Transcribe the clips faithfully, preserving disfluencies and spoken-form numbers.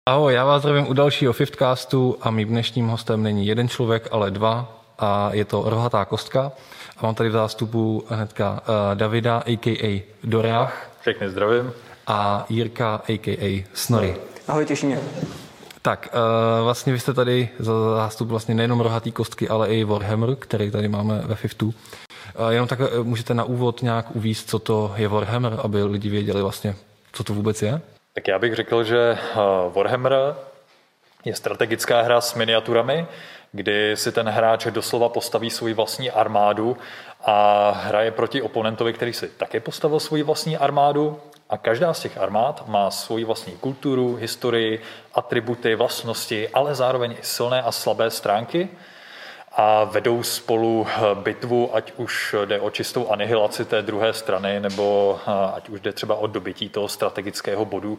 Ahoj, já vás zdravím u dalšího Fifthcastu a mým dnešním hostem není jeden člověk, ale dva a je to Rohatá kostka. A mám tady v zástupu hnedka uh, Davida, a k a. Dorách. Všechny zdravím. A Jirka, a k a. Snorri. Ahoj, těší mě. Tak, uh, vlastně vy jste tady za zástup vlastně nejenom Rohatý kostky, ale i Warhammer, který tady máme ve Fiftu. Uh, jenom tak uh, můžete na úvod nějak uvíct, co to je Warhammer, aby lidi věděli vlastně, co to vůbec je? Tak já bych řekl, že Warhammer je strategická hra s miniaturami, kdy si ten hráč doslova postaví svou vlastní armádu a hraje proti oponentovi, který si také postavil svou vlastní armádu. A každá z těch armád má svoji vlastní kulturu, historii, atributy, vlastnosti, ale zároveň i silné a slabé stránky. A vedou spolu bitvu, ať už jde o čistou anihilaci té druhé strany, nebo ať už jde třeba o dobytí toho strategického bodu.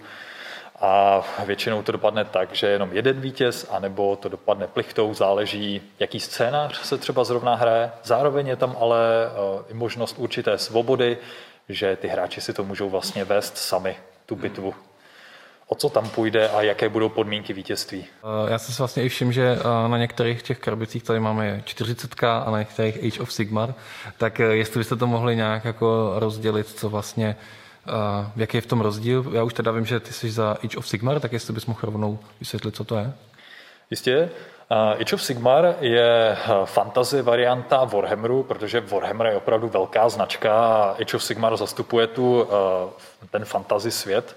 A většinou to dopadne tak, že jenom jeden vítěz, anebo to dopadne plichtou, záleží, jaký scénář se třeba zrovna hraje. Zároveň je tam ale i možnost určité svobody, že ty hráči si to můžou vlastně vést sami, tu bitvu. O co tam půjde a jaké budou podmínky vítězství? Já jsem si vlastně i všiml, že na některých těch krabicích tady máme čtyřicet a na některých Age of Sigmar, tak jestli byste to mohli nějak jako rozdělit, co vlastně, jaký je v tom rozdíl. Já už teda vím, že ty jsi za Age of Sigmar, tak jestli bys mohl rovnou vysvětlit, co to je? Jistě. Age of Sigmar je fantasy varianta Warhammeru, protože Warhammer je opravdu velká značka a Age of Sigmar zastupuje tu, ten fantasy svět.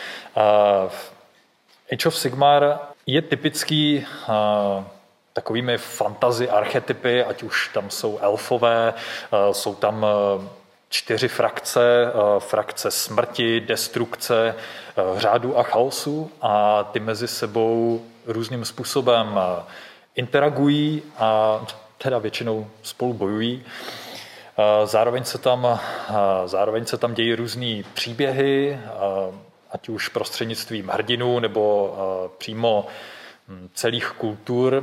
Uh, Age of Sigmar je typický uh, takovými fantasy archetypy, ať už tam jsou elfové, uh, jsou tam uh, čtyři frakce, uh, frakce smrti, destrukce, uh, řádu a chaosu a ty mezi sebou různým způsobem uh, interagují a teda většinou spolu bojují. Uh, zároveň se tam, uh, zároveň se tam dějí různý příběhy, uh, ať už prostřednictvím hrdinů nebo uh, přímo um, celých kultur.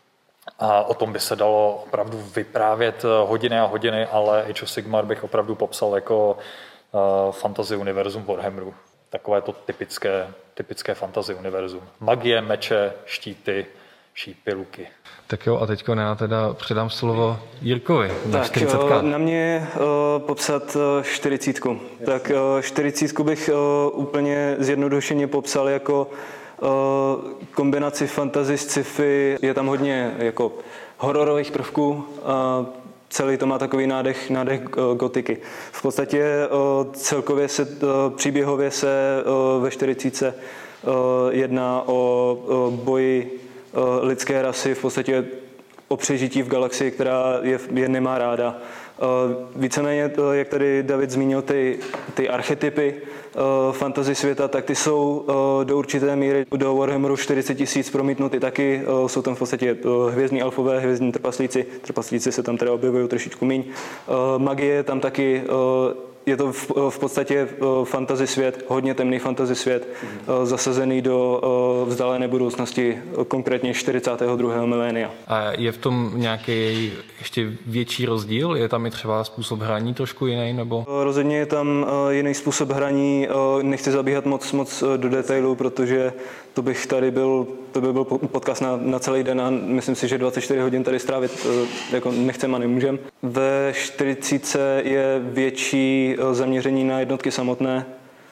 A o tom by se dalo opravdu vyprávět hodiny a hodiny, ale Age of Sigmar bych opravdu popsal jako uh, fantasy univerzum Warhammeru. Takové to typické, typické fantasy univerzum. Magie, meče, štíty, šípy, luky. Tak jo, a teďko já teda předám slovo Jirkovi na tak, čtyřicet. Na mě uh, popsat uh, čtyřicítku. Tak uh, čtyřicítku bych uh, úplně zjednodušeně popsal jako uh, kombinaci fantasy s sci-fi. Je tam hodně jako hororových prvků. Uh, celý to má takový nádech, nádech uh, gotiky. V podstatě uh, celkově se, uh, příběhově se uh, ve čtyřicítce uh, jedná o uh, boji lidské rasy, v podstatě o přežití v galaxii, která je, je nemá ráda. Víceméně, jak tady David zmínil, ty, ty archetypy fantasy světa, tak ty jsou do určité míry do Warhammeru čtyřicet tisíc promítnuty taky. Jsou tam v podstatě hvězdní elfové, hvězdní trpaslíci. Trpaslíci se tam teda objevují trošičku míň. Magie tam taky. Je to v, v podstatě fantasy svět, hodně temný fantasy svět, mm. zasazený do vzdálené budoucnosti, konkrétně čtyřicátého druhého milénia. A je v tom nějaký ještě větší rozdíl? Je tam i třeba způsob hraní trošku jiný? Nebo? Rozhodně je tam jiný způsob hraní. Nechci zabíhat moc, moc do detailů, protože to bych tady byl, to by byl podcast na, na celý den a myslím si, že dvacet čtyři hodin tady strávit jako nechcem a nemůžem. Ve čtyřicítce je větší zaměření na jednotky samotné,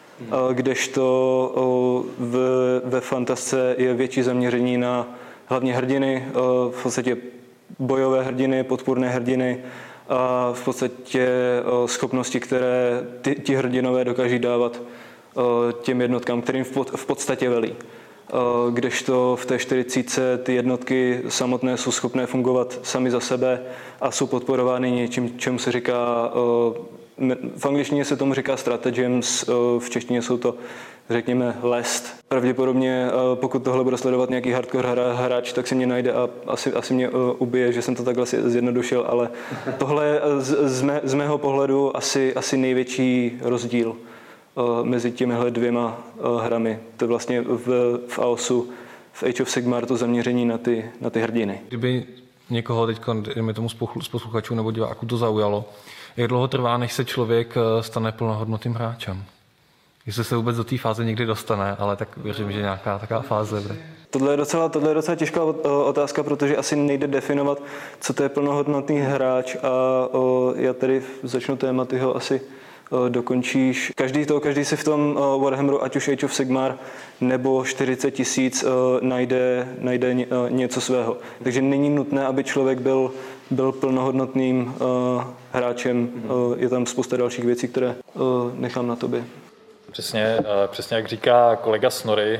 kdežto ve, ve fantasce je větší zaměření na hlavně hrdiny, v podstatě bojové hrdiny, podpůrné hrdiny a v podstatě schopnosti, které ty, ti hrdinové dokáží dávat těm jednotkám, kterým v podstatě velí. Kdežto v té čtyřicítce ty jednotky samotné jsou schopné fungovat sami za sebe a jsou podporovány něčím, čemu se říká, v angličtině se tomu říká stratagems, v češtině jsou to, řekněme, lest. Pravděpodobně, pokud tohle bude sledovat nějaký hardcore hráč, tak si mě najde a asi, asi mě ubije, že jsem to takhle zjednodušil, ale tohle je z, mé, z mého pohledu asi, asi největší rozdíl mezi těmihle dvěma hrami. To je vlastně v, v A O Su, v Age of Sigmar to zaměření na ty, na ty hrdiny. Kdyby někoho teď, dejme tomu z posluchačů nebo diváků to zaujalo, jak dlouho trvá, než se člověk stane plnohodnotným hráčem? Jestli se vůbec do té fáze někdy dostane, ale tak věřím, že nějaká taková fáze bude. Tohle je docela, tohle je docela těžká otázka, protože asi nejde definovat, co to je plnohodnotný hráč a o, já tady začnu téma, ty ho asi o, dokončíš. Každý to, každý si v tom o, Warhammeru, ať už Age of Sigmar nebo čtyřicet tisíc najde, najde ně, o, něco svého. Takže není nutné, aby člověk byl, byl plnohodnotným o, hráčem. O, je tam spousta dalších věcí, které o, nechám na tobě. Přesně, přesně jak říká kolega Snorri,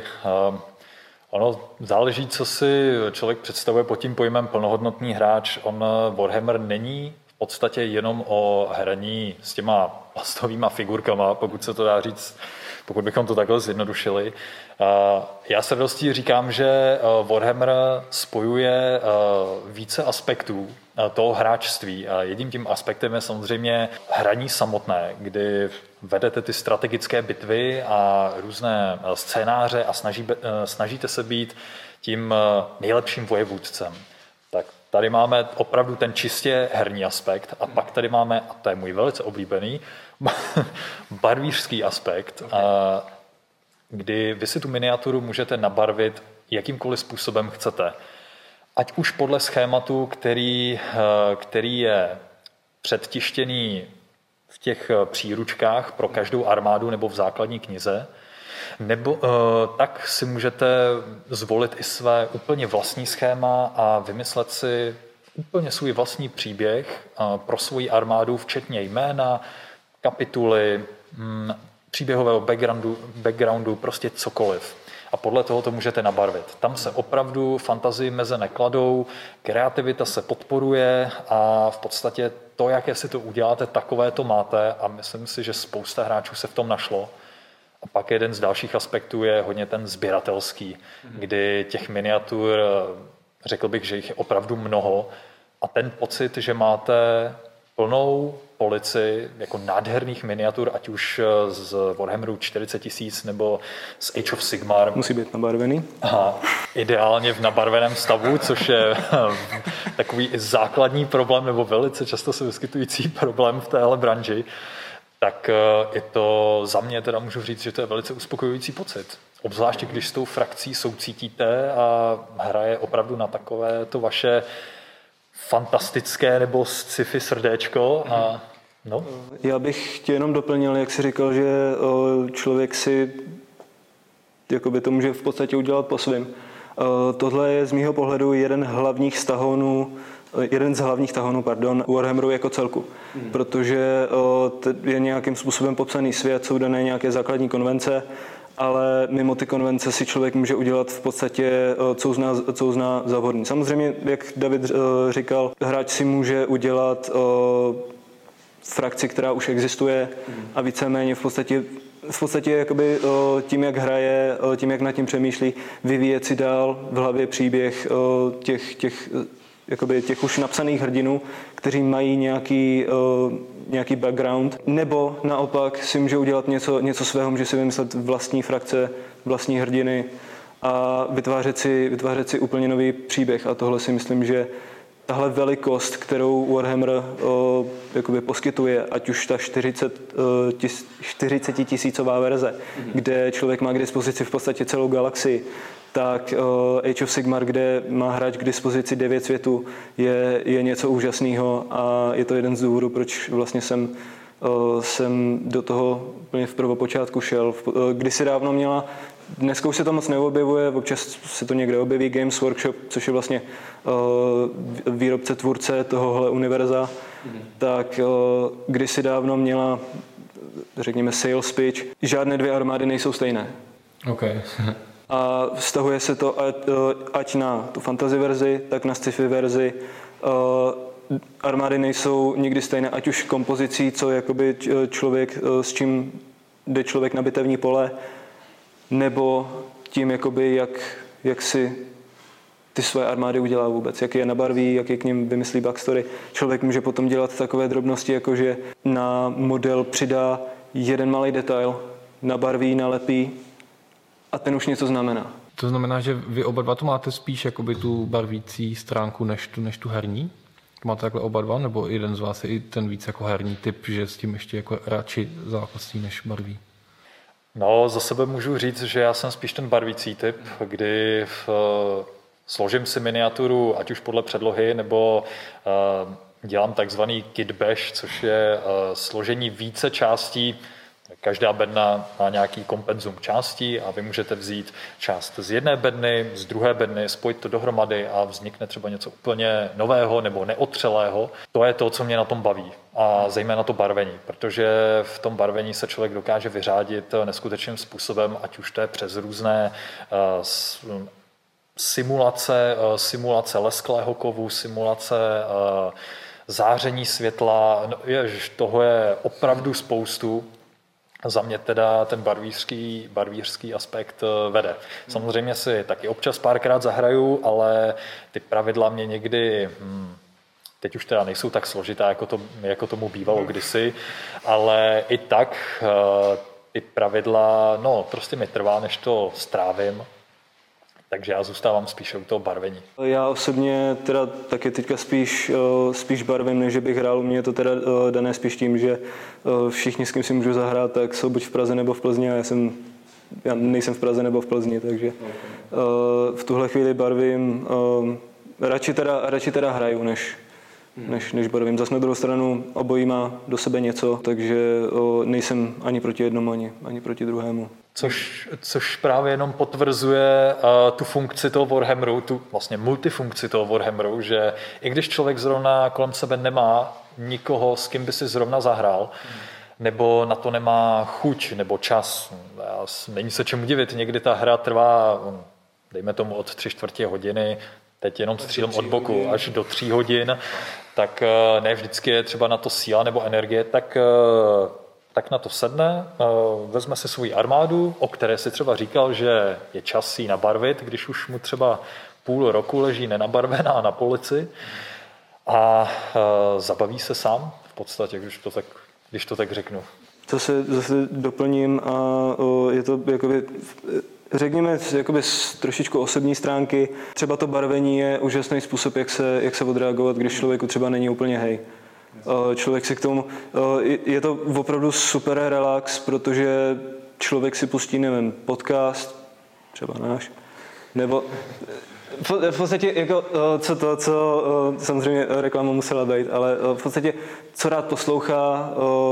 ono záleží, co si člověk představuje pod tím pojmem plnohodnotný hráč. On Warhammer není v podstatě jenom o hraní s těma plastovýma figurkama, pokud se to dá říct, pokud bychom to takhle zjednodušili. Já s radostí říkám, že Warhammer spojuje více aspektů toho hráčství. A jedním tím aspektem je samozřejmě hraní samotné, kdy vedete ty strategické bitvy a různé scénáře a snaží, snažíte se být tím nejlepším vojevůdcem. Tak tady máme opravdu ten čistě herní aspekt a pak tady máme, a to je můj velice oblíbený, barvířský aspekt, kdy vy si tu miniaturu můžete nabarvit jakýmkoliv způsobem chcete. Ať už podle schématu, který, který je předtištěný v těch příručkách pro každou armádu nebo v základní knize, nebo tak si můžete zvolit i své úplně vlastní schéma a vymyslet si úplně svůj vlastní příběh pro svoji armádu, včetně jména, kapituly, příběhového backgroundu, backgroundu, prostě cokoliv. A podle toho to můžete nabarvit. Tam se opravdu fantazii meze nekladou, kreativita se podporuje a v podstatě to, jaké si to uděláte, takové to máte a myslím si, že spousta hráčů se v tom našlo. A pak jeden z dalších aspektů je hodně ten sběratelský, kdy těch miniatur, řekl bych, že jich je opravdu mnoho a ten pocit, že máte plnou polici jako nádherných miniatur, ať už z Warhammeru čtyřicet tisíc nebo z Age of Sigmar. Musí být nabarvený. Aha, ideálně v nabarveném stavu, což je takový základní problém nebo velice často se vyskytující problém v téhle branži. Tak je to za mě teda můžu říct, že to je velice uspokojující pocit. Obzvláště, když s tou frakcí soucítíte a hraje opravdu na takové to vaše fantastické nebo sci-fi srdéčko. A, no. Já bych tě jenom doplnil, jak jsi říkal, že člověk si jakoby to může v podstatě udělat po svém. Tohle je z mýho pohledu jeden hlavních stahounů, jeden z hlavních tahonů, pardon, Warhammeru jako celku, hmm. protože je nějakým způsobem popsaný svět, jsou dané nějaké základní konvence, ale mimo ty konvence si člověk může udělat v podstatě, co uzná, co uzná za vhodný. Samozřejmě, jak David říkal, hráč si může udělat frakci, která už existuje a víceméně v podstatě v podstatě jakoby tím, jak hraje, tím, jak nad tím přemýšlí, vyvíjet si dál v hlavě příběh těch, těch, jakoby těch už napsaných hrdinů, kteří mají nějaký, nějaký background, nebo naopak si může udělat něco, něco svého, může si vymyslet vlastní frakce, vlastní hrdiny a vytvářet si, vytvářet si úplně nový příběh. A tohle si myslím, že tahle velikost, kterou Warhammer o, jakoby poskytuje, ať už ta čtyřicet tisícová verze, mm-hmm. kde člověk má k dispozici v podstatě celou galaxii, tak o, Age of Sigmar, kde má hráč k dispozici devět světů, je, je něco úžasného a je to jeden z důvodů, proč vlastně jsem, o, jsem do toho úplně v prvopočátku šel. Kdysi dávno měla, dneska už se to moc neobjevuje, občas se to někde objeví, Games Workshop, což je vlastně uh, výrobce, tvůrce tohohle univerza, mm. tak uh, kdysi dávno měla, řekněme, sales pitch. Žádné dvě armády nejsou stejné. Okay. A vztahuje se to ať, ať na tu fantasy verzi, tak na sci-fi verzi. Uh, armády nejsou nikdy stejné, ať už kompozicí, co jakoby člověk, s čím jde člověk na bitevní pole, nebo tím, jakoby, jak, jak si ty své armády udělá vůbec, jak je nabarví, jak je k nim vymyslí backstory. Člověk může potom dělat takové drobnosti, jako že na model přidá jeden malý detail, nabarví, nalepí a ten už něco znamená. To znamená, že vy oba dva to máte spíš jakoby tu barvící stránku než tu, než tu herní? Máte takhle oba dva, nebo jeden z vás je i ten víc jako herní typ, že s tím ještě jako radši zápasí než barví? No, za sebe můžu říct, že já jsem spíš ten barvící typ, kdy v, složím si miniaturu, ať už podle předlohy, nebo uh, dělám takzvaný kit bash, což je uh, složení více částí. Každá bedna má nějaký kompenzum částí a vy můžete vzít část z jedné bedny, z druhé bedny, spojit to dohromady a vznikne třeba něco úplně nového nebo neotřelého. To je to, co mě na tom baví a zejména to barvení, protože v tom barvení se člověk dokáže vyřádit neskutečným způsobem, ať už to je přes různé uh, simulace, uh, simulace lesklého kovu, simulace uh, záření světla. No, jež, toho je opravdu spoustu. Za mě teda ten barvířský, barvířský aspekt vede. Samozřejmě si taky občas párkrát zahraju, ale ty pravidla mě někdy, hm, teď už teda nejsou tak složitá, jako, to, jako tomu bývalo kdysi, ale i tak ty pravidla, no prostě mi trvá, než to strávím. Takže já zůstávám spíš u toho barvení. Já osobně teda taky teďka spíš, spíš barvím, než bych hrál. Mně je to teda dané spíš tím, že všichni, s kým si můžu zahrát, tak jsou buď v Praze nebo v Plzni a já, jsem, já nejsem v Praze nebo v Plzni, takže v tuhle chvíli barvím. Radši teda, radši teda hraju, než, než, než barvím. Zas na druhou stranu obojí má do sebe něco, takže nejsem ani proti jednomu, ani, ani proti druhému. Což, což právě jenom potvrzuje uh, tu funkci toho Warhammeru, tu vlastně multifunkci toho Warhammeru, že i když člověk zrovna kolem sebe nemá nikoho, s kým by si zrovna zahrál, hmm. nebo na to nemá chuť nebo čas, není se čemu divit, někdy ta hra trvá, dejme tomu od tři čtvrtě hodiny, teď jenom střílem od boku hodin. Až do tří hodin, tak uh, ne vždycky je třeba na to síla nebo energie, tak uh, tak na to sedne, vezme si svou armádu, o které si třeba říkal, že je čas jí nabarvit, když už mu třeba půl roku leží nenabarvená na polici a zabaví se sám v podstatě, když to tak, když to tak řeknu. To se zase doplním a je to jakoby, řekněme jakoby z trošičku osobní stránky. Třeba to barvení je úžasný způsob, jak se, jak se odreagovat, když člověku třeba není úplně hej. Člověk si k tomu, je to opravdu super relax, protože člověk si pustí, nevím, podcast, třeba náš, nebo v podstatě, jako, co to, co samozřejmě reklama musela být, ale v podstatě, co rád poslouchá,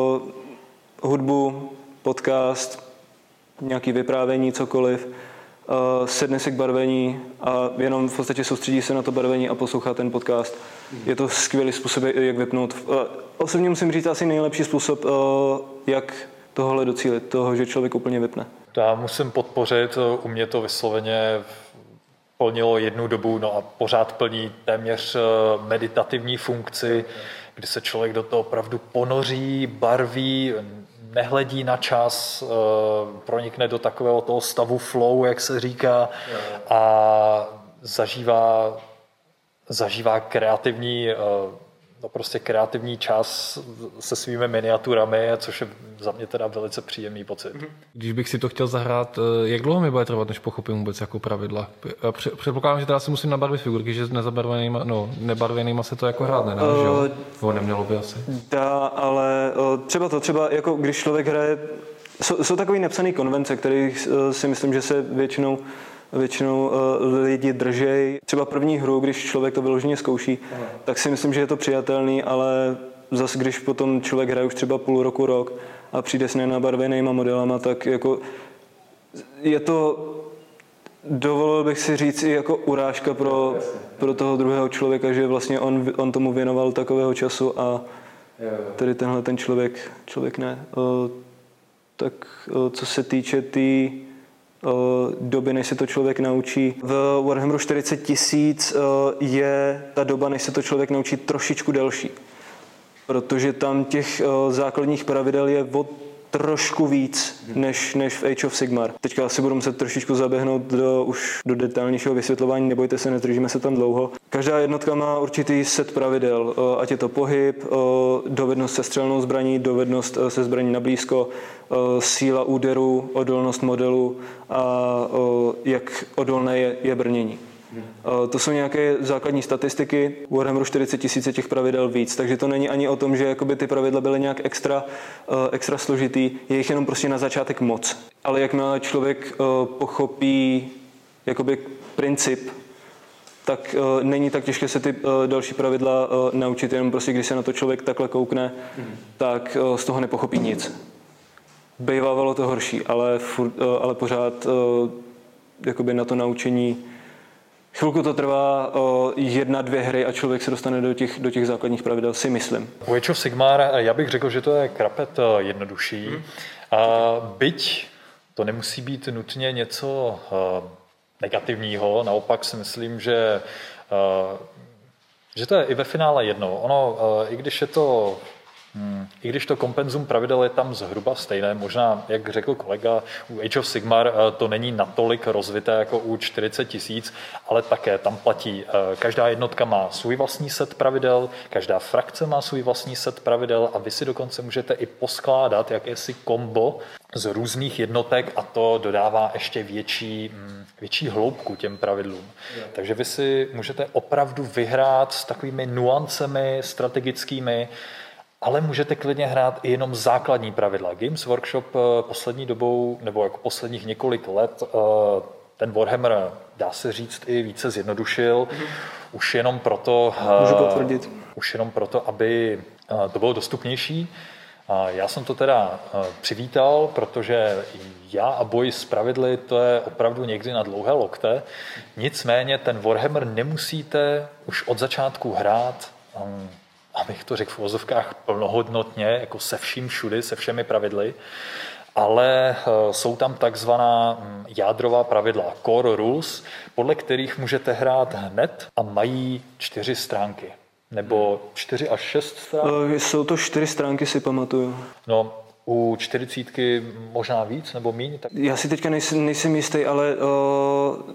hudbu, podcast, nějaký vyprávění, cokoliv, sedne si k barvení a jenom v podstatě soustředí se na to barvení a poslouchá ten podcast. Je to skvělý způsob, jak vypnout. Osobně musím říct asi nejlepší způsob, jak tohle docílit, toho, že člověk úplně vypne. Já musím podpořit, u mě to vysloveně plnilo jednu dobu, no a pořád plní téměř meditativní funkci, kdy se člověk do toho opravdu ponoří, barví, nehledí na čas, pronikne do takového toho stavu flow, jak se říká, a zažívá, zažívá kreativní, no prostě kreativní čas se svými miniaturami, což je za mě teda velice příjemný pocit. Když bych si to chtěl zahrát, jak dlouho mi bude trvat, než pochopím vůbec jako pravidla? Předpokládám, že teda si musím nabarvit figurky, že s nezabarvenýma, no, nebarvenýma se to jako hrát nedá, uh, že jo? Nebo nemělo by asi. Dá, ale uh, třeba to, třeba jako když člověk hraje, jsou, jsou takový nepsaný konvence, kterých uh, si myslím, že se většinou Většinou uh, lidi držej. Třeba první hru, když člověk to vyloženě zkouší, Aha. tak si myslím, že je to přijatelný, ale zase když potom člověk hraje už třeba půl roku, rok a přijde s nenabarvenýma modelama, tak jako je to, dovolil bych si říct, i jako urážka pro, pro toho druhého člověka, že vlastně on, on tomu věnoval takového času a tedy tenhle ten člověk, člověk ne. Uh, tak uh, co se týče té tý doby, než se to člověk naučí. V Warhammeru čtyřicet tisíc je ta doba, než se to člověk naučí, trošičku delší. Protože tam těch základních pravidel je o trošku víc, než, než v Age of Sigmar. Teďka asi budu muset trošičku zaběhnout do, už do detailnějšího vysvětlování, nebojte se, nezdržíme se tam dlouho. Každá jednotka má určitý set pravidel, ať je to pohyb, dovednost se střelnou zbraní, dovednost se zbraní na blízko, síla úderu, odolnost modelu a jak odolné je, je brnění. To jsou nějaké základní statistiky. U Warhammeru čtyřicet tisíc je těch pravidel víc, takže to není ani o tom, že jakoby ty pravidla byly nějak extra, extra složitý, je jich jenom prostě na začátek moc. Ale jakmile člověk pochopí jakoby princip, tak uh, není tak těžké se ty uh, další pravidla uh, naučit, jenom prostě když se na to člověk takhle koukne, mm. tak uh, z toho nepochopí nic. Bývávalo to horší, ale, furt, uh, ale pořád uh, jakoby na to naučení chvilku to trvá, uh, jedna, dvě hry a člověk se dostane do těch, do těch základních pravidel, si myslím. U Age of Sigmar já bych řekl, že to je krapet jednodušší. Mm. A byť to nemusí být nutně něco uh, negativního, naopak si myslím, že, uh, že to je i ve finále jedno. Ono, uh, i když je to Hmm. I když to kompenzum pravidel je tam zhruba stejné, možná, jak řekl kolega, u Age of Sigmar to není natolik rozvité jako u čtyřicet tisíc, ale také tam platí, každá jednotka má svůj vlastní set pravidel, každá frakce má svůj vlastní set pravidel a vy si dokonce můžete i poskládat jakési kombo z různých jednotek a to dodává ještě větší, větší hloubku těm pravidlům. Je. Takže vy si můžete opravdu vyhrát s takovými nuancemi strategickými, ale můžete klidně hrát i jenom základní pravidla. Games Workshop poslední dobou, nebo jako posledních několik let, ten Warhammer, dá se říct, i více zjednodušil. Mm-hmm. Už jenom proto, Můžu potvrdit. Už jenom proto, aby to bylo dostupnější. Já jsem to teda přivítal, protože já a boj s pravidly, to je opravdu někdy na dlouhé lokte. Nicméně ten Warhammer nemusíte už od začátku hrát, abych to řekl v uvozovkách plnohodnotně, jako se vším všudy, se všemi pravidly, ale jsou tam takzvaná jádrová pravidla, core rules, podle kterých můžete hrát hned a mají čtyři stránky. Nebo čtyři až šest stránek? Jsou to čtyři stránky, si pamatuju. No, u čtyřicítky možná víc nebo míň? Tak... Já si teďka nejsem, nejsem jistý, ale uh,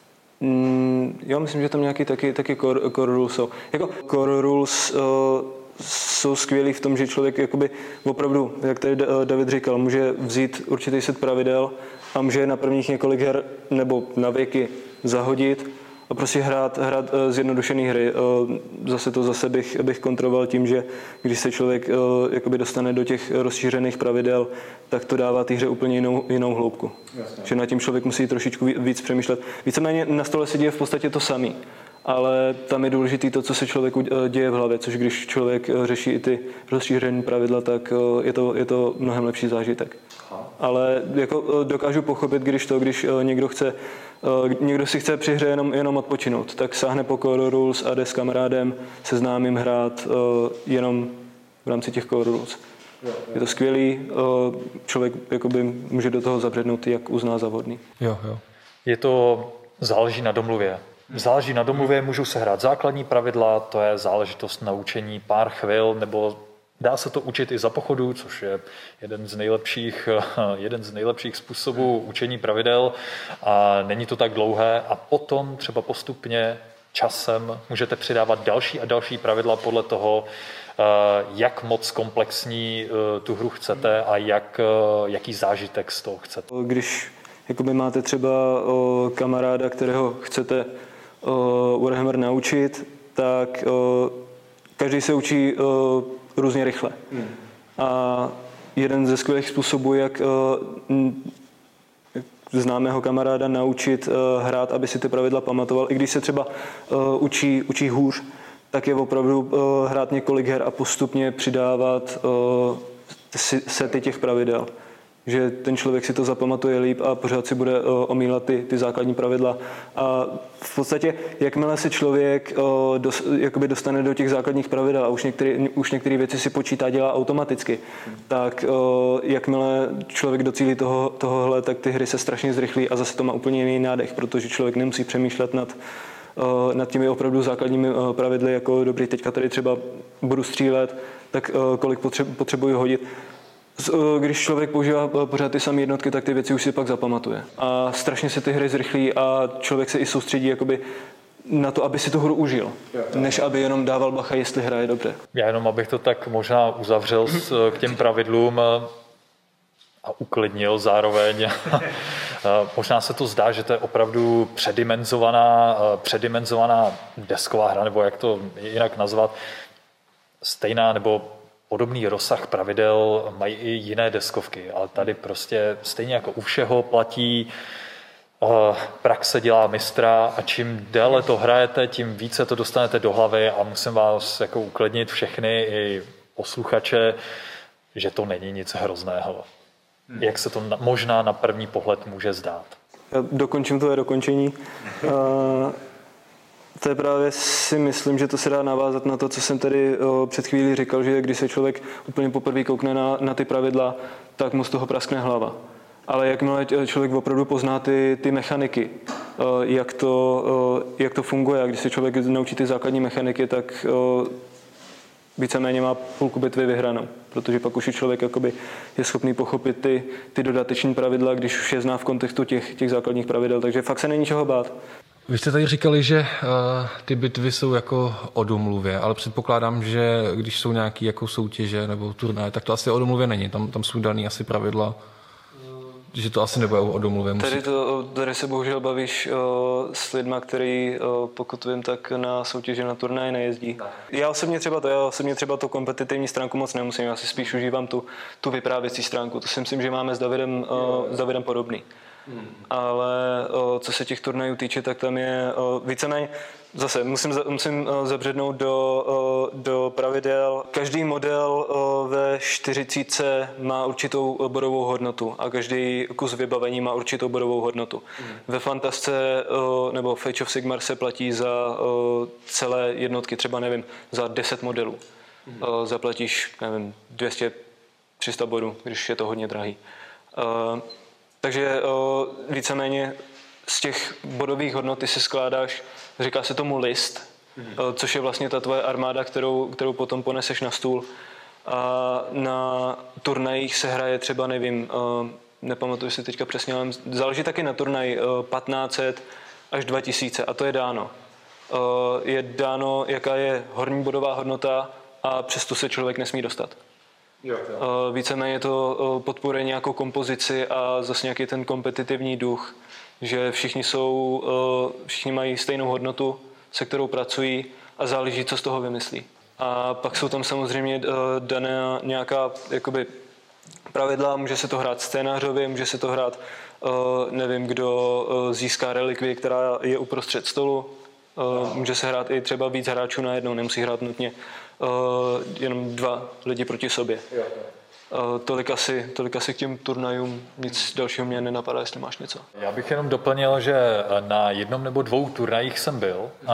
mm, já myslím, že tam nějaký taky, taky core, core rules jsou. Jako core rules uh, jsou skvělý v tom, že člověk jakoby opravdu, jak tady David říkal, může vzít určitý set pravidel a může na prvních několik her nebo na věky zahodit a prostě hrát, hrát zjednodušené hry. Zase to zase bych, bych kontroloval tím, že když se člověk jakoby dostane do těch rozšířených pravidel, tak to dává té hře úplně jinou, jinou hloubku. Jasně. Že nad tím člověk musí trošičku víc přemýšlet. Víceméně na stole se děje v podstatě to samé, ale tam je důležité to, co se člověku děje v hlavě, což když člověk řeší i ty rozšířené pravidla, tak je to, je to mnohem lepší zážitek. Ale jako dokážu pochopit, když to, když někdo chce někdo si chce při hře jenom, jenom odpočinout, tak sáhne po core rules a jde s kamarádem se známým hrát jenom v rámci těch core rules. Je to skvělý, člověk jakoby může do toho zabřednout, jak uzná za vhodný. Jo, jo. Je to, záleží na domluvě. Záleží na domluvě, můžou se hrát základní pravidla, to je záležitost naučení pár chvil, nebo dá se to učit i za pochodu, což je jeden z nejlepších, jeden z nejlepších způsobů učení pravidel a není to tak dlouhé a potom třeba postupně časem můžete přidávat další a další pravidla podle toho, jak moc komplexní tu hru chcete a jak, jaký zážitek z toho chcete. Když jakoby máte třeba kamaráda, kterého chcete Warhammer naučit, tak každý se učí různě rychle. Hmm. A jeden ze skvělých způsobů, jak uh, známého kamaráda naučit uh, hrát, aby si ty pravidla pamatoval, i když se třeba uh, učí, učí hůř, tak je opravdu uh, hrát několik her a postupně přidávat uh, sety těch pravidel. Že ten člověk si to zapamatuje líp a pořád si bude uh, omílat ty, ty základní pravidla. A v podstatě, jakmile se člověk uh, dos, jakoby dostane do těch základních pravidel a už některé, už některé věci si počítá, dělá automaticky, hmm. tak uh, jakmile člověk docílí toho, tohohle, tak ty hry se strašně zrychlí a zase to má úplně jiný nádech, protože člověk nemusí přemýšlet nad, uh, nad těmi opravdu základními uh, pravidly, jako dobrý, teďka tady třeba budu střílet, tak uh, kolik potře- potřebuji hodit. Když člověk používá pořád ty samé jednotky, tak ty věci už si pak zapamatuje. A strašně se ty hry zrychlí a člověk se i soustředí jakoby na to, aby si tu hru užil, než aby jenom dával bacha, jestli hraje dobře. Já jenom, abych to tak možná uzavřel s, k těm pravidlům a uklidnil zároveň. Možná se to zdá, že to je opravdu předimenzovaná, předimenzovaná desková hra, nebo jak to jinak nazvat. Stejná nebo podobný rozsah pravidel mají i jiné deskovky, ale tady prostě stejně jako u všeho platí praxe dělá mistra a čím déle to hrajete, tím více to dostanete do hlavy a musím vás jako uklidnit všechny i posluchače, že to není nic hrozného. Hmm. Jak se to na, možná na první pohled může zdát. Já dokončím tvoje dokončení. uh, to je právě si myslím, že to se dá navázat na to, co jsem tady uh, před chvílí říkal, že když se člověk úplně poprvé koukne na, na ty pravidla, tak mu z toho praskne hlava. Ale jakmile člověk opravdu pozná ty, ty mechaniky, uh, jak, to, uh, jak to funguje, a když se člověk naučí ty základní mechaniky, tak uh, víceméně má půlku bitvy vyhranou, protože pak už je člověk jakoby je schopný pochopit ty, ty dodateční pravidla, když už je zná v kontextu těch, těch základních pravidel, takže fakt se není čeho bát. Vy jste tady říkali, že uh, ty bitvy jsou jako o domluvě, ale předpokládám, že když jsou nějaké jako soutěže nebo turnaje, tak to asi o domluvě není, tam, tam jsou daný asi pravidla. Že to asi nebude o domluvě. Musí... Tady, to, tady se bohužel bavíš o, s lidma, který, o, pokud vím, tak na soutěže na turnaje nejezdí. Já osobně třeba to, já osobně třeba to kompetitivní stránku moc nemusím, já si spíš užívám tu, tu vyprávěcí stránku. To si myslím, že máme s Davidem, o, s Davidem podobný. Hmm. Ale o, co se těch turnajů týče, tak tam je o, víceméně, zase musím, musím zabřednout do, do pravidel. Každý model ve čtyřicítce má určitou bodovou hodnotu a každý kus vybavení má určitou bodovou hodnotu. Hmm. Ve Fantasce nebo v Age of Sigmar se platí za celé jednotky, třeba nevím, za deset modelů. Hmm. Zaplatíš, nevím, dvě stě tři sta bodů, když je to hodně drahý. Takže víceméně z těch bodových hodnot ty si skládáš, říká se tomu list, mm-hmm. což je vlastně ta tvoje armáda, kterou, kterou potom poneseš na stůl. A na turnajích se hraje třeba, nevím, nepamatuji si teďka přesně, ale záleží taky na turnaji patnáct set až dva tisíce a to je dáno. Je dáno, jaká je horní bodová hodnota a přesto se člověk nesmí dostat. Jo, jo. Víceméně to podporuje nějakou kompozici a zase nějaký ten kompetitivní duch, že všichni jsou, všichni mají stejnou hodnotu, se kterou pracují a záleží, co z toho vymyslí. A pak jsou tam samozřejmě dané nějaká jakoby pravidla, může se to hrát scénářově, může se to hrát, nevím, kdo získá relikvii, která je uprostřed stolu, může se hrát i třeba víc hráčů najednou, nemusí hrát nutně jenom dva lidi proti sobě. Uh, tolik, asi, tolik asi k těm turnajům, nic dalšího mě nenapadá, jestli máš něco. Já bych jenom doplnil, že na jednom nebo dvou turnajích jsem byl a,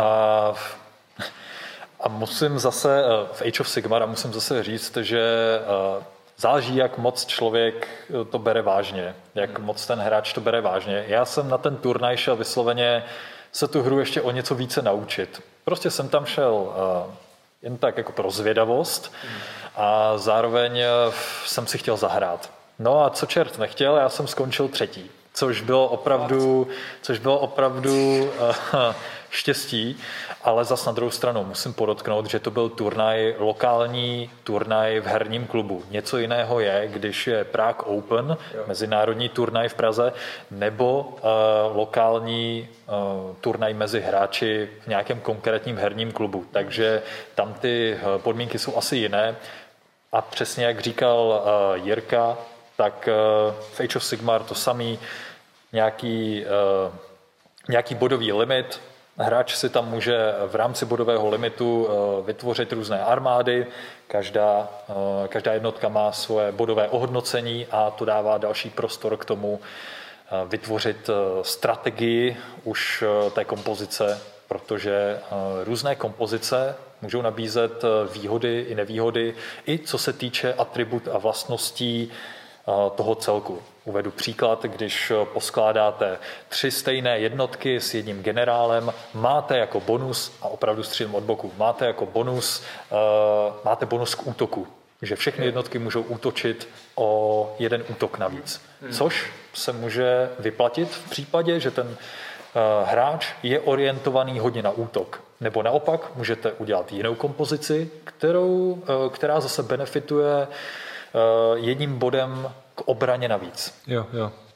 a musím zase v Age of Sigmar a musím zase říct, že záleží, jak moc člověk to bere vážně, jak moc ten hráč to bere vážně. Já jsem na ten turnaj šel vysloveně se tu hru ještě o něco více naučit. Prostě jsem tam šel jen tak jako pro zvědavost a zároveň jsem si chtěl zahrát. No a co čert nechtěl, já jsem skončil třetí, což bylo opravdu, což bylo opravdu uh, štěstí, ale zas na druhou stranu musím podotknout, že to byl turnaj, lokální turnaj v herním klubu. Něco jiného je, když je Prague Open, jo. mezinárodní turnaj v Praze, nebo uh, lokální uh, turnaj mezi hráči v nějakém konkrétním herním klubu. Takže tam ty podmínky jsou asi jiné. A přesně jak říkal uh, Jirka, tak uh, v Age of Sigmar to samý, nějaký, uh, nějaký bodový limit. Hráč si tam může v rámci bodového limitu uh, vytvořit různé armády. Každá, uh, každá jednotka má svoje bodové ohodnocení a to dává další prostor k tomu uh, vytvořit uh, strategii už uh, té kompozice, protože uh, různé kompozice můžou nabízet výhody i nevýhody, i co se týče atribut a vlastností toho celku. Uvedu příklad, když poskládáte tři stejné jednotky s jedním generálem, máte jako bonus, a opravdu střílím od boku, máte jako bonus, máte bonus k útoku, že všechny jednotky můžou útočit o jeden útok navíc, což se může vyplatit v případě, že ten hráč je orientovaný hodně na útok. Nebo naopak můžete udělat jinou kompozici, kterou, která zase benefituje jedním bodem k obraně navíc. Jo, jo.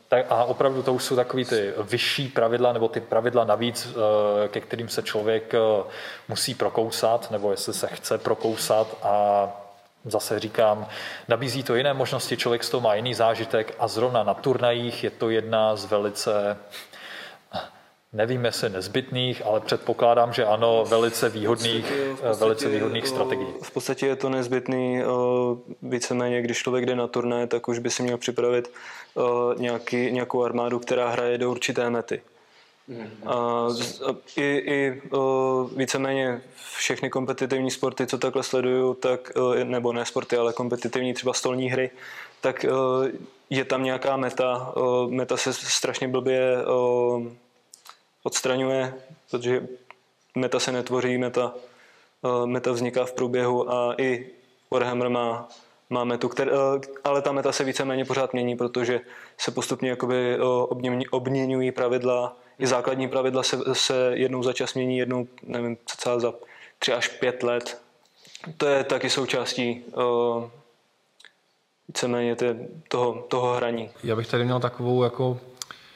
tak, a opravdu to už jsou takový ty vyšší pravidla, nebo ty pravidla navíc, ke kterým se člověk musí prokousat, nebo jestli se chce prokousat a zase říkám, nabízí to jiné možnosti, člověk z toho má jiný zážitek a zrovna na turnajích je to jedna z velice, nevím jestli nezbytných, ale předpokládám, že ano, velice výhodných, v podstatě, velice výhodných strategií. V podstatě je to nezbytný, víceméně, když člověk jde na turné, tak už by si měl připravit nějaký, nějakou armádu, která hraje do určité mety. A i, i víceméně všechny kompetitivní sporty, co takhle sleduju, tak, nebo ne sporty, ale kompetitivní třeba stolní hry, tak je tam nějaká meta. Meta se strašně blbě odstraňuje, protože meta se netvoří, meta, meta vzniká v průběhu a i Warhammer má, má metu, který, ale ta meta se víceméně pořád mění, protože se postupně jakoby obměňují pravidla. I základní pravidla se, se jednou za čas mění, jednou, nevím, celá za tři až pět let. To je taky součástí uh, víceméně toho, toho hraní. Já bych tady měl takovou jako uh,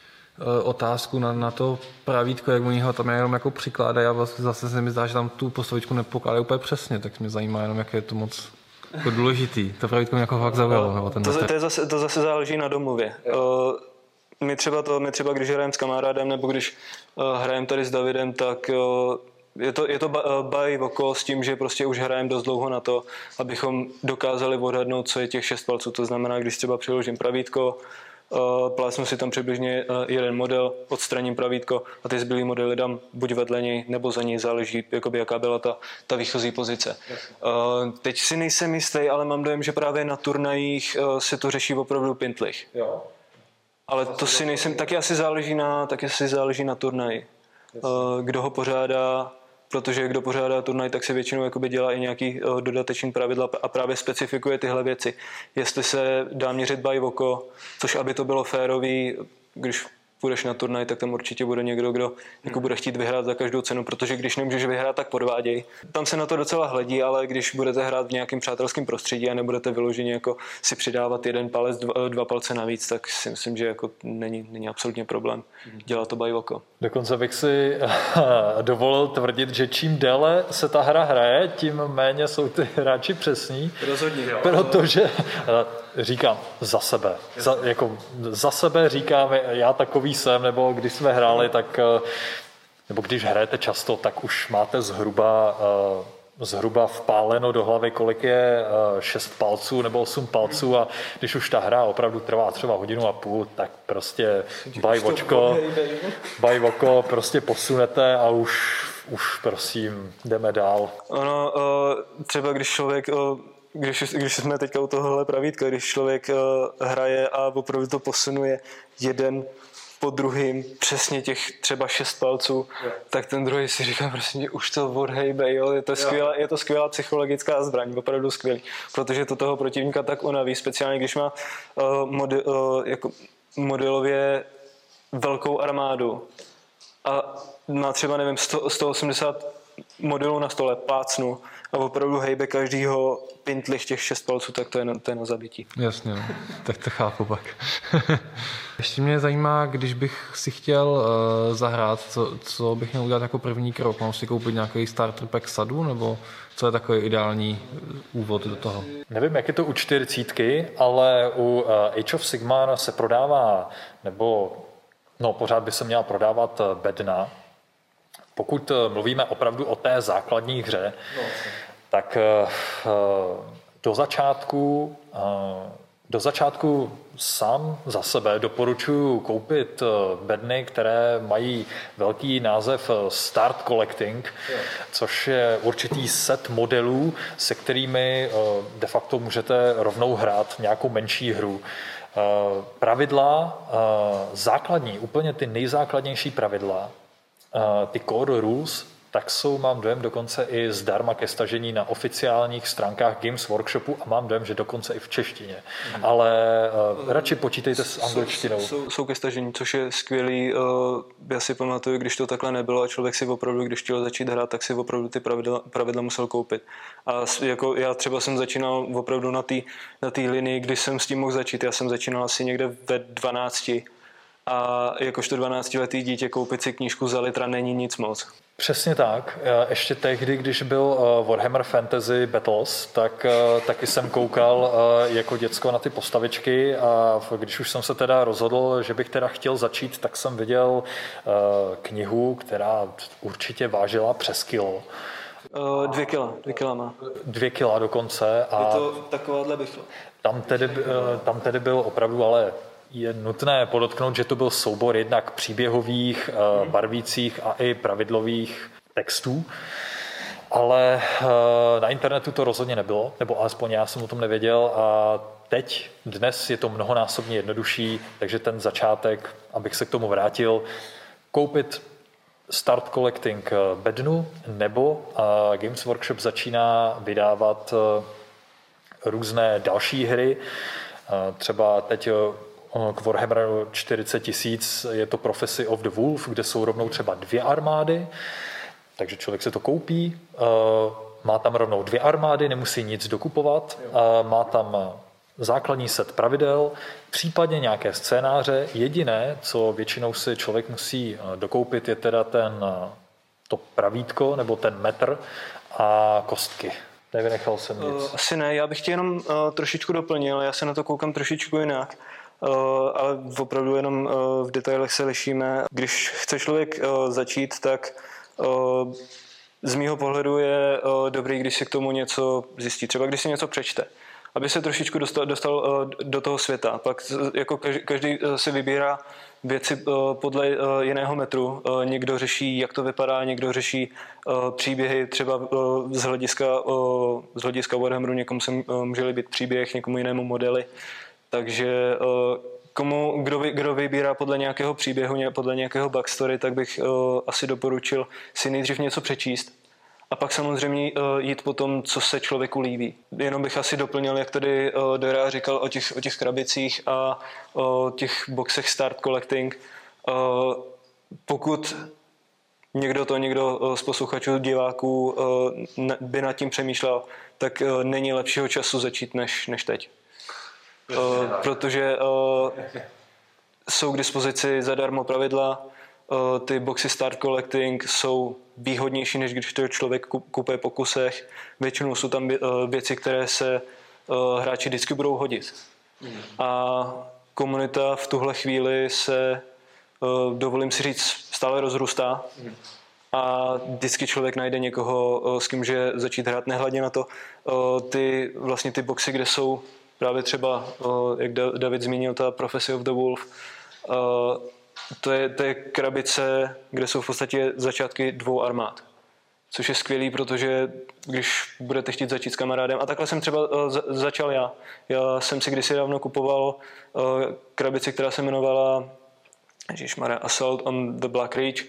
otázku na, na to pravítko, jak oni ho tam jenom jako přikládají a vlastně zase se mi zdá, že tam tu postavičku nepokládají úplně přesně, tak mě zajímá jenom, jak je to moc jako důležitý. To pravítko mě jako fakt zaujalo. Nebo ten to, to, je zase, to zase záleží na domluvě. Uh, My třeba, to, my třeba když hrajeme s kamarádem nebo když uh, hrajeme tady s Davidem, tak uh, je to, je to by oko s tím, že prostě už hrajeme dost dlouho na to, abychom dokázali odhadnout, co je těch šest palců. To znamená, když třeba přiložím pravítko, uh, plásnu si tam přibližně uh, jeden model, odstraním pravítko a ty zbylý modely dám buď vedle něj, nebo za něj, záleží, jakoby, jaká byla ta, ta výchozí pozice. Uh, teď si nejsem jistý, ale mám dojem, že právě na turnajích uh, se to řeší opravdu pintlich. Jo. Ale to si nejsem, taky asi záleží na, taky asi záleží na turnaji. Kdo ho pořádá, protože kdo pořádá turnaj, tak si většinou jakoby dělá i nějaký dodatečný pravidla a právě specifikuje tyhle věci. Jestli se dá měřit by oko, což aby to bylo férový, když půjdeš na turnaj, tak tam určitě bude někdo, kdo jako bude chtít vyhrát za každou cenu, protože když nemůžeš vyhrát, tak podváděj. Tam se na to docela hledí, ale když budete hrát v nějakém přátelském prostředí a nebudete vyloženě jako si přidávat jeden palec, dva, dva palce navíc, tak si myslím, že jako není, není absolutně problém dělat to by oko. Dokonce bych si dovolil tvrdit, že čím déle se ta hra hraje, tím méně jsou ty hráči přesní. Rozhodně, jo. Protože říkám za sebe. Za, jako, za sebe říkám, já takový jsem, nebo když jsme hráli, tak, nebo když hrajete často, tak už máte zhruba, zhruba vpáleno do hlavy, kolik je šest palců nebo osm palců a když už ta hra opravdu trvá třeba hodinu a půl, tak prostě by očko, by oko prostě posunete a už, už prosím jdeme dál. Ono, třeba když člověk Když, když jsme teďka u tohohle pravítka, když člověk uh, hraje a opravdu to posunuje jeden po druhým, přesně těch třeba šest palců, yeah. tak ten druhý si říká prostě, už to odhejbe, jo, je to, skvělá, je to skvělá psychologická zbraň, opravdu skvělý, protože to toho protivníka tak unaví, speciálně když má uh, mode, uh, jako modelově velkou armádu a má třeba, nevím, sto, sto osmdesát modelů na stole, plácnu a opravdu hejbe každýho pintlich těch šest palců, tak to je na, to je na zabití. Jasně, no. Tak to chápu pak. Ještě mě zajímá, když bych si chtěl uh, zahrát, co, co bych měl udělat jako první krok. Mám si koupit nějaký starter pack sadu, nebo co je takový ideální úvod do toho? Nevím, jak je to u čtyřicítky, ale u uh, Age of Sigmar se prodává, nebo no, pořád by se měla prodávat bedna. Pokud mluvíme opravdu o té základní hře, no, tak do začátku, do začátku sám za sebe doporučuji koupit bedny, které mají velký název Start Collecting, což je určitý set modelů, se kterými de facto můžete rovnou hrát nějakou menší hru. Pravidla, základní, úplně ty nejzákladnější pravidla, ty core rules, tak jsou, mám dojem, dokonce i zdarma ke stažení na oficiálních stránkách Games Workshopu a mám dojem, že dokonce i v češtině. Hmm. Ale uh, radši počítejte s angličtinou. Jsou, jsou, jsou ke stažení, což je skvělý. Uh, já si pamatuju, když to takhle nebylo a člověk si opravdu, když chtěl začít hrát, tak si opravdu ty pravidla, pravidla musel koupit. A jako já třeba jsem začínal opravdu na té na té linii, když jsem s tím mohl začít. Já jsem začínal asi někde ve dvanácti. a jakožto dvanáctiletý dítě koupit si knížku za litra není nic moc. Přesně tak. Ještě tehdy, když byl Warhammer Fantasy Battles, tak taky jsem koukal jako děcko na ty postavičky a když už jsem se teda rozhodl, že bych teda chtěl začít, tak jsem viděl knihu, která určitě vážila přes kilo. Uh, dvě kila, dvě kila má. Dvě kila dokonce. A je to takováhle bychlo. Tam tedy, tam tedy byl opravdu, ale je nutné podotknout, že to byl soubor jednak příběhových, barvících a i pravidlových textů, ale na internetu to rozhodně nebylo, nebo alespoň já jsem o tom nevěděl a teď, dnes je to mnohonásobně jednodušší, takže ten začátek, abych se k tomu vrátil, koupit Start Collecting bednu, nebo Games Workshop začíná vydávat různé další hry, třeba teď k Warhammeru čtyřicet tisíc je to Prophecy of the Wolf, kde jsou rovnou třeba dvě armády, takže člověk se to koupí, má tam rovnou dvě armády, nemusí nic dokupovat, má tam základní set pravidel, případně nějaké scénáře. Jediné, co většinou si člověk musí dokoupit, je teda ten, to pravítko nebo ten metr a kostky. Nevynechal jsem nic. Asi ne, já bych tě jenom uh, trošičku doplnil, já se na to koukám trošičku jinak. Uh, ale opravdu jenom uh, v detailech se lišíme. Když chce člověk uh, začít, tak uh, z mýho pohledu je uh, dobrý, když si k tomu něco zjistí. Třeba když si něco přečte, aby se trošičku dostal, dostal uh, do toho světa. Pak jako každý, každý uh, si vybírá věci uh, podle uh, jiného metru. Uh, někdo řeší, jak to vypadá, někdo řeší uh, příběhy, třeba uh, z hlediska, uh, z hlediska Warhammeru někomu se uh, může líbit příběh, někomu jinému modely. Takže komu, kdo, vy, kdo vybírá podle nějakého příběhu, podle nějakého backstory, tak bych uh, asi doporučil si nejdřív něco přečíst a pak samozřejmě uh, jít po tom, co se člověku líbí. Jenom bych asi doplnil, jak tady uh, Dora říkal o těch, o těch krabicích a o těch boxech Start Collecting. Uh, pokud někdo to, někdo uh, z posluchačů, diváků uh, ne, by nad tím přemýšlel, tak uh, není lepšího času začít než, než teď. Uh, protože uh, jsou k dispozici zadarmo pravidla, uh, ty boxy Start Collecting jsou výhodnější, než když to člověk kupuje po kusech. Většinou jsou tam uh, věci, které se uh, hráči vždycky budou hodit. Mm. A komunita v tuhle chvíli se, uh, dovolím si říct, stále rozrůstá. Mm. A vždycky člověk najde někoho, uh, s kým může začít hrát, nehledě na to. Uh, ty, vlastně ty boxy, kde jsou právě třeba, jak David zmínil, ta Prophecy of the Wolf, to je, to je krabice, kde jsou v podstatě začátky dvou armád. Což je skvělý, protože když budete chtít začít s kamarádem, a takhle jsem třeba začal já. Já jsem si kdysi dávno kupoval krabici, která se jmenovala ježišmarja, Assault on the Black Reach.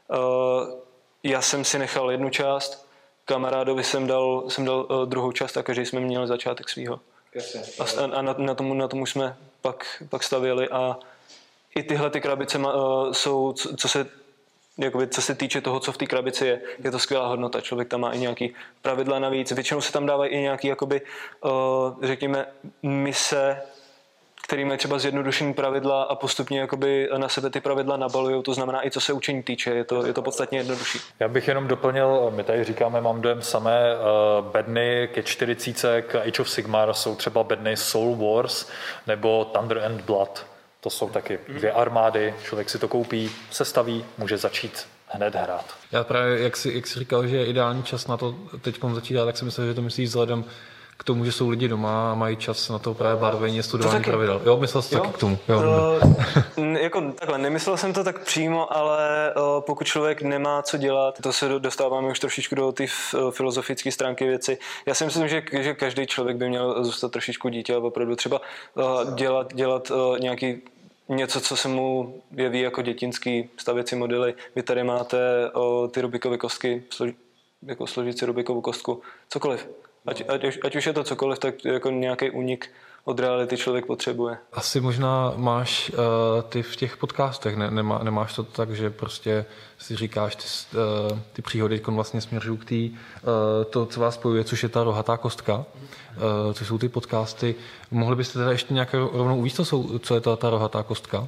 Já jsem si nechal jednu část, kamarádovi jsem dal, jsem dal druhou část a každý jsme měli začátek svýho. A, a na, na, tomu, na tomu jsme pak, pak stavěli a i tyhle ty krabice ma, uh, jsou, co, co, se, jakoby, co se týče toho, co v té krabici je, je to skvělá hodnota. Člověk tam má i nějaký pravidla navíc. Většinou se tam dávají i nějaký, jakoby, uh, řekněme, mise, který mají třeba zjednodušený pravidla a postupně jakoby na sebe ty pravidla nabalujou. To znamená i co se učení týče, je to, je to podstatně jednodušší. Já bych jenom doplnil, my tady říkáme, mám dojem samé uh, bedny ke čtyřicítce, k Age of Sigmar jsou třeba bedny Soul Wars nebo Thunder and Blood. To jsou taky dvě armády, člověk si to koupí, sestaví, může začít hned hrát. Já právě, jak jsi, jak jsi říkal, že je ideální čas na to teď začít, tak si myslím, že to myslíš vzhledem k tomu, že jsou lidi doma a mají čas na to právě barvení, studování pravidel. Jo, myslel jsi taky k tomu. Jo. Uh, jako takhle, nemyslel jsem to tak přímo, ale uh, pokud člověk nemá co dělat, to se dostáváme už trošičku do té filozofické stránky věci. Já si myslím, že, že každý člověk by měl zůstat trošičku dítě a opravdu třeba uh, dělat, dělat uh, nějaký něco, co se mu jeví jako dětinský, stavěcí modely. Vy tady máte uh, ty Rubikovy kostky, slož, jako složit si Rubikovou kostku, cokoliv. Ať, ať, ať už je to cokoliv, tak jako nějaký únik od reality člověk potřebuje. Asi možná máš uh, ty v těch podcastech, ne, nemá, nemáš to tak, že prostě si říkáš ty, uh, ty příhody vlastně směřují k tý, uh, to, co vás spojuje, což je ta rohatá kostka, uh, což jsou ty podcasty. Mohli byste teda ještě nějak rovnou uvíct, co, jsou, co je ta, ta rohatá kostka?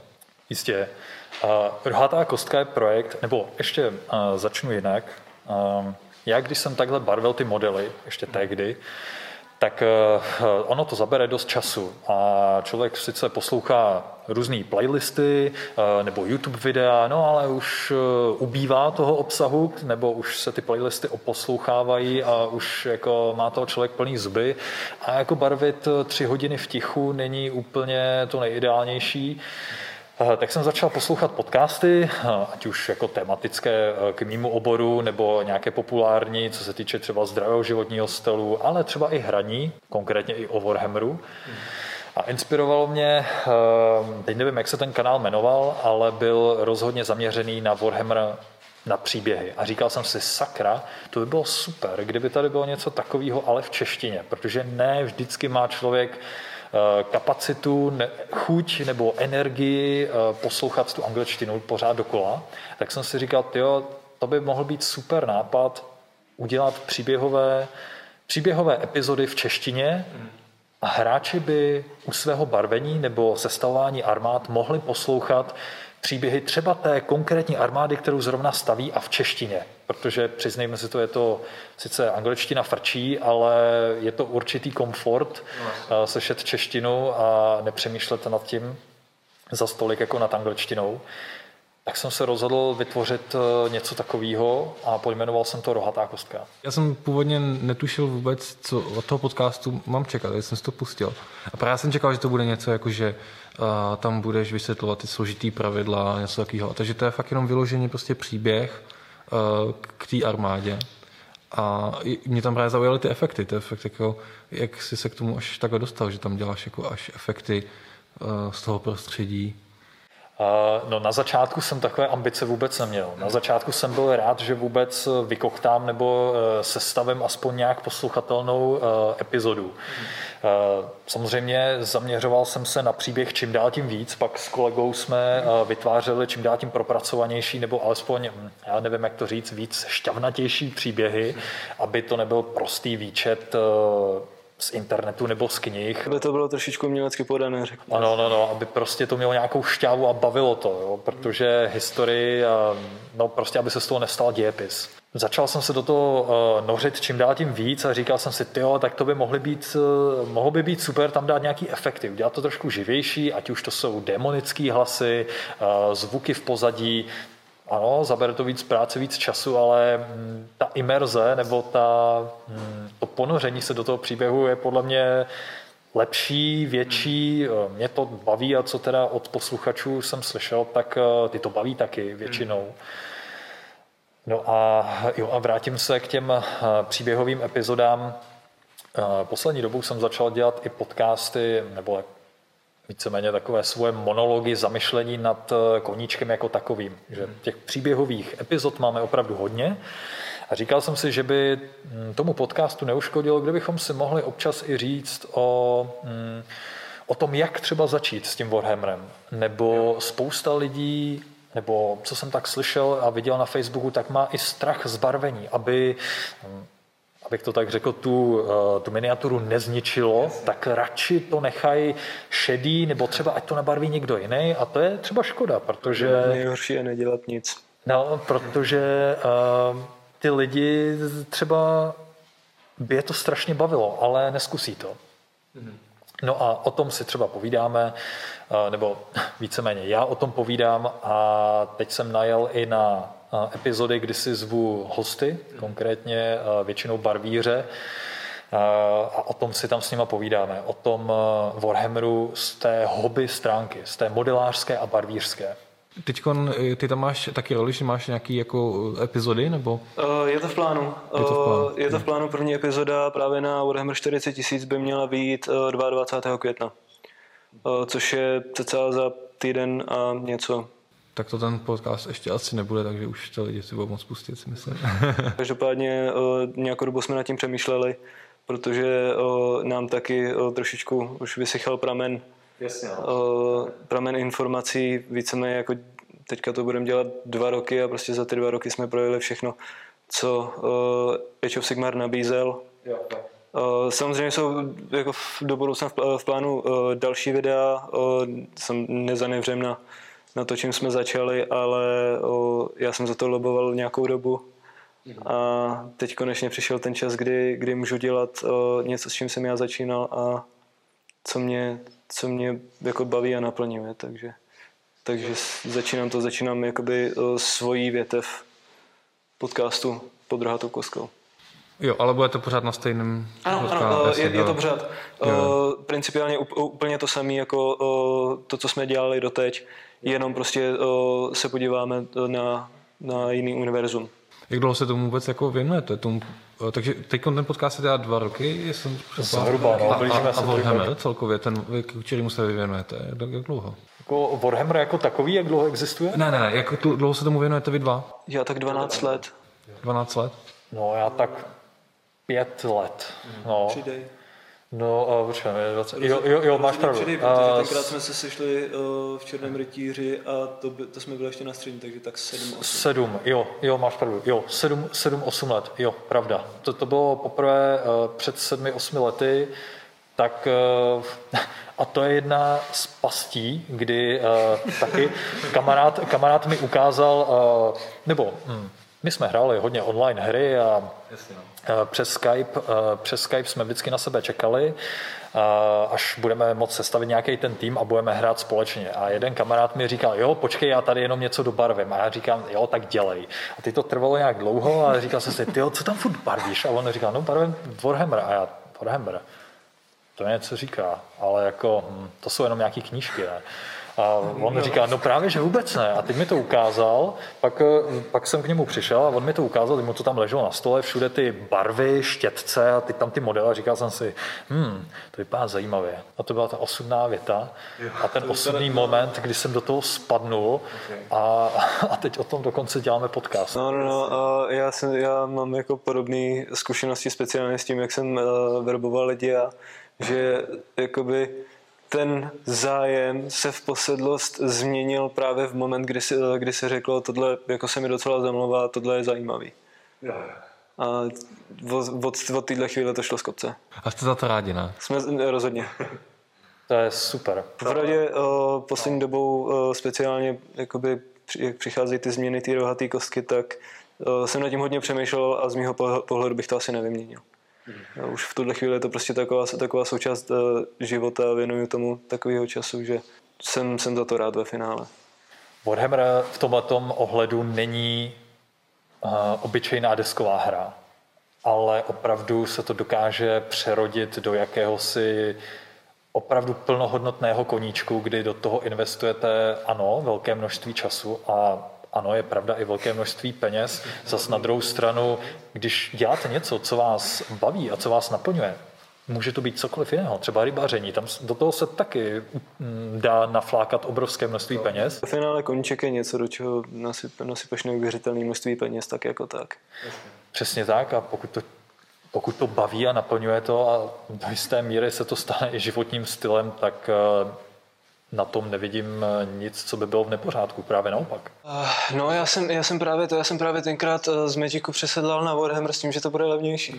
Jistě. Uh, Rohatá kostka je projekt, nebo ještě uh, začnu jinak. Uh, já, když jsem takhle barvil ty modely, ještě tehdy, tak uh, ono to zabere dost času a člověk sice poslouchá různé playlisty uh, nebo YouTube videa, no ale už uh, ubývá toho obsahu, nebo už se ty playlisty oposlouchávají a už jako má toho člověk plný zuby a jako barvit tři hodiny v tichu není úplně to nejideálnější. Tak jsem začal poslouchat podcasty, ať už jako tematické k mému oboru, nebo nějaké populární, co se týče třeba zdravého životního stylu, ale třeba i hraní, konkrétně i o Warhammeru. A inspirovalo mě, teď nevím, jak se ten kanál jmenoval, ale byl rozhodně zaměřený na Warhammer, na příběhy. A říkal jsem si, sakra, to by bylo super, kdyby tady bylo něco takového, ale v češtině, protože ne vždycky má člověk kapacitu, ne, chuť nebo energii poslouchat tu angličtinu pořád dokola, tak jsem si říkal, tyjo, to by mohl být super nápad udělat příběhové, příběhové epizody v češtině a hráči by u svého barvení nebo sestavování armád mohli poslouchat příběhy třeba té konkrétní armády, kterou zrovna staví a v češtině. Protože přiznejme si to, je to sice angličtina frčí, ale je to určitý komfort no, slyšet češtinu a nepřemýšlet nad tím za stolik jako nad angličtinou. Tak jsem se rozhodl vytvořit něco takového a pojmenoval jsem to Rohatá kostka. Já jsem původně netušil vůbec, co od toho podcastu mám čekat, když jsem si to pustil. A právě jsem čekal, že to bude něco jako, že uh, tam budeš vysvětlovat ty složitý pravidla a něco takového. Takže to je fakt jenom vyložený prostě příběh uh, k té armádě. A mě tam právě zaujaly ty efekty. To je fakt jako, jak jsi se k tomu až takhle dostal, že tam děláš jako až efekty uh, z toho prostředí. No, na začátku jsem takové ambice vůbec neměl. Na začátku jsem byl rád, že vůbec vykoktám nebo sestavím aspoň nějak posluchatelnou epizodu. Samozřejmě zaměřoval jsem se na příběh čím dál tím víc, pak s kolegou jsme vytvářeli čím dál tím propracovanější nebo alespoň, já nevím, jak to říct, víc šťavnatější příběhy, aby to nebyl prostý výčet z internetu nebo z knih. Aby to bylo trošičku umělecky podané, řekněme. Ano, no, no, aby prostě to mělo nějakou šťávu a bavilo to, jo, protože historii, no prostě, aby se z toho nestal dějepis. Začal jsem se do toho uh, nořit čím dál tím víc a říkal jsem si, tyjo, tak to by mohly být, uh, mohlo by být super tam dát nějaký efekty, udělat to trošku živější, ať už to jsou démonický hlasy, uh, zvuky v pozadí. Ano, zabere to víc práce, víc času, ale ta imerze nebo ta, to ponoření se do toho příběhu je podle mě lepší, větší, mě to baví a co teda od posluchačů jsem slyšel, tak ty to baví taky většinou. No a, jo, a vrátím se k těm příběhovým epizodám. Poslední dobou jsem začal dělat i podcasty, nebo víceméně takové svoje monology, zamyšlení nad koníčkem jako takovým. Že těch příběhových epizod máme opravdu hodně. A říkal jsem si, že by tomu podcastu neuškodilo, kdybychom si mohli občas i říct o, o tom, jak třeba začít s tím Warhammerem. Nebo spousta lidí, nebo co jsem tak slyšel a viděl na Facebooku, tak má i strach z barvení, aby... abych to tak řekl, tu, tu miniaturu nezničilo, yes. Tak radši to nechají šedý, nebo třeba ať to nabarví někdo jiný a to je třeba škoda, protože... Nejhorší je nedělat nic. No, protože uh, ty lidi třeba by je to strašně bavilo, ale neskusí to. Mm-hmm. No a o tom si třeba povídáme, uh, nebo víceméně já o tom povídám a teď jsem najel i na epizody, kdy si zvu hosty, konkrétně většinou barvíře, a o tom si tam s nima povídáme. O tom Warhammeru z té hobby stránky, z té modelářské a barvířské. Teďkon, ty tam máš taky roli, že máš nějaký jako epizody, nebo? Je to v plánu. Je to v plánu, je to v plánu první epizoda právě na Warhammer čtyřicet tisíc by měla být dvacátého druhého května. Což je cca za týden a něco. Tak to ten podcast ještě asi nebude, takže už to lidi si budou moc pustit, si myslím. Každopádně nějakou dobu jsme nad tím přemýšleli, protože nám taky trošičku už vysychal pramen, Jasně, pramen informací, víceméně jako teďka to budeme dělat dva roky a prostě za ty dva roky jsme projeli všechno, co Age of Sigmar nabízel. Jo, jo. Samozřejmě jsou jako do budoucna v plánu další videa, jsem nezanevřem na na to, čím jsme začali, ale o, já jsem za to loboval nějakou dobu a teď konečně přišel ten čas, kdy, kdy můžu dělat o, něco, s čím jsem já začínal a co mě, co mě jako baví a naplňuje, takže, takže začínám to, začínám jakoby o, svojí větev podcastu Pod rohatou kostkou. Jo, ale bude to pořád na stejném... Ano, ano, je, je to pořád. Jo. Principiálně úplně to samé jako to, co jsme dělali doteď, jenom prostě se podíváme na, na jiný univerzum. Jak dlouho se tomu vůbec jako věnujete? Tomu, takže teď ten podcast se dělá dva roky, jsem zhruba, no, a, a, a Warhammer celkově, ten, kterému se vy věnujete, jak dlouho? Jako Warhammer jako takový, jak dlouho existuje? Ne, ne, ne, jak dlouho se tomu věnujete vy dva? Já tak dvanáct let. dvanáct let? No, já tak pět let. No. Přidej. No, uh, počkej, dvacet Jo, jo, jo, máš pravdu. Přidej, protože tenkrát jsme se sešli uh, v Černém rytíři a to, by, to jsme byli ještě na střední, takže tak sedm, osm. Sedm, jo, jo, máš pravdu. Jo, sedm, sedm, osm let, jo, pravda. To, to bylo poprvé uh, před sedmi, osmi lety, tak uh, a to je jedna z pastí, kdy uh, taky kamarád, kamarád mi ukázal, uh, nebo... Hm, my jsme hráli hodně online hry a přes Skype, přes Skype jsme vždycky na sebe čekali, až budeme moct sestavit nějaký ten tým a budeme hrát společně. A jeden kamarád mi říkal, jo, počkej, já tady jenom něco dobarvím. A já říkám, jo, tak dělej. A ty to trvalo nějak dlouho a říkal jsem si, tyjo, co tam furt barvíš? A on říkal, no barvím Warhammer. A já, Warhammer, to něco říká, ale jako, hm, to jsou jenom nějaký knížky, ne? A on říká, no právě, že vůbec ne. A teď mi to ukázal, pak, pak jsem k němu přišel a on mi to ukázal, teď mu to tam leželo na stole, všude ty barvy, štětce a teď tam ty modely a říkal jsem si, hm, to vypadá zajímavě. A to byla ta osudná věta a ten osudný moment, kdy jsem do toho spadnul a, a teď o tom dokonce děláme podcast. No, no, no, a já, jsem, já mám jako podobné zkušenosti speciálně s tím, jak jsem uh, verboval lidi a že jakoby ten zájem se v posedlost změnil právě v moment, kdy se, kdy se řeklo, tohle jako se mi docela zamlouvá, tohle je zajímavý. A od, od, od téhle chvíle to šlo z kopce. A jste za to rádi, ne? Jsme rozhodně. To je super. V radě uh, poslední dobou uh, speciálně, jakoby, jak přicházejí ty změny té rohaté kostky, tak uh, jsem nad tím hodně přemýšlel a z mýho pohledu bych to asi nevyměnil. Hmm. Už v tuhle chvíli je to prostě taková, taková součást uh, života a věnuju tomu takového času, že jsem, jsem za to rád ve finále. Warhammer v tomhletom ohledu není uh, obyčejná desková hra, ale opravdu se to dokáže přerodit do jakéhosi opravdu plnohodnotného koníčku, kdy do toho investujete, ano, velké množství času a ano, je pravda, i velké množství peněz. Zas na druhou stranu, když děláte něco, co vás baví a co vás naplňuje, může to být cokoliv jiného, třeba rybaření, tam do toho se taky dá naflákat obrovské množství peněz. V finále koníček je něco, do čeho nasyp, nasypeš neuvěřitelné množství peněz, tak jako tak. Přesně tak a pokud to, pokud to baví a naplňuje to a do jisté míry se to stane i životním stylem, tak na tom nevidím nic, co by bylo v nepořádku, právě naopak. Uh, no, já jsem, já jsem právě to, já jsem právě tenkrát z Magicu přesedlal na Warhammer s tím, že to bude levnější.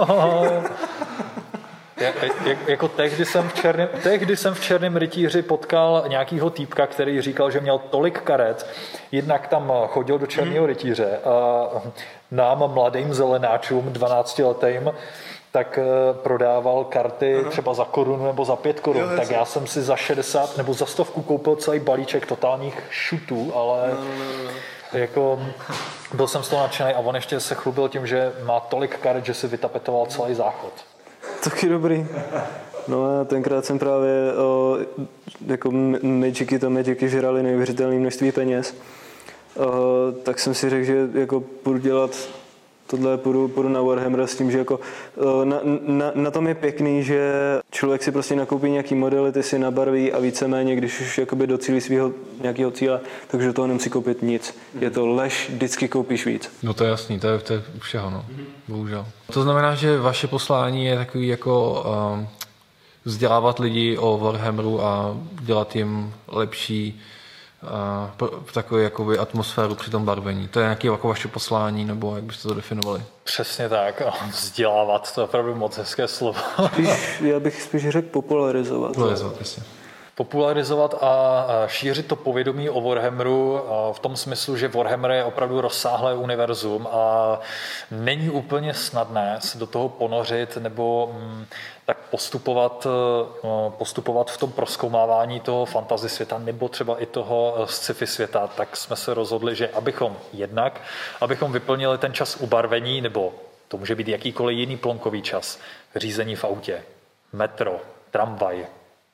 Jak, jako tehdy jsem, v černém, tehdy jsem v Černém rytíři potkal nějakýho týpka, který říkal, že měl tolik karet, jednak tam chodil do Černého rytíře a nám mladým zelenáčům, dvanáctiletým, tak prodával karty uh-huh. třeba za korunu nebo za pět korun, jo, tak já jsem si za šedesát nebo za stovku koupil celý balíček totálních šutů, ale no, no, no. jako byl jsem z toho nadšený a on ještě se chlubil tím, že má tolik karet, že si vytapetoval celý záchod. Taky dobrý. No a tenkrát jsem právě o, jako Magicy, to Magicy žrali neuvěřitelné množství peněz. O, tak jsem si řekl, že jako budu dělat tohle, půjdu, půjdu na Warhammer s tím, že jako na, na, na tom je pěkný, že člověk si prostě nakoupí nějaký modely, ty si nabarví a víceméně, když už jakoby docílí svého nějakého cíle, takže do toho nemusí koupit nic. Je to lež, vždycky koupíš víc. No to je jasný, to je, to je všeho, no. Bohužel. To znamená, že vaše poslání je takový jako um, vzdělávat lidi o Warhammeru a dělat jim lepší uh, takovou jakoby atmosféru při tom barvení. To je nějaké jako vaše poslání, nebo jak byste to definovali? Přesně tak. Vzdělávat, to je opravdu moc hezké slovo. Spíš, já bych spíš řekl popularizovat. Popularizovat, jasně. Popularizovat a šířit to povědomí o Warhammeru v tom smyslu, že Warhammer je opravdu rozsáhlé univerzum a není úplně snadné se do toho ponořit nebo tak postupovat, postupovat v tom prozkoumávání toho fantasy světa nebo třeba i toho sci-fi světa, tak jsme se rozhodli, že abychom jednak, abychom vyplnili ten čas ubarvení, nebo to může být jakýkoliv jiný plonkový čas, řízení v autě, metro, tramvaj,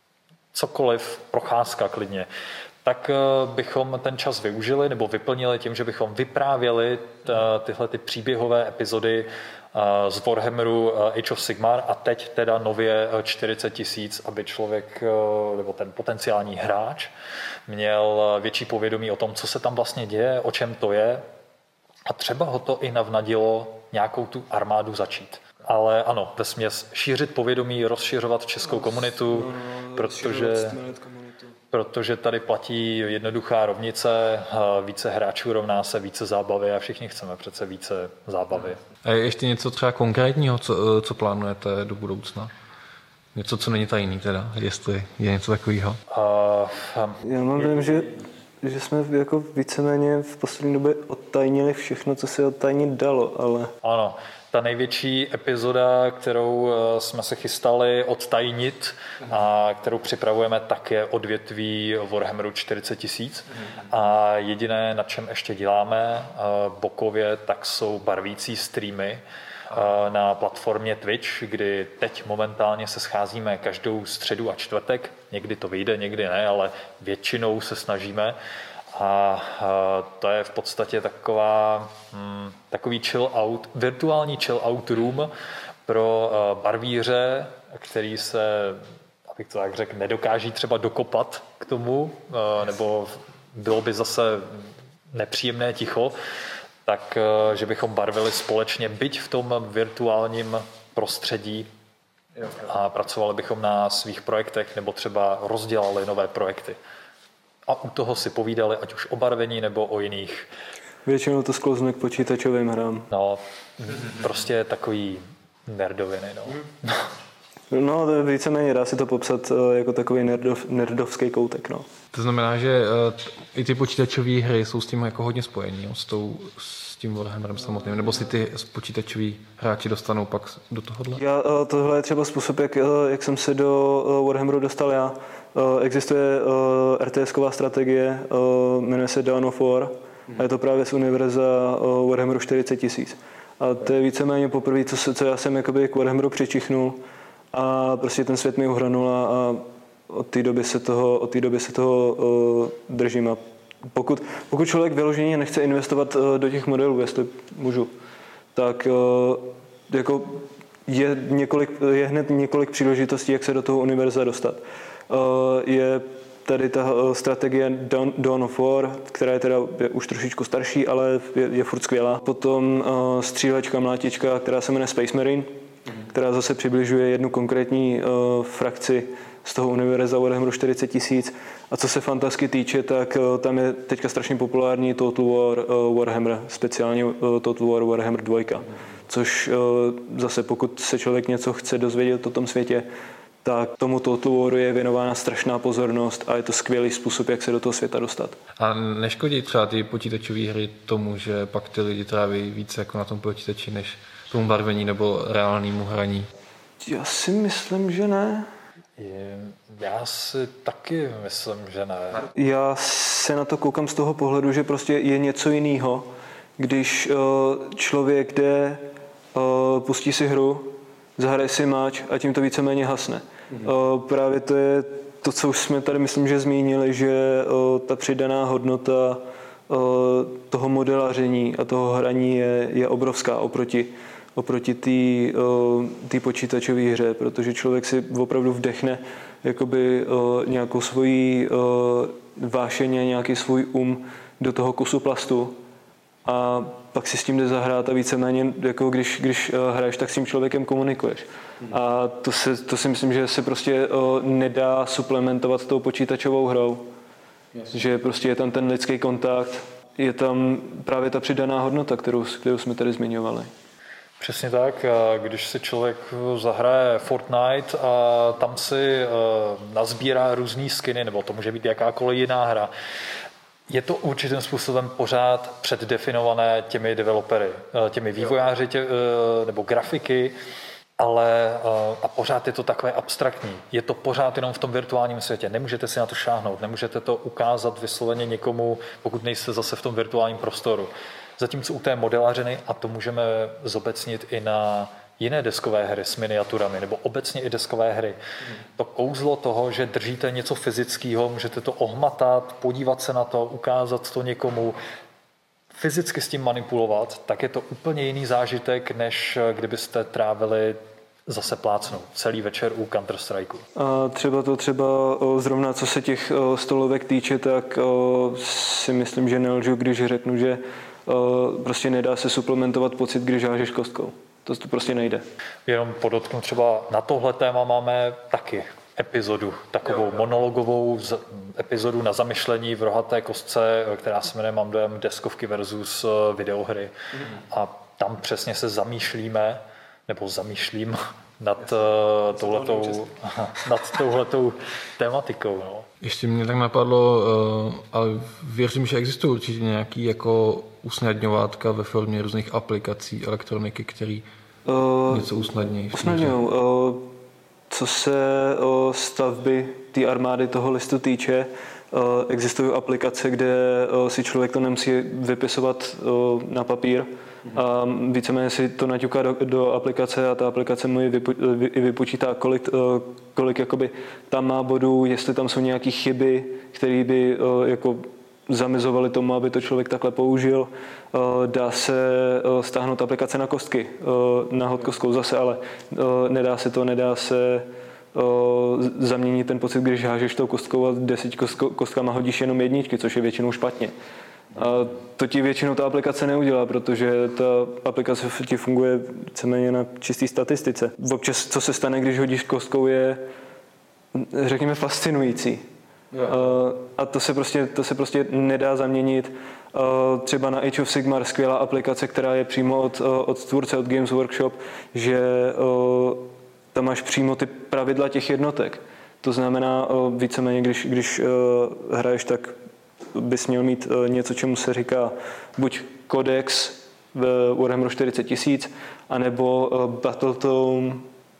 cokoliv, procházka klidně, tak bychom ten čas využili nebo vyplnili tím, že bychom vyprávěli tyhle ty příběhové epizody z Warhammeru Age of Sigmar a teď teda nově čtyřicet tisíc, aby člověk nebo ten potenciální hráč měl větší povědomí o tom, co se tam vlastně děje, o čem to je a třeba ho to i navnadilo nějakou tu armádu začít. Ale ano, vesměs šířit povědomí, rozšiřovat českou komunitu, protože, protože tady platí jednoduchá rovnice, více hráčů rovná se více zábavy a všichni chceme přece více zábavy. A je ještě něco třeba konkrétního, co, co plánujete do budoucna? Něco, co není tajný teda, jestli je něco takového? Uh, Já mám dojem, že, že jsme jako víceméně v poslední době odtajnili všechno, co se odtajnit dalo, ale... Ano. Ta největší epizoda, kterou jsme se chystali odtajnit a kterou připravujeme, tak je odvětví Warhammeru čtyřicet tisíc. A jediné, na čem ještě děláme bokově, tak jsou barvící streamy na platformě Twitch, kdy teď momentálně se scházíme každou středu a čtvrtek. Někdy to vyjde, někdy ne, ale většinou se snažíme. A to je v podstatě taková, hm, takový chill out, virtuální chill out room pro barvíře, který se, abych to tak řekl, nedokáží třeba dokopat k tomu, nebo bylo by zase nepříjemné ticho, tak že bychom barvili společně, byť v tom virtuálním prostředí a pracovali bychom na svých projektech nebo třeba rozdělali nové projekty. A u toho si povídali, ať už o barvení nebo o jiných. Většinou to sklouzne k počítačovým hrám. No, prostě takový nerdoviny, no. No, to víceméně dá se to popsat jako takový nerdov, nerdovský koutek, no. To znamená, že i ty počítačové hry jsou s tím jako hodně spojení, jo, s, tou, s tím Warhammerem samotným, nebo si ty počítačoví hráči dostanou pak do tohohle? Já, tohle je třeba způsob, jak, jak jsem se do Warhammeru dostal já. Existuje er té esková strategie, jmenuje se Dawn of War a je to právě z univerza Warhammeru čtyřicet tisíc. A to je víceméně poprvé, co, co já jsem jakoby k Warhammeru přičichnul a prostě ten svět mi uhranul a, a od té doby se toho, od té doby se toho uh, držím. A pokud, pokud člověk vyloženě nechce investovat uh, do těch modelů, jestli můžu, tak uh, jako je, několik, je hned několik příležitostí, jak se do toho univerza dostat. Uh, je tady ta uh, strategie Dawn, Dawn of War, která je teda je už trošičku starší, ale je, je furt skvělá. Potom uh, střílečka, mlátička, která se jmenuje Space Marine, která zase přibližuje jednu konkrétní uh, frakci z toho univerza Warhammeru čtyřicet tisíc. A co se fantasky týče, tak uh, tam je teďka strašně populární Total War uh, Warhammer, speciálně uh, Total War Warhammer dva, což uh, zase pokud se člověk něco chce dozvědět o tom světě, tak tomu Total Waru je věnována strašná pozornost a je to skvělý způsob, jak se do toho světa dostat. A neškodí třeba ty počítačové hry tomu, že pak ty lidi tráví více jako na tom počítači, než tomu barvení nebo reálnému hraní? Já si myslím, že ne. Já si taky myslím, že ne. Já se na to koukám z toho pohledu, že prostě je něco jiného, když uh, člověk jde, uh, pustí si hru, zahraje si máč a tím to víceméně hasne. Mm-hmm. Uh, právě to je to, co už jsme tady myslím, že zmínili, že uh, ta přidaná hodnota uh, toho modelaření a toho hraní je, je obrovská oproti oproti té počítačové hře, protože člověk si opravdu vdechne jakoby uh, nějakou svoji uh, vášeň, nějaký svůj um do toho kusu plastu a pak si s tím jde zahrát a víceméně, jako když, když uh, hraješ, tak s tím člověkem komunikuješ. Hmm. A to, se, to si myslím, že se prostě uh, nedá suplementovat tou počítačovou hrou. Yes. Že prostě je tam ten lidský kontakt, je tam právě ta přidaná hodnota, kterou, kterou jsme tady zmiňovali. Přesně tak, když si člověk zahraje Fortnite a tam si nazbírá různý skiny, nebo to může být jakákoliv jiná hra, je to určitým způsobem pořád předdefinované těmi developery, těmi vývojáři tě, nebo grafiky, ale a pořád je to takové abstraktní. Je to pořád jenom v tom virtuálním světě. Nemůžete si na to šáhnout, nemůžete to ukázat vysloveně někomu, pokud nejste zase v tom virtuálním prostoru. Zatímco u té modelařiny, a to můžeme zobecnit i na jiné deskové hry s miniaturami, nebo obecně i deskové hry. Hmm. To kouzlo toho, že držíte něco fyzického, můžete to ohmatat, podívat se na to, ukázat to někomu, fyzicky s tím manipulovat, tak je to úplně jiný zážitek, než kdybyste trávili zase plácnou celý večer u Counter-Strikeu. A třeba to třeba zrovna, co se těch stolovek týče, tak si myslím, že nelžu, když řeknu, že prostě nedá se suplementovat pocit, když hážeš kostkou. To, to prostě nejde. Jenom podotknu, třeba na tohle téma máme taky epizodu, takovou jo, jo. monologovou z, epizodu na zamyšlení v rohaté kostce, která se jmenuje, mám dojem, deskovky versus videohry. Mm. A tam přesně se zamýšlíme, nebo zamýšlím nad, uh, touhletou, nad touhletou tématikou. No. Ještě mě tak napadlo, uh, ale věřím, že existují určitě nějaký jako usnadňovátka ve formě různých aplikací elektroniky, který uh, něco usnadní. Usnadňují. Uh, co se uh, stavby té armády toho listu týče, uh, existují aplikace, kde uh, si člověk to nemusí vypisovat uh, na papír. A víceméně si to naťuká do, do aplikace a ta aplikace mu i vypo, vy, vypočítá, kolik, kolik jakoby tam má bodů, jestli tam jsou nějaké chyby, které by jako zamezovaly tomu, aby to člověk takhle použil. Dá se stáhnout aplikace na kostky, na hod kostkou zase, ale nedá se to, nedá se zaměnit ten pocit, když hážeš tou kostkou a deseti kostkama hodíš jenom jedničky, což je většinou špatně. A to ti většinou ta aplikace neudělá, protože ta aplikace ti funguje víceméně na čisté statistice. Občas, co se stane, když hodíš kostkou, je, řekněme, fascinující. A to se prostě, to se prostě nedá zaměnit. Třeba na Age of Sigmar skvělá aplikace, která je přímo od, od tvůrce, od Games Workshop, že tam máš přímo ty pravidla těch jednotek. To znamená, víceméně, když, když hraješ, tak bys měl mít něco, čemu se říká buď kodex v Warhammeru čtyřicet tisíc, anebo Battletome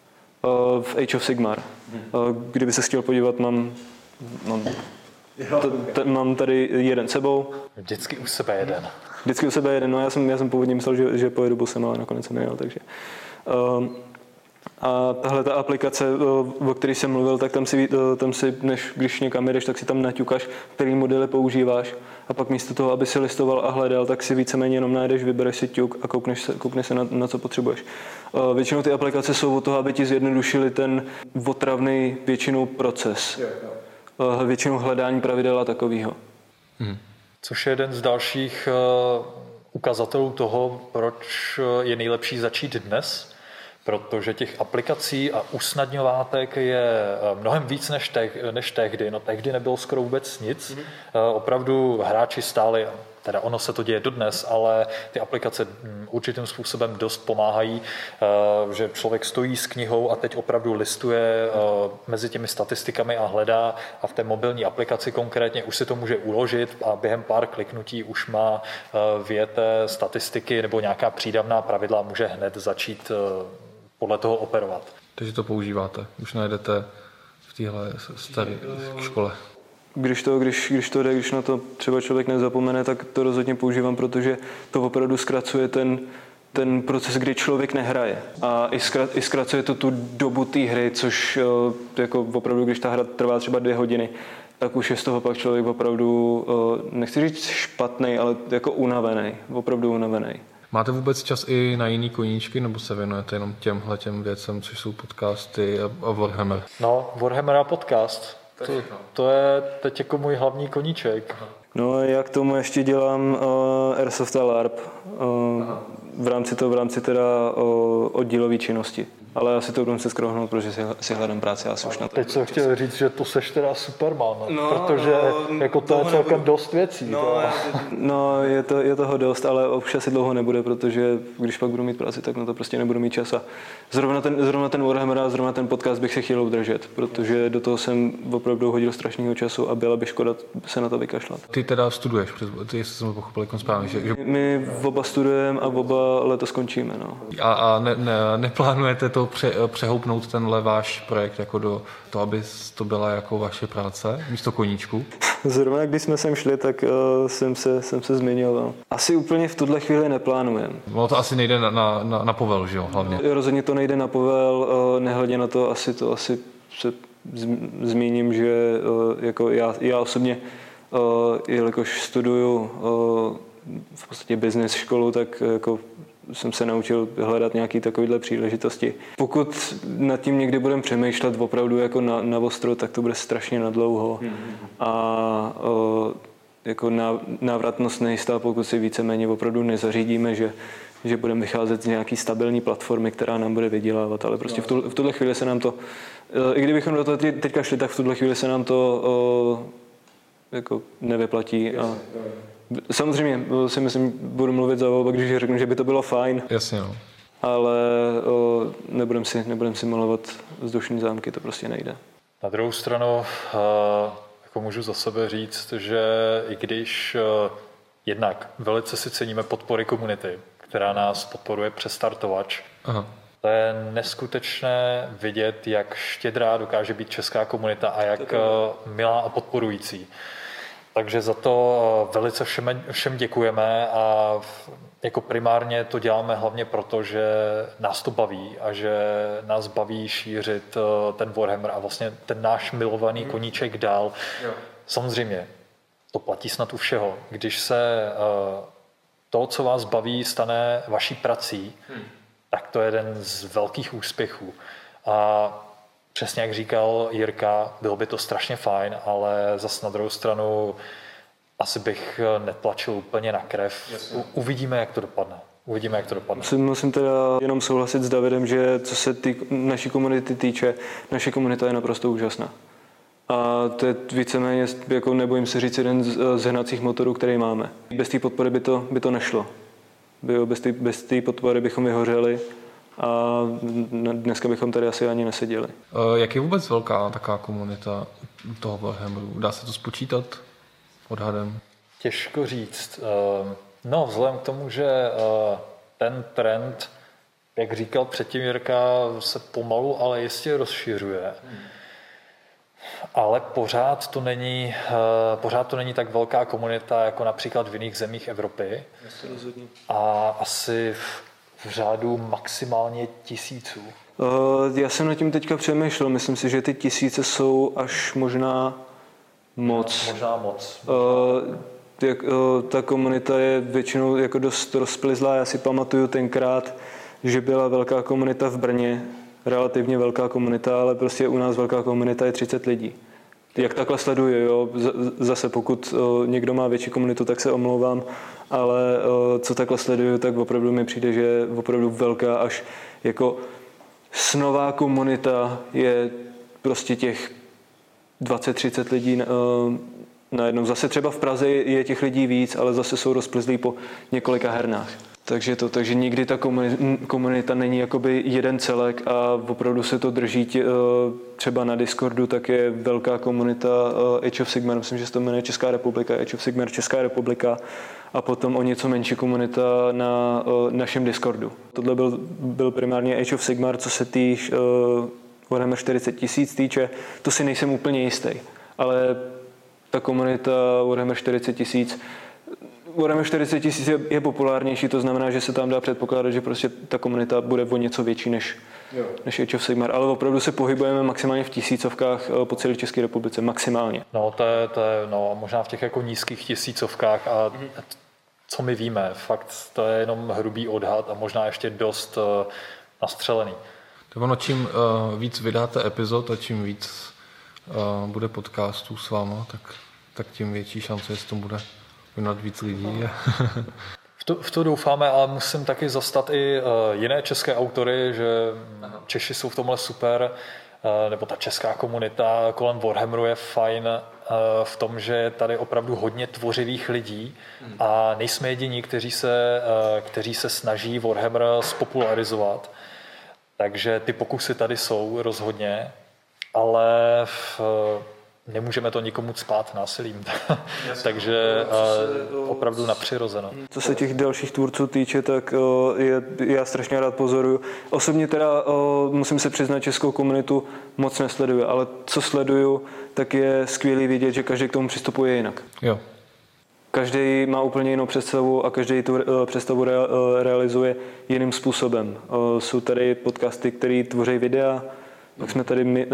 v Age of Sigmar. Kdyby se chtěl podívat, mám, mám, t, t, mám tady jeden sebou. Vždycky u sebe jeden. Vždycky u sebe jeden, no já jsem, já jsem původně myslel, že, že pojedu busem, ale nakonec jsem nejel, takže... Um, A tahle ta aplikace, o které jsem mluvil, tak tam si, tam si než když někam jedeš, tak si tam naťukáš, který modely používáš a pak místo toho, aby si listoval a hledal, tak si víceméně jenom najdeš, vybereš si ťuk a koukneš se, koukneš se na, na co potřebuješ. Většinou ty aplikace jsou od toho, aby ti zjednodušili ten otravný většinou proces. Většinou hledání pravidel a takového. Hmm. Což je jeden z dalších ukazatelů toho, proč je nejlepší začít dnes, protože těch aplikací a usnadňovátek je mnohem víc než, te, než tehdy. No tehdy nebylo skoro vůbec nic. Mm-hmm. Opravdu hráči stáli, teda ono se to děje dodnes, ale ty aplikace určitým způsobem dost pomáhají, že člověk stojí s knihou a teď opravdu listuje mezi těmi statistikami a hledá a v té mobilní aplikaci konkrétně už si to může uložit a během pár kliknutí už má vyjeté statistiky nebo nějaká přídavná pravidla a může hned začít podle toho operovat. Takže to používáte, už najdete v téhle staré škole. Když to, když, když to jde, když na to třeba člověk nezapomene, tak to rozhodně používám, protože to opravdu zkracuje ten, ten proces, kdy člověk nehraje. A i, zkra, i zkracuje to tu dobu té hry, což jako opravdu, když ta hra trvá třeba dvě hodiny, tak už je z toho pak člověk opravdu, nechci říct špatný, ale jako unavený, opravdu unavený. Máte vůbec čas i na jiný koníčky, nebo se věnujete jenom těmhle těm věcem, což jsou podcasty a Warhammer? No, Warhammer a podcast. To, to je teď jako můj hlavní koníček. No, já k tomu ještě dělám uh, Airsoft a LARP uh, v rámci toho, v rámci teda uh, oddílové činnosti. Ale asi to budu muset skrouhnout, protože si, si hledám práci asi už na to. Teď jsem chtěl říct, že to seš teda Superman, no, protože no, jako to je celkem nebude. Dost věcí. No, no je, to, je toho dost, ale už asi dlouho nebude, protože když pak budu mít práci, tak na to prostě nebudu mít čas. A zrovna ten, zrovna ten Warhammer a zrovna ten podcast bych se chtěl udržet, protože do toho jsem opravdu hodil strašného času a byla by škoda se na to vykašlat. Ty teda studuješ, ty, jestli jsem pochopil jako správně, že... My oba studujeme a oba letos skončíme. No. A, a ne, ne, neplánujete to pře, přehoupnout tenhle váš projekt jako do toho, aby to byla jako vaše práce místo koníčku? Zrovna když jsme sem šli, tak uh, jsem, se, jsem se zmiňoval. Asi úplně v tuhle chvíli neplánujeme. No to asi nejde na, na, na, na povel, že jo, hlavně? Rozhodně to nejde na povel, uh, nehledě na to, asi to asi se zmíním, že uh, jako já, já osobně, uh, jelikož studuju uh, v podstatě business školu, tak jako jsem se naučil hledat nějaké takovéhle příležitosti. Pokud nad tím někdy budeme přemýšlet opravdu jako na, na ostro, tak to bude strašně nadlouho. Mm-hmm. A o, jako návratnost nejistá, pokud si víceméně opravdu nezařídíme, že, že budeme vycházet z nějaký stabilní platformy, která nám bude vydělávat, ale prostě v, tu, v tuhle chvíli se nám to, i kdybychom do toho teďka šli, tak v tuhle chvíli se nám to o, jako nevyplatí. A, samozřejmě si myslím, budu mluvit za oba, když řeknu, že by to bylo fajn. Jasně, no. Ale o, nebudem, si, nebudem si malovat vzdušní zámky, to prostě nejde. Na druhou stranu, jako můžu za sebe říct, že i když jednak velice si ceníme podpory komunity, která nás podporuje přes Startovač, Aha. to je neskutečné vidět, jak štědrá dokáže být česká komunita a jak milá a podporující. Takže za to velice všem, všem děkujeme a jako primárně to děláme hlavně proto, že nás to baví a že nás baví šířit ten Warhammer a vlastně ten náš milovaný koníček dál. Jo. Samozřejmě, to platí snad u všeho. Když se to, co vás baví, stane vaší prací, hmm. tak to je jeden z velkých úspěchů. A přesně jak říkal Jirka, bylo by to strašně fajn, ale zas na druhou stranu asi bych netlačil úplně na krev. U, uvidíme, jak to dopadne. Uvidíme, jak to dopadne. Musím, musím teda jenom souhlasit s Davidem, že co se tý, naší komunity týče, naše komunita je naprosto úžasná. A to je víceméně, jako nebojím se říct, jeden z, z hnacích motorů, který máme. Bez té podpory by to, by to nešlo. By, bez té bez té podpory bychom vyhořeli a dneska bychom tady asi ani neseděli. Jak je vůbec velká taková komunita toho Warhammeru? Dá se to spočítat odhadem? Těžko říct. No, vzhledem k tomu, že ten trend, jak říkal předtím Jirka, se pomalu, ale jistě rozšiřuje. Ale pořád to není, pořád to není tak velká komunita, jako například v jiných zemích Evropy. A asi v řádu maximálně tisíců. Uh, já jsem nad tím teďka přemýšlel. Myslím si, že ty tisíce jsou až možná moc. No, možná moc. Uh, jak, uh, ta komunita je většinou jako dost rozplizlá. Já si pamatuju tenkrát, že byla velká komunita v Brně, relativně velká komunita, ale prostě u nás velká komunita je třicet lidí. Jak takhle sleduju, jo? Zase pokud uh, někdo má větší komunitu, tak se omlouvám, ale uh, co takhle sleduju, tak opravdu mi přijde, že je opravdu velká, až jako snová komunita je prostě těch dvacet třicet lidí uh, najednou. Zase třeba v Praze je těch lidí víc, ale zase jsou rozplizlí po několika hernách. Takže to, takže nikdy ta komunita není jakoby jeden celek a opravdu se to drží tě, třeba na Discordu, tak je velká komunita Age of Sigmar, myslím, že se to jmenuje Česká republika, Age of Sigmar Česká republika a potom o něco menší komunita na našem Discordu. Tohle byl, byl primárně Age of Sigmar, co se týč Warhammer čtyřicet tisíc týče, to si nejsem úplně jistý, ale ta komunita Warhammer čtyřicet tisíc Warhammer čtyřicet tisíc je, je populárnější, to znamená, že se tam dá předpokládat, že prostě ta komunita bude o něco větší než, než Age of Sigmar, ale opravdu se pohybujeme maximálně v tisícovkách po celé České republice, maximálně. No to je, to je no, možná v těch jako nízkých tisícovkách a mm-hmm. co my víme, fakt to je jenom hrubý odhad a možná ještě dost uh, nastřelený. To ono, čím uh, víc vydáte epizod a čím víc uh, bude podcastů s váma, tak, tak tím větší šance, že to bude nad víc lidí. V to, v to doufáme, ale musím taky zastat i uh, jiné české autory, že Aha. Češi jsou v tomhle super, uh, nebo ta česká komunita kolem Warhammeru je fajn uh, v tom, že je tady opravdu hodně tvořivých lidí hmm. a nejsme jediní, kteří se, uh, kteří se snaží Warhammer spopularizovat. Takže ty pokusy tady jsou rozhodně, ale v, nemůžeme to nikomu cpát násilím. Takže uh, opravdu napřirozeno. Co se těch dalších tvůrců týče, tak uh, je, já strašně rád pozoruju. Osobně teda uh, musím se přiznat, českou komunitu moc nesleduju, ale co sleduju, tak je skvělý vidět, že každý k tomu přistupuje jinak. Jo. Každý má úplně jinou představu a každý tu uh, představu re, uh, realizuje jiným způsobem. Uh, jsou tady podcasty, které tvoří videa, pak jsme tady my, uh,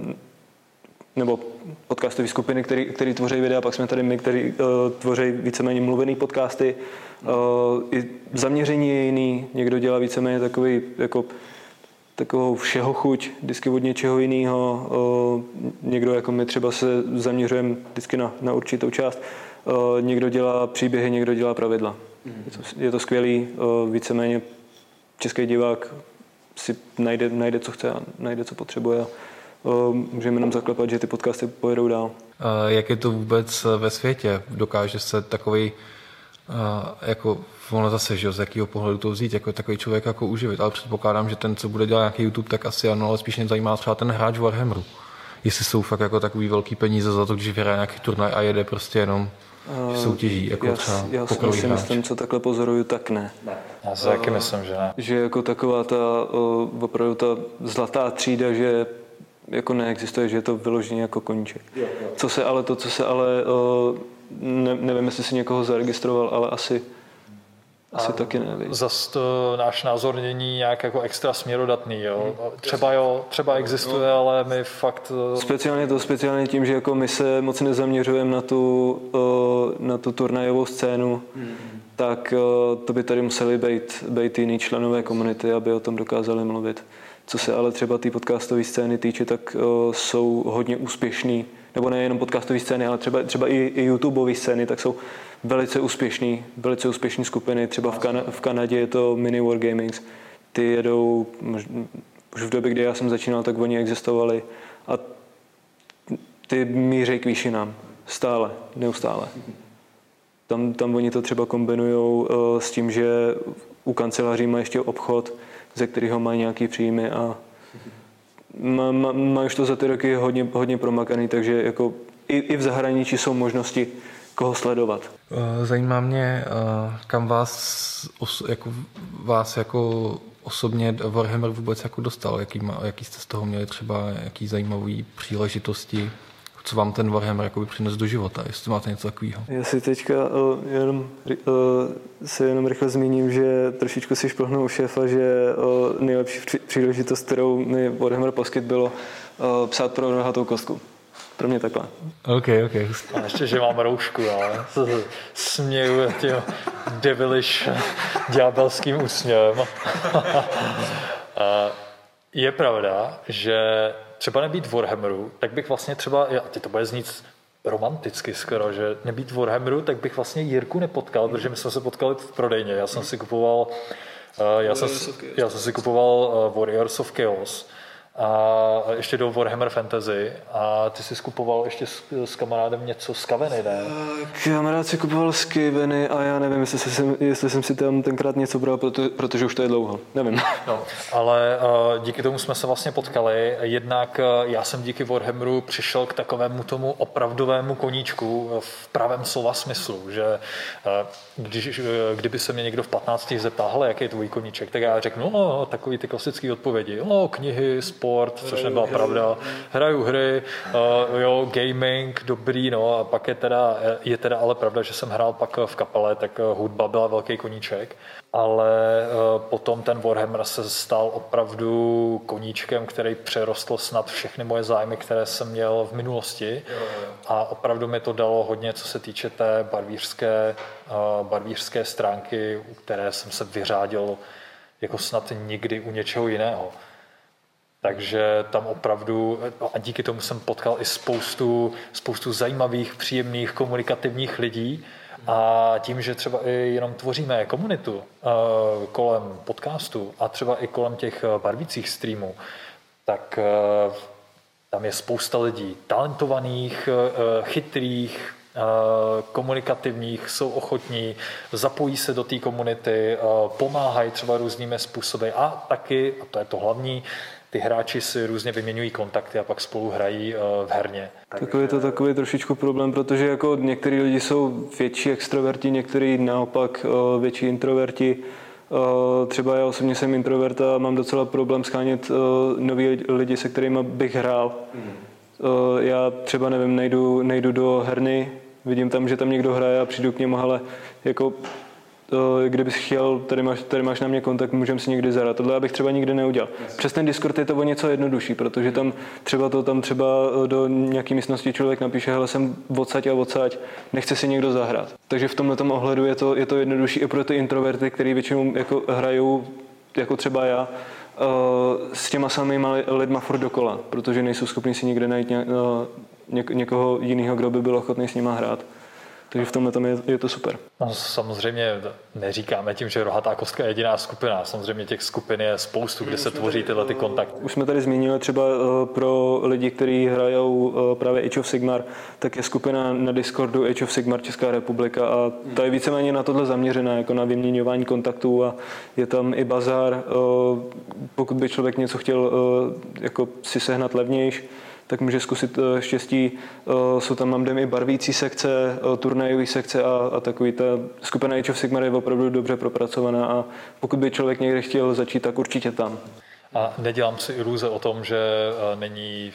nebo podcastové skupiny, který, který tvoří videa, pak jsme tady my, který uh, tvoří víceméně mluvený podcasty. Uh, I zaměření je jiný, někdo dělá víceméně takový, jako, takovou všeho chuť, vždycky od něčeho jiného. Uh, někdo, jako my třeba se zaměřujeme vždycky na, na určitou část. Uh, někdo dělá příběhy, někdo dělá pravidla. Mm. Je, to, je to skvělý, uh, víceméně český divák si najde, najde, co chce a najde, co potřebuje. Můžeme jenom zaklepat, že ty podcasty pojedou dál. Jak je to vůbec ve světě? Dokáže se takový, jako ono zase, že z jakého pohledu to vzít, jako takový člověk jako uživit, ale předpokládám, že ten, co bude dělat nějaký YouTube, tak asi ano, ale spíš mě zajímá třeba ten hráč Warhammeru. Jestli jsou fakt jako takový velký peníze za to, když vyhraje nějaký turnaj a jede prostě jenom soutěží, jako já, třeba já si myslím, co takhle pozoruju, tak ne. ne. Já si taky myslím, že ne. Že jako taková ta, opravdu ta zlatá třída, že jako neexistuje, že je to vyloženě jako koníček. Jo, jo. Co se ale to, co se ale, ne, nevím, jestli si někoho zaregistroval, ale asi, asi taky nevím. Zas to náš názor není nějak jako extra směrodatný, jo. Třeba jo, třeba existuje, ale my fakt... Speciálně to, speciálně tím, že jako my se moc nezaměřujeme na tu, na tu turnajovou scénu, hmm. tak to by tady museli být, být jiný členové komunity, aby o tom dokázali mluvit. Co se ale třeba té podcastové scény týče, tak uh, jsou hodně úspěšný, nebo nejenom podcastové scény, ale třeba, třeba i, i YouTubeové scény, tak jsou velice úspěšný, velice úspěšné skupiny. Třeba v, Kana- v Kanadě je to Mini Wargamings. Ty jedou, už v době, kdy já jsem začínal, tak oni existovali a ty mířejí k výšinám. Stále, neustále. Tam, tam oni to třeba kombinujou uh, s tím, že u kanceláří má ještě obchod, ze kterého mají nějaký příjmy a má, má, má už to za ty roky hodně, hodně promakaný, takže jako i, i v zahraničí jsou možnosti, koho sledovat. Zajímá mě, kam vás, jako, vás jako osobně Warhammer vůbec jako dostal, jaký, má, jaký jste z toho měli třeba, jaký zajímavý příležitosti, co vám ten Warhammer jakoby přines do života, jestli máte něco takového. Já si teďka uh, jenom, uh, se jenom rychle zmíním, že trošičku si šplhnu u šéfa, že uh, nejlepší příležitost, kterou mi Warhammer poskyt, bylo uh, psát pro rohatou kostku. Pro mě takhle. OK, OK. A ještě, že mám roušku, ale směju tím devilish ďábelským úsměvem. Je pravda, že třeba nebýt v Warhammeru, tak bych vlastně třeba, a ty to bude znít romanticky skoro, že nebýt v Warhammeru, tak bych vlastně Jirku nepotkal, protože my jsme se potkali v prodejně. Já jsem si kupoval, já jsem, já jsem si kupoval Warriors of Chaos a ještě do Warhammer Fantasy a ty jsi skupoval ještě s, s kamarádem něco z Kaveny, ne? Kamarád si kupoval z Kaveny a já nevím, jestli jsem, jestli jsem si tam tenkrát něco bral, protože, protože už to je dlouho, nevím. No, ale uh, díky tomu jsme se vlastně potkali. Jednak uh, já jsem díky Warhammeru přišel k takovému tomu opravdovému koníčku v pravém slova smyslu, že uh, když, uh, kdyby se mě někdo v patnácti zeptal, hele, jaký je tvůj koníček, tak já řeknu, no, takový ty klasické odpovědi, no, knihy, sport, což nebyla pravda, hraju hry, uh, jo, gaming, dobrý, no, a pak je teda, je teda ale pravda, že jsem hrál pak v kapele, tak hudba byla velký koníček, ale uh, potom ten Warhammer se stal opravdu koníčkem, který přerostl snad všechny moje zájmy, které jsem měl v minulosti a opravdu mi to dalo hodně, co se týče té barvířské, uh, barvířské stránky, u které jsem se vyřádil jako snad nikdy u něčeho jiného. Takže tam opravdu, a díky tomu jsem potkal i spoustu, spoustu zajímavých, příjemných, komunikativních lidí A tím, že třeba i jenom tvoříme komunitu kolem podcastu a třeba i kolem těch barvících streamů, tak tam je spousta lidí talentovaných, chytrých, komunikativních, jsou ochotní, zapojí se do té komunity, pomáhají třeba různými způsoby a taky, a to je to hlavní, ty hráči si různě vyměňují kontakty a pak spolu hrají v herně. Takový je to takový trošičku problém, protože jako některý lidi jsou větší extroverti, některý naopak větší introverti. Třeba já osobně jsem introvert a mám docela problém shánět nový lidi, se kterými bych hrál. Já třeba nevím, nejdu, nejdu do herny, vidím tam, že tam někdo hraje a přijdu k němu, ale jako kdybych chtěl, tady máš, tady máš na mě kontakt, můžeme si někdy zahrát. Tohle já bych třeba nikdy neudělal. Přes ten Discord je to o něco jednodušší, protože tam třeba to tam třeba do nějaké místnosti člověk napíše, hele, jsem odsaď a odsaď, nechce si někdo zahrát. Takže v tomto ohledu je to, je to jednodušší i pro ty introverty, který většinou jako hrajou, jako třeba já, s těma samýma lidma furt dokola, protože nejsou schopni si nikde najít ně, ně, někoho jiného, kdo by byl ochotný s nima hrát. Takže v tomhle tom je, je to super. No, samozřejmě neříkáme tím, že Rohatá kostka je jediná skupina. Samozřejmě těch skupin je spoustu, kde se tvoří tyhle ty kontakty. Už jsme tady zmínili třeba pro lidi, kteří hrajou právě Age of Sigmar, tak je skupina na Discordu Age of Sigmar Česká republika a ta je víceméně na tohle zaměřená, jako na vyměňování kontaktů a je tam i bazar. Pokud by člověk něco chtěl jako si sehnat levnějš, tak může zkusit štěstí. Jsou tam, mám i barvící sekce, turnajové sekce a, a takový. Ta skupina Age of Sigmar je opravdu dobře propracovaná a pokud by člověk někde chtěl začít, tak určitě tam. A nedělám si iluze o tom, že není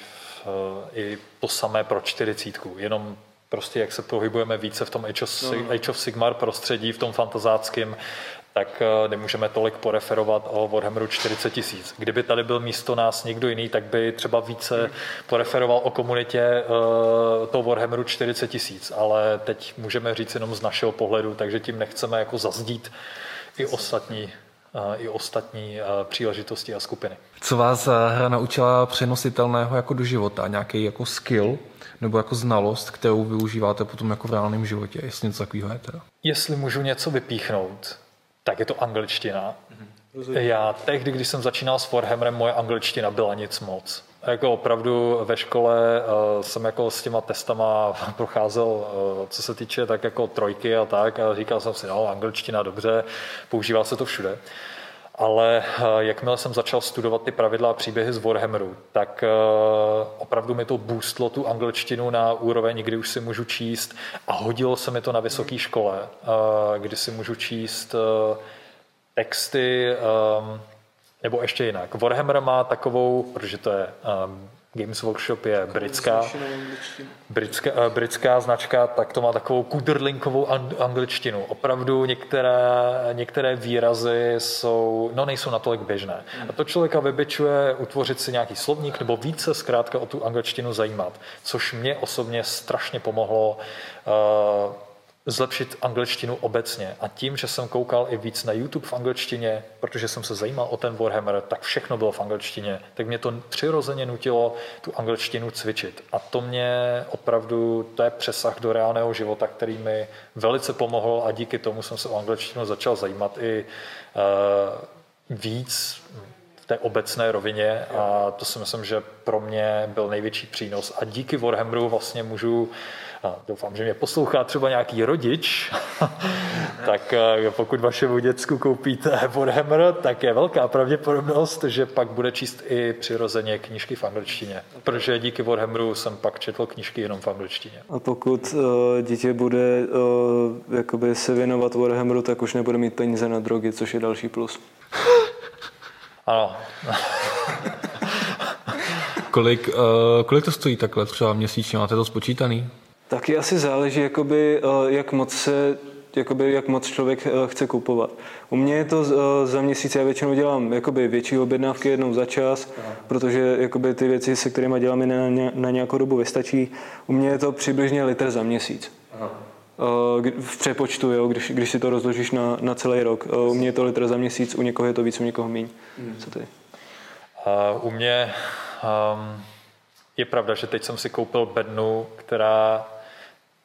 i to samé pro čtyřicítku, jenom prostě jak se pohybujeme více v tom Age of, no. Age of Sigmar prostředí, v tom fantazáckém, tak nemůžeme tolik poreferovat o Warhammeru čtyřicet tisíc. Kdyby tady byl místo nás někdo jiný, tak by třeba více poreferoval o komunitě toho Warhammeru čtyřicet tisíc, ale teď můžeme říct jenom z našeho pohledu, takže tím nechceme jako zazdít i ostatní, i ostatní příležitosti a skupiny. Co vás hra naučila přenositelného jako do života? Nějaký jako skill nebo jako znalost, kterou využíváte potom jako v reálném životě? Jestli něco takového je teda? Jestli můžu něco vypíchnout, tak je to angličtina. Mm-hmm. Já tehdy, když jsem začínal s Warhammerem, moje angličtina byla nic moc. Jako opravdu ve škole uh, jsem jako s těma testama procházel, uh, co se týče tak jako trojky a tak a říkal jsem si, no angličtina dobře, používá se to všude. Ale uh, jakmile jsem začal studovat ty pravidla a příběhy z Warhammeru, tak uh, opravdu mi to boostlo tu angličtinu na úroveň, kdy už si můžu číst a hodilo se mi to na vysoké škole, uh, kdy si můžu číst uh, texty, um, nebo ještě jinak. Warhammer má takovou, protože to je um, Games Workshop je britská, britská, uh, britská značka, tak to má takovou kudrlinkovou angličtinu. Opravdu některé, některé výrazy jsou, no nejsou natolik běžné. A to člověka vybičuje utvořit si nějaký slovník nebo více zkrátka o tu angličtinu zajímat, což mě osobně strašně pomohlo uh, zlepšit angličtinu obecně. A tím, že jsem koukal i víc na YouTube v angličtině, protože jsem se zajímal o ten Warhammer, tak všechno bylo v angličtině, tak mě to přirozeně nutilo tu angličtinu cvičit. A to mě opravdu, to je přesah do reálného života, který mi velice pomohl a díky tomu jsem se o angličtinu začal zajímat i uh, víc v té obecné rovině a to si myslím, že pro mě byl největší přínos. A díky Warhammeru vlastně můžu, doufám, že mě poslouchá třeba nějaký rodič, tak pokud vašemu děcku koupíte Warhammer, tak je velká pravděpodobnost, že pak bude číst i přirozeně knížky v angličtině. Protože díky Warhammeru jsem pak četl knížky jenom v angličtině. A pokud uh, dítě bude uh, jakoby se věnovat Warhammeru, tak už nebude mít peníze na drogy, což je další plus. Ano. kolik, uh, kolik to stojí takhle třeba měsíčně? Máte to spočítaný? Taky asi záleží, jakoby, uh, jak moc se, jakoby, jak moc člověk uh, chce kupovat. U mě je to uh, za měsíc, já většinou dělám jakoby, větší objednávky jednou za čas, no. Protože jakoby, ty věci, se kterými děláme na, na nějakou dobu, vystačí. U mě je to přibližně litr za měsíc. Aha. V přepočtu, jo, když, když si to rozložíš na, na celý rok. U mě je to litr za měsíc, u někoho je to víc, u někoho míň. Hmm. Co ty? Uh, u mě um, je pravda, že teď jsem si koupil bednu, která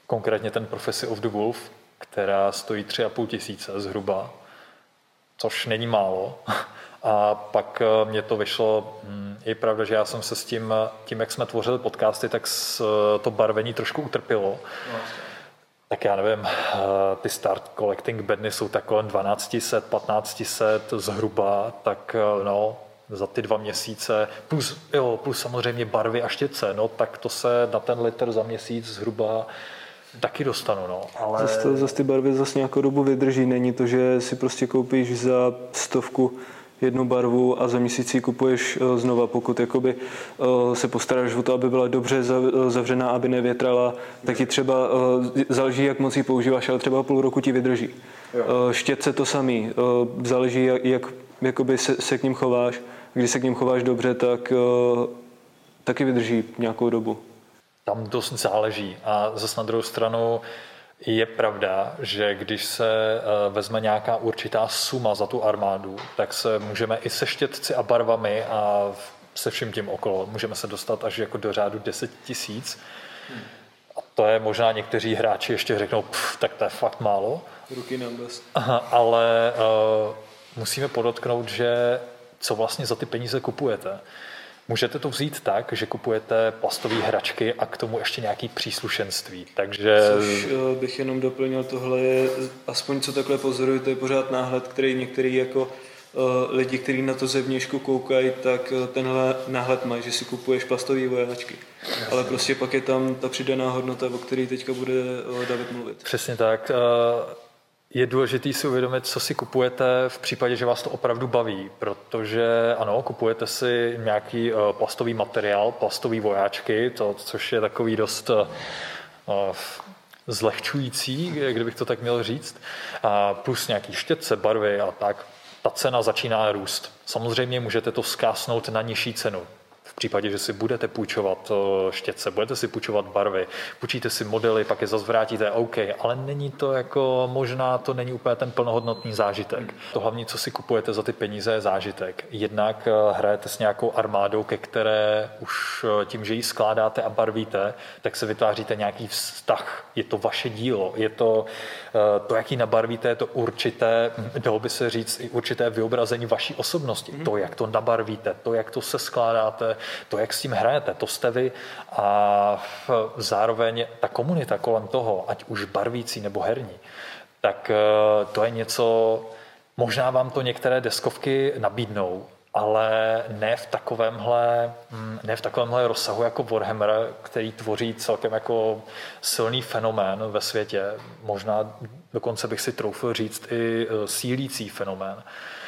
Konkrétně ten Prophecy of the Wolf, která stojí tři a půl tisíce zhruba, což není málo. A pak mě to vyšlo, je pravda, že já jsem se s tím, tím jak jsme tvořili podcasty, tak to barvení trošku utrpělo. No, tak já nevím, ty start collecting bedny jsou tak kolem dvanáct set, patnáct set zhruba, tak no, za ty dva měsíce, plus, jo, plus samozřejmě barvy a štětce, no, tak to se na ten litr za měsíc zhruba taky dostanu, no. Ale... Zase, to, zase ty barvy zase nějakou dobu vydrží, není to, že si prostě koupíš za stovku jednu barvu a za měsíc ji kupuješ znova, pokud jakoby se postaráš o to, aby byla dobře zavřená, aby nevětrala, tak ti třeba záleží, jak moc ji používáš, ale třeba půl roku ti vydrží. Jo. Štětce to samý, záleží, jak, jak jakoby se, se k ním chováš. Když se k ním chováš dobře, tak taky vydrží nějakou dobu. Tam dost záleží a zase na druhou stranu je pravda, že když se vezme nějaká určitá suma za tu armádu, tak se můžeme i se štětci a barvami a se vším tím okolo, můžeme se dostat až jako do řádu deset tisíc. A to je možná někteří hráči ještě řeknou, pff, tak to je fakt málo. Ruky nám dost. Ale uh, musíme podotknout, že co vlastně za ty peníze kupujete. Můžete to vzít tak, že kupujete plastové hračky a k tomu ještě nějaké příslušenství. Takže... Což bych jenom doplnil, tohle je, aspoň co takhle pozoruju, to je pořád náhled, který některý jako uh, lidi, kteří na to zevnějšku koukají, tak uh, tenhle náhled mají, že si kupuješ plastové vojáčky. Jasně. Ale prostě pak je tam ta přidaná hodnota, o které teďka bude uh, David mluvit. Přesně tak. Uh... Je důležité si uvědomit, co si kupujete v případě, že vás to opravdu baví, protože ano, kupujete si nějaký plastový materiál, plastový vojáčky, to, což je takový dost uh, zlehčující, kdybych to tak měl říct, a plus nějaký štětce, barvy a tak. Ta cena začíná růst. Samozřejmě můžete to zkásnout na nižší cenu. V případě, že si budete půjčovat štětce, budete si půjčovat barvy, půjčíte si modely, pak je zase vrátíte, OK, ale není to jako, možná to není úplně ten plnohodnotný zážitek. To hlavní, co si kupujete za ty peníze, je zážitek. Jednak hrajete s nějakou armádou, ke které už tím, že ji skládáte a barvíte, tak se vytváříte nějaký vztah. Je to vaše dílo, je to, to jak ji nabarvíte, je to určité, dalo by se říct, i určité vyobrazení vaší osobnosti. To, jak to nabarvíte, to, jak to se skládáte, to, jak s tím hrajete, to jste vy a zároveň ta komunita kolem toho, ať už barvící nebo herní, tak to je něco, možná vám to některé deskovky nabídnou, ale ne v takovémhle, ne v takovémhle rozsahu jako Warhammer, který tvoří celkem jako silný fenomén ve světě. Možná dokonce bych si troufl říct i sílící fenomén.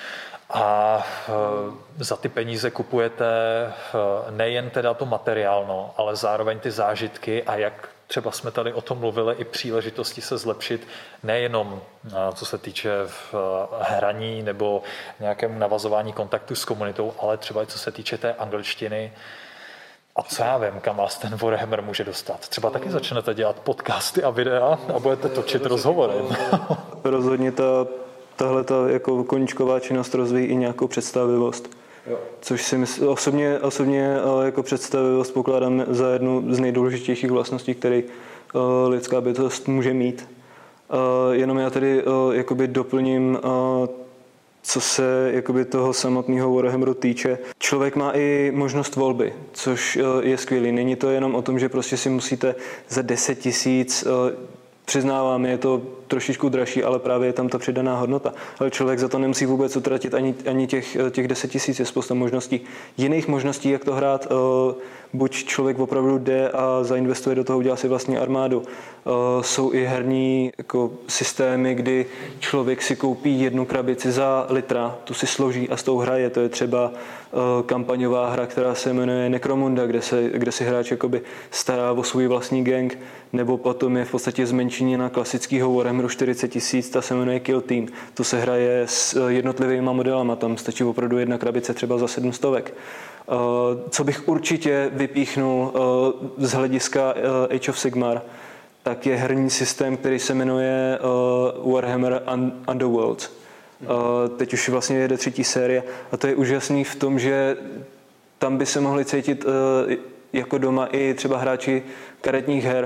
A za ty peníze kupujete nejen teda to materiálno, ale zároveň ty zážitky a jak třeba jsme tady o tom mluvili, i příležitosti se zlepšit nejenom co se týče hraní nebo nějakému navazování kontaktu s komunitou, ale třeba i co se týče té angličtiny. A co já vím, kam vás ten Warhammer může dostat? Třeba taky začnete dělat podcasty a videa a budete točit rozhovory. Rozhodně ta tahle ta jako koníčková činnost rozvíjí i nějakou představivost. Jo. Což si myslím, osobně, osobně jako představivost pokládám za jednu z nejdůležitějších vlastností, které uh, lidská bytost může mít. Uh, jenom já tady uh, jakoby doplním, uh, co se jakoby toho samotného Warhammeru týče. Člověk má i možnost volby, což uh, je skvělý. Není to jenom o tom, že prostě si musíte za deset tisíc uh, přiznávám, je to trošičku dražší, ale právě je tam ta přidaná hodnota. Ale člověk za to nemusí vůbec utratit ani, ani těch, těch deset tisíc, je spousta možností. Jiných možností, jak to hrát, buď člověk opravdu jde a zainvestuje do toho, udělá si vlastní armádu. Jsou i herní jako systémy, kdy člověk si koupí jednu krabici za litra, tu si složí a s tou hraje. To je třeba kampaňová hra, která se jmenuje Necromunda, kde, se, kde si hráč jakoby stará o svůj vlastní gang, nebo potom je v podstatě zmenšení na klasického Warhammeru čtyřicet tisíc, ta se jmenuje Kill Team. To se hraje s jednotlivými modelama, tam stačí opravdu jedna krabice třeba za sedm stovek. Co bych určitě vypíchnul z hlediska Age of Sigmar, tak je herní systém, který se jmenuje Warhammer Underworld. Teď už vlastně jede třetí série a to je úžasný v tom, že tam by se mohli cítit jako doma i třeba hráči karetních her,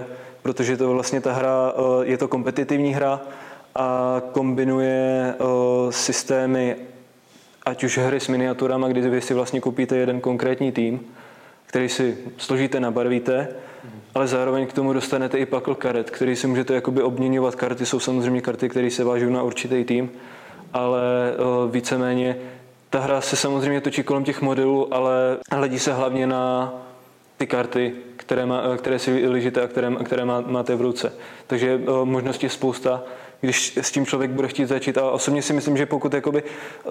protože to vlastně ta hra, je to kompetitivní hra a kombinuje systémy, ať už hry s miniaturama, kdy vy si vlastně koupíte jeden konkrétní tým, který si složíte, nabarvíte, ale zároveň k tomu dostanete i pakl karet, který si můžete jakoby obměňovat. Karty jsou samozřejmě karty, které se vážou na určitý tým, ale víceméně ta hra se samozřejmě točí kolem těch modelů, ale hledí se hlavně na ty karty, které, má, které si ližíte a které, které má, máte v ruce. Takže možností je spousta, když s tím člověk bude chtít začít. A osobně si myslím, že pokud jakoby,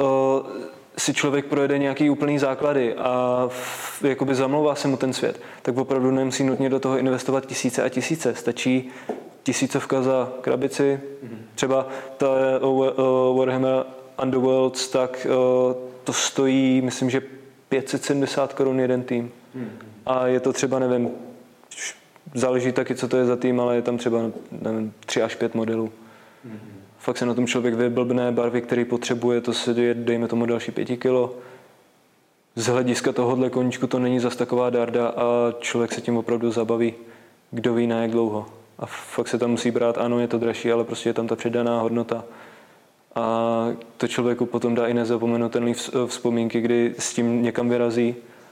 si člověk projede nějaký úplný základy a jakoby zamlouvá se mu ten svět, tak opravdu nemusí nutně do toho investovat tisíce a tisíce. Stačí tisícovka za krabici. Třeba ta Warhammer Underworlds, tak to stojí, myslím, že pět set sedmdesát korun jeden tým. A je to třeba, nevím, záleží taky, co to je za tým, ale je tam třeba, nevím, tři až pět modelů. Fakt se na tom člověk vyblbne, barvy, který potřebuje, to se je, dejme tomu další pěti kilo. Z hlediska tohohle koníčku to není zas taková darda a člověk se tím opravdu zabaví, kdo ví na jak dlouho. A fakt se tam musí brát, ano, je to dražší, ale prostě je tam ta předaná hodnota. A to člověku potom dá i nezapomenutelné vzpomínky, kdy s tím někam vyrazí.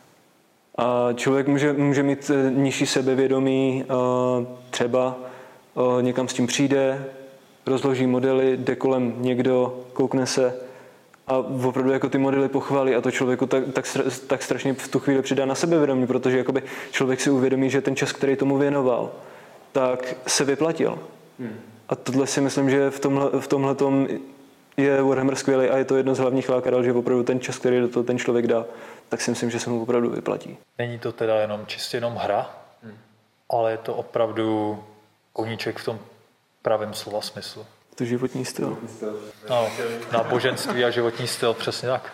A člověk může, může mít nižší sebevědomí, třeba někam s tím přijde, rozloží modely, jde kolem někdo, koukne se a opravdu jako ty modely pochválí a to člověku tak, tak, tak strašně v tu chvíli přidá na sebevědomí, protože jakoby člověk si uvědomí, že ten čas, který tomu věnoval, tak se vyplatil. Hmm. A tohle si myslím, že v tomhle, v tomhletom je Warhammer skvělý a je to jedno z hlavních lákadel, že opravdu ten čas, který do toho ten člověk dá, tak si myslím, že se mu opravdu vyplatí. Není to teda jenom čistě jenom hra, hmm. ale je to opravdu koníček v tom pravém slova smyslu. To životní styl. No, náboženství a životní styl, přesně tak.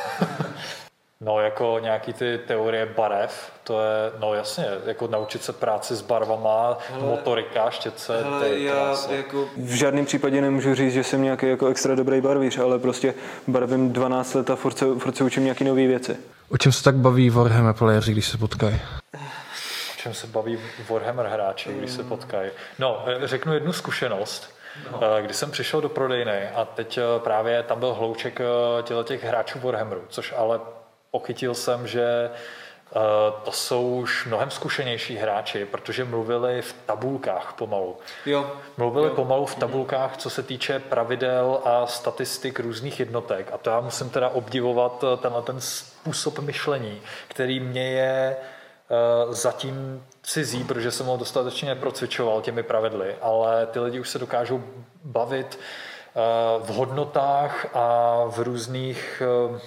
No, jako nějaký ty teorie barev, to je, no jasně, jako naučit se práci s barvama, hele, motorika, štětce, hele, to je krása. Jako v žádném případě nemůžu říct, že jsem nějaký jako extra dobrý barvíř, ale prostě barvím dvanáct let a furt se, furt se učím nějaký nové věci. O čem se tak baví Warhammer playeři, když se potkají? O čem se baví Warhammer hráči, když se potkají? No, řeknu jednu zkušenost. No. Když jsem přišel do prodejny a teď právě tam byl hlouček těch hráčů Warhammeru, což ale pochytil jsem, že to jsou už mnohem zkušenější hráči, protože mluvili v tabulkách pomalu. Jo. Mluvili jo. pomalu v tabulkách, co se týče pravidel a statistik různých jednotek. A to já musím teda obdivovat tenhle ten způsob myšlení, který mě je zatím cizí, protože jsem ho dostatečně neprocvičoval těmi pravidly, ale ty lidi už se dokážou bavit v hodnotách a v různých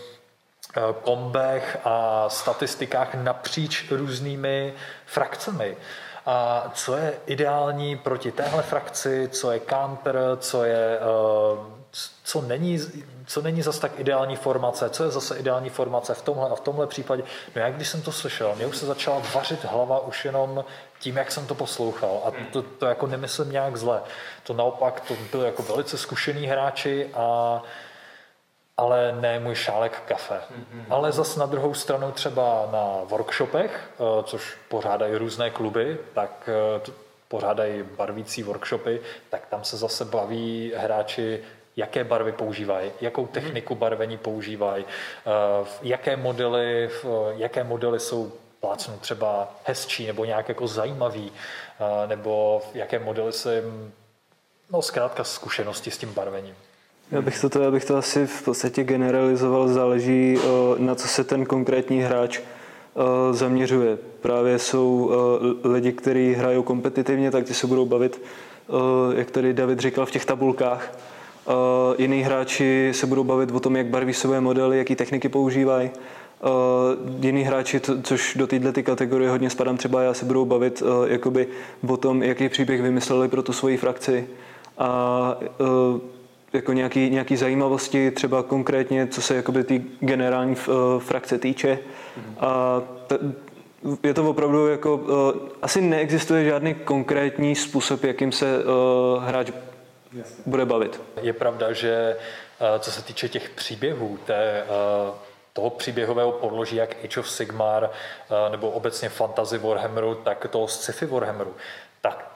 kombech a statistikách napříč různými frakcemi. A co je ideální proti téhle frakci, co je counter, co je co není, co není zase tak ideální formace, co je zase ideální formace v tomhle a v tomhle případě. No já když jsem to slyšel, mě už se začala vařit hlava už jenom tím, jak jsem to poslouchal. A to, to jako nemyslím nějak zle. To naopak, to byli jako velice zkušení hráči, a, ale ne můj šálek kafe. Mm-hmm. Ale zase na druhou stranu třeba na workshopech, což pořádají různé kluby, tak pořádají barvící workshopy, tak tam se zase baví hráči, jaké barvy používají, jakou techniku barvení používají, jaké modely, jaké modely jsou plácnu třeba hezčí nebo nějak jako zajímavý, nebo jaké modely se jim, no zkrátka zkušenosti s tím barvením. Já bych to, já bych to asi v podstatě generalizoval, záleží, na co se ten konkrétní hráč zaměřuje. Právě jsou lidi, kteří hrajou kompetitivně, tak ti se budou bavit, jak tady David říkal, v těch tabulkách. Uh, jiní hráči se budou bavit o tom, jak barví své modely, jaký techniky používají. Uh, jiní hráči, to, což do této kategorie hodně spadám třeba, já se budou bavit uh, jakoby o tom, jaký příběh vymysleli pro tu svoji frakci a uh, jako nějaký, nějaký zajímavosti, třeba konkrétně, co se jakoby té generální uh, frakce týče. Mm-hmm. A t- je to opravdu jako, uh, asi neexistuje žádný konkrétní způsob, jakým se uh, hráč bude bavit. Je pravda, že co se týče těch příběhů, té, toho příběhového podloží, jak Age of Sigmar nebo obecně fantasy Warhammeru, tak toho sci-fi Warhammeru, tak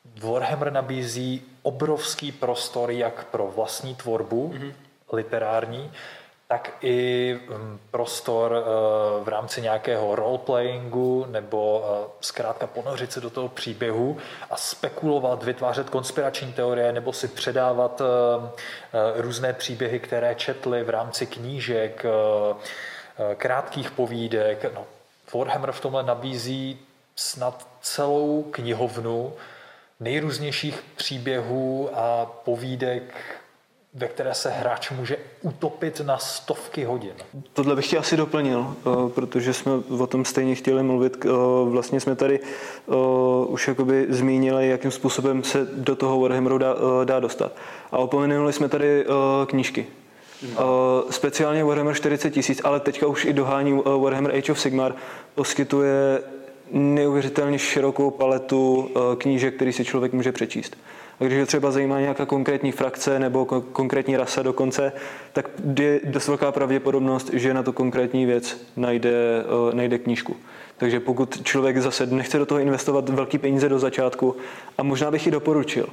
Warhammer nabízí obrovský prostor jak pro vlastní tvorbu mm-hmm. literární, tak i prostor v rámci nějakého roleplayingu nebo zkrátka ponořit se do toho příběhu a spekulovat, vytvářet konspirační teorie nebo si předávat různé příběhy, které četli v rámci knížek, krátkých povídek. No, Warhammer v tomhle nabízí snad celou knihovnu nejrůznějších příběhů a povídek, ve které se hráč může utopit na stovky hodin. Tohle bych tě asi doplnil, protože jsme o tom stejně chtěli mluvit. Vlastně jsme tady už jakoby zmínili, jakým způsobem se do toho Warhammeru dá, dá dostat. A opomenuli jsme tady knížky. Speciálně Warhammer čtyřicet tisíc, ale teďka už i dohání Warhammer Age of Sigmar, poskytuje neuvěřitelně širokou paletu knížek, který si člověk může přečíst. A když je třeba zajímá nějaká konkrétní frakce nebo konkrétní rasa dokonce, tak je dost velká pravděpodobnost, že na to konkrétní věc najde, najde knížku. Takže pokud člověk zase nechce do toho investovat velký peníze do začátku, a možná bych ji doporučil,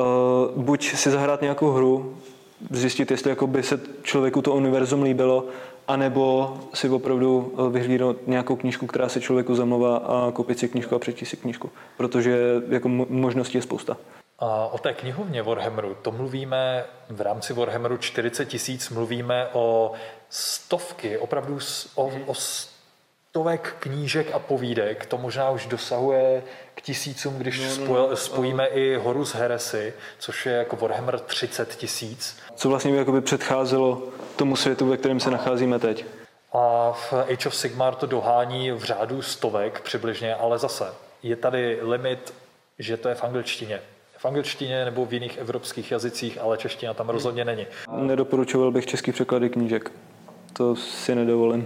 buď si zahrát nějakou hru, zjistit, jestli by se člověku to univerzum líbilo, anebo si opravdu vyhlídnout nějakou knížku, která se člověku zamlouvá, a koupit si knížku a přečíst si knížku, protože jako možností je spousta. A o té knihovně Warhammeru, to mluvíme v rámci Warhammeru čtyřicet tisíc, mluvíme o stovky, opravdu o, o stovek knížek a povídek. To možná už dosahuje k tisícům, když no, no, spojil, spojíme no. i Horus Heresy, což je jako Warhammer třicet tisíc. Co vlastně jakoby předcházelo tomu světu, ve kterém se nacházíme teď. A v Age of Sigmar to dohání v řádu stovek přibližně, ale zase je tady limit, že to je v angličtině. V angličtině nebo v jiných evropských jazycích, ale čeština tam rozhodně není. Nedoporučoval bych český překlady knížek. To si nedovolím.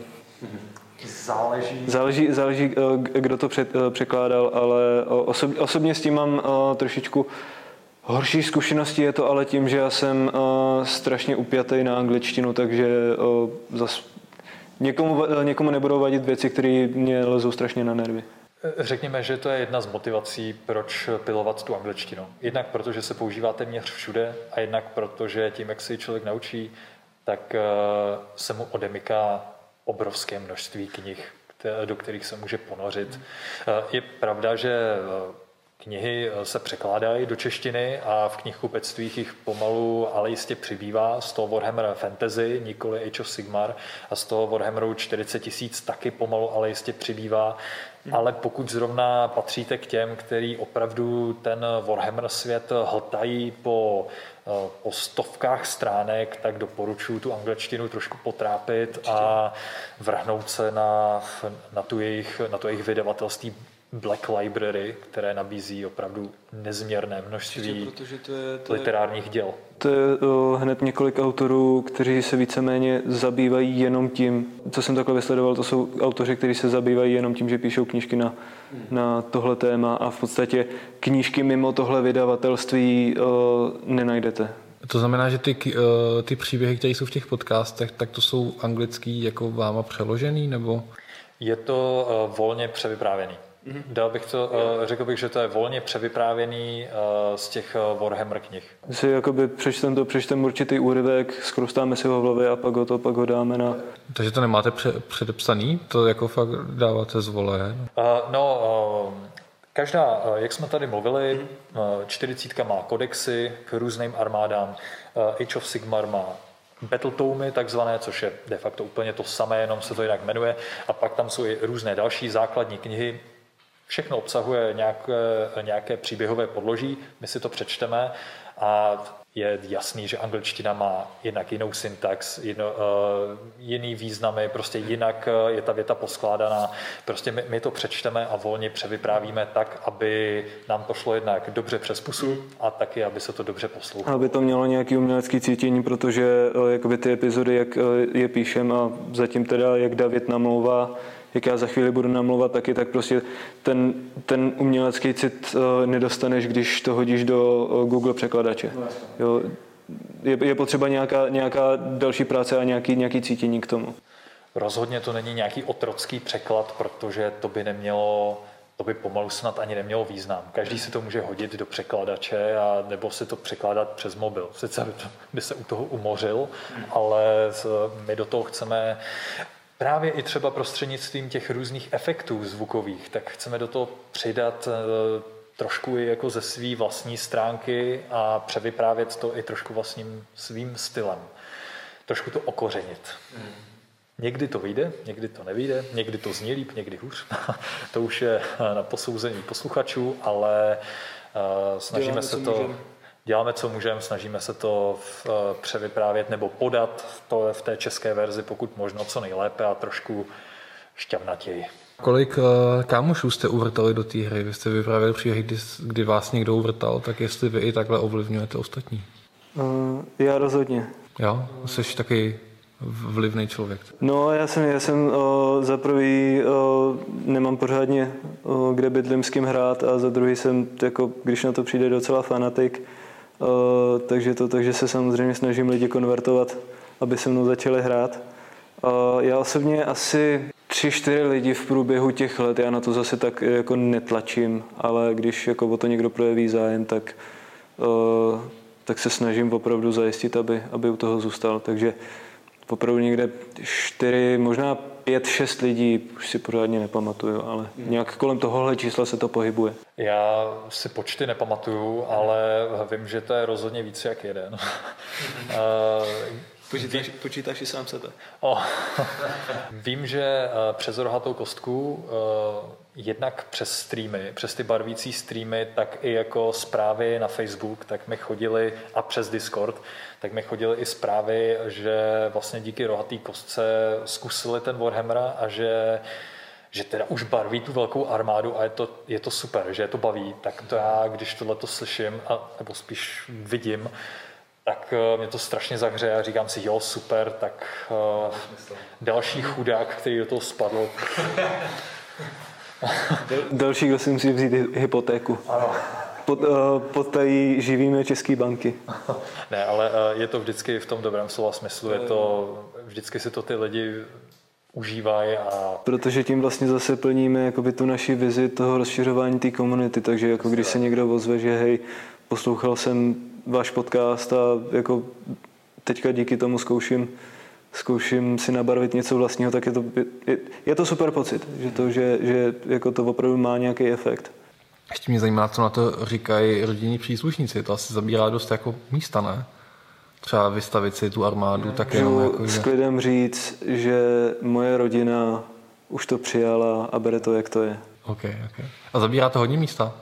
Záleží. Záleží, záleží kdo to překládal, ale osobně s tím mám trošičku horší zkušenosti. Je to ale tím, že já jsem strašně upjatý na angličtinu, takže zas někomu, někomu nebudou vadit věci, které mě lezou strašně na nervy. Řekněme, že to je jedna z motivací, proč pilovat tu angličtinu. Jednak proto, že se používá téměř všude, a jednak proto, že tím, jak si člověk naučí, tak se mu odemyká obrovské množství knih, do kterých se může ponořit. Je pravda, že knihy se překládají do češtiny a v knihkupectvích jich pomalu, ale jistě přibývá. Z toho Warhammer Fantasy, nikoli Age of Sigmar, a z toho Warhammeru čtyřicet tisíc taky pomalu, ale jistě přibývá. Hmm. Ale pokud zrovna patříte k těm, který opravdu ten Warhammer svět hltají po, po stovkách stránek, tak doporučuji tu angličtinu trošku potrápit Určitě. a vrhnout se na, na, tu jejich, na to jejich vydavatelství Black Library, které nabízí opravdu nezměrné množství Určitě, to je, to je, literárních děl. To je o, hned několik autorů, kteří se víceméně zabývají jenom tím, co jsem takhle vysledoval, to jsou autoři, kteří se zabývají jenom tím, že píšou knížky na, hmm. na tohle téma, a v podstatě knížky mimo tohle vydavatelství o, nenajdete. To znamená, že ty, ty příběhy, které jsou v těch podcastech, tak to jsou anglický jako váma přeložený, nebo? Je to uh, volně převyprávěný. Mm-hmm. Dal bych to, uh, řekl bych, že to je volně převyprávěný uh, z těch uh, Warhammer knih. Si jakoby přečtem to, přečtem určitý úryvek, zkrustáme si ho v hlavě a pak ho to pak ho dáme na... Takže to nemáte pře- předepsaný? To jako fakt dáváte z vole? Uh, no, uh, každá, uh, jak jsme tady mluvili, uh, čtyřicítka má kodexy k různým armádám. Uh, Age of Sigmar má battletomy takzvané, což je de facto úplně to samé, jenom se to jinak jmenuje. A pak tam jsou i různé další základní knihy. Všechno obsahuje nějaké, nějaké příběhové podloží, my si to přečteme a je jasný, že angličtina má jinak jinou syntax, jino, uh, jiný významy, prostě jinak je ta věta poskládaná. Prostě my, my to přečteme a volně převyprávíme tak, aby nám to šlo jednak dobře přes pusu a taky, aby se to dobře poslouchalo. Aby to mělo nějaký umělecký cítění, protože jakoby ty epizody, jak je píšem a zatím teda, jak David namlouvá, jak já za chvíli budu namlouvat taky, tak prostě ten, ten umělecký cit uh, nedostaneš, když to hodíš do uh, Google překladače. Jo, je, je potřeba nějaká, nějaká další práce a nějaký, nějaký cítění k tomu. Rozhodně to není nějaký otrocký překlad, protože to by nemělo, to by pomalu snad ani nemělo význam. Každý si to může hodit do překladače a nebo si to překládat přes mobil. Sice by se u toho umořil, ale my do toho chceme právě i třeba prostřednictvím těch různých efektů zvukových, tak chceme do toho přidat trošku i jako ze své vlastní stránky a převyprávět to i trošku vlastním svým stylem. Trošku to okořenit. Hmm. Někdy to vyjde, někdy to nevyjde, někdy to zní líp, někdy hůř. To už je na posouzení posluchačů, ale uh, snažíme děláme, se to, můžeme. děláme, co můžeme, snažíme se to v, uh, převyprávět nebo podat to v té české verzi, pokud možno co nejlépe a trošku šťavnatěji. Kolik uh, kámošů jste uvrtali do té hry? Vy jste vyprávěli příběh, kdy, kdy vás někdo uvrtal, tak jestli vy i takhle ovlivňujete ostatní? Uh, já rozhodně. Jo? Jsi taky vlivný člověk. No, já jsem, já jsem uh, za prvý uh, nemám pořádně uh, kde bydlím, s kým hrát a za druhý jsem, jako, když na to přijde, docela fanatik, uh, takže, to, takže se samozřejmě snažím lidi konvertovat, aby se mnou začali hrát. Uh, já osobně asi tři, čtyři lidi v průběhu těch let, já na to zase tak jako netlačím, ale když jako o to někdo projeví zájem, tak, uh, tak se snažím opravdu zajistit, aby, aby u toho zůstal. Takže opravdu někde čtyři, možná pět, šest lidí, už si pořádně nepamatuju, ale nějak kolem tohohle čísla se to pohybuje. Já si počty nepamatuju, ale vím, že to je rozhodně víc jak jeden. Počítáš, počítáš i sám sebe. Oh. Vím, že přes rohatou kostku jednak přes streamy, přes ty barvící streamy, tak i jako zprávy na Facebook, tak mi chodily a přes Discord, tak mi chodily i zprávy, že vlastně díky rohatý kostce zkusili ten Warhammer a že že teda už barví tu velkou armádu a je to, je to super, že je to baví, tak to já, když tohleto slyším, a, nebo spíš vidím, tak mě to strašně zahřeje a říkám si, jo, super, tak uh, další chudák, který do toho spadl. Další, kdo si musí vzít hypotéku. Ano. Pod, uh, potají živíme české banky. Ne, ale uh, je to vždycky v tom dobrém slova smyslu, je to, vždycky si to ty lidi užívají. A... Protože tím vlastně zase plníme jakoby tu naši vizi toho rozšiřování té komunity, takže jako když se někdo ozve, že hej, poslouchal jsem váš podcast a jako teďka díky tomu zkouším, zkouším si nabarvit něco vlastního, tak je to, je, je to super pocit, že to, že, že jako to opravdu má nějaký efekt. Ještě mě zajímá, co na to říkají rodinní příslušníci. To asi zabírá dost jako místa, ne? Třeba vystavit si tu armádu, ne, tak jenom jako, že... S klidem říct, že moje rodina už to přijala a bere to, jak to je. Okay, okay. A zabírá to hodně místa?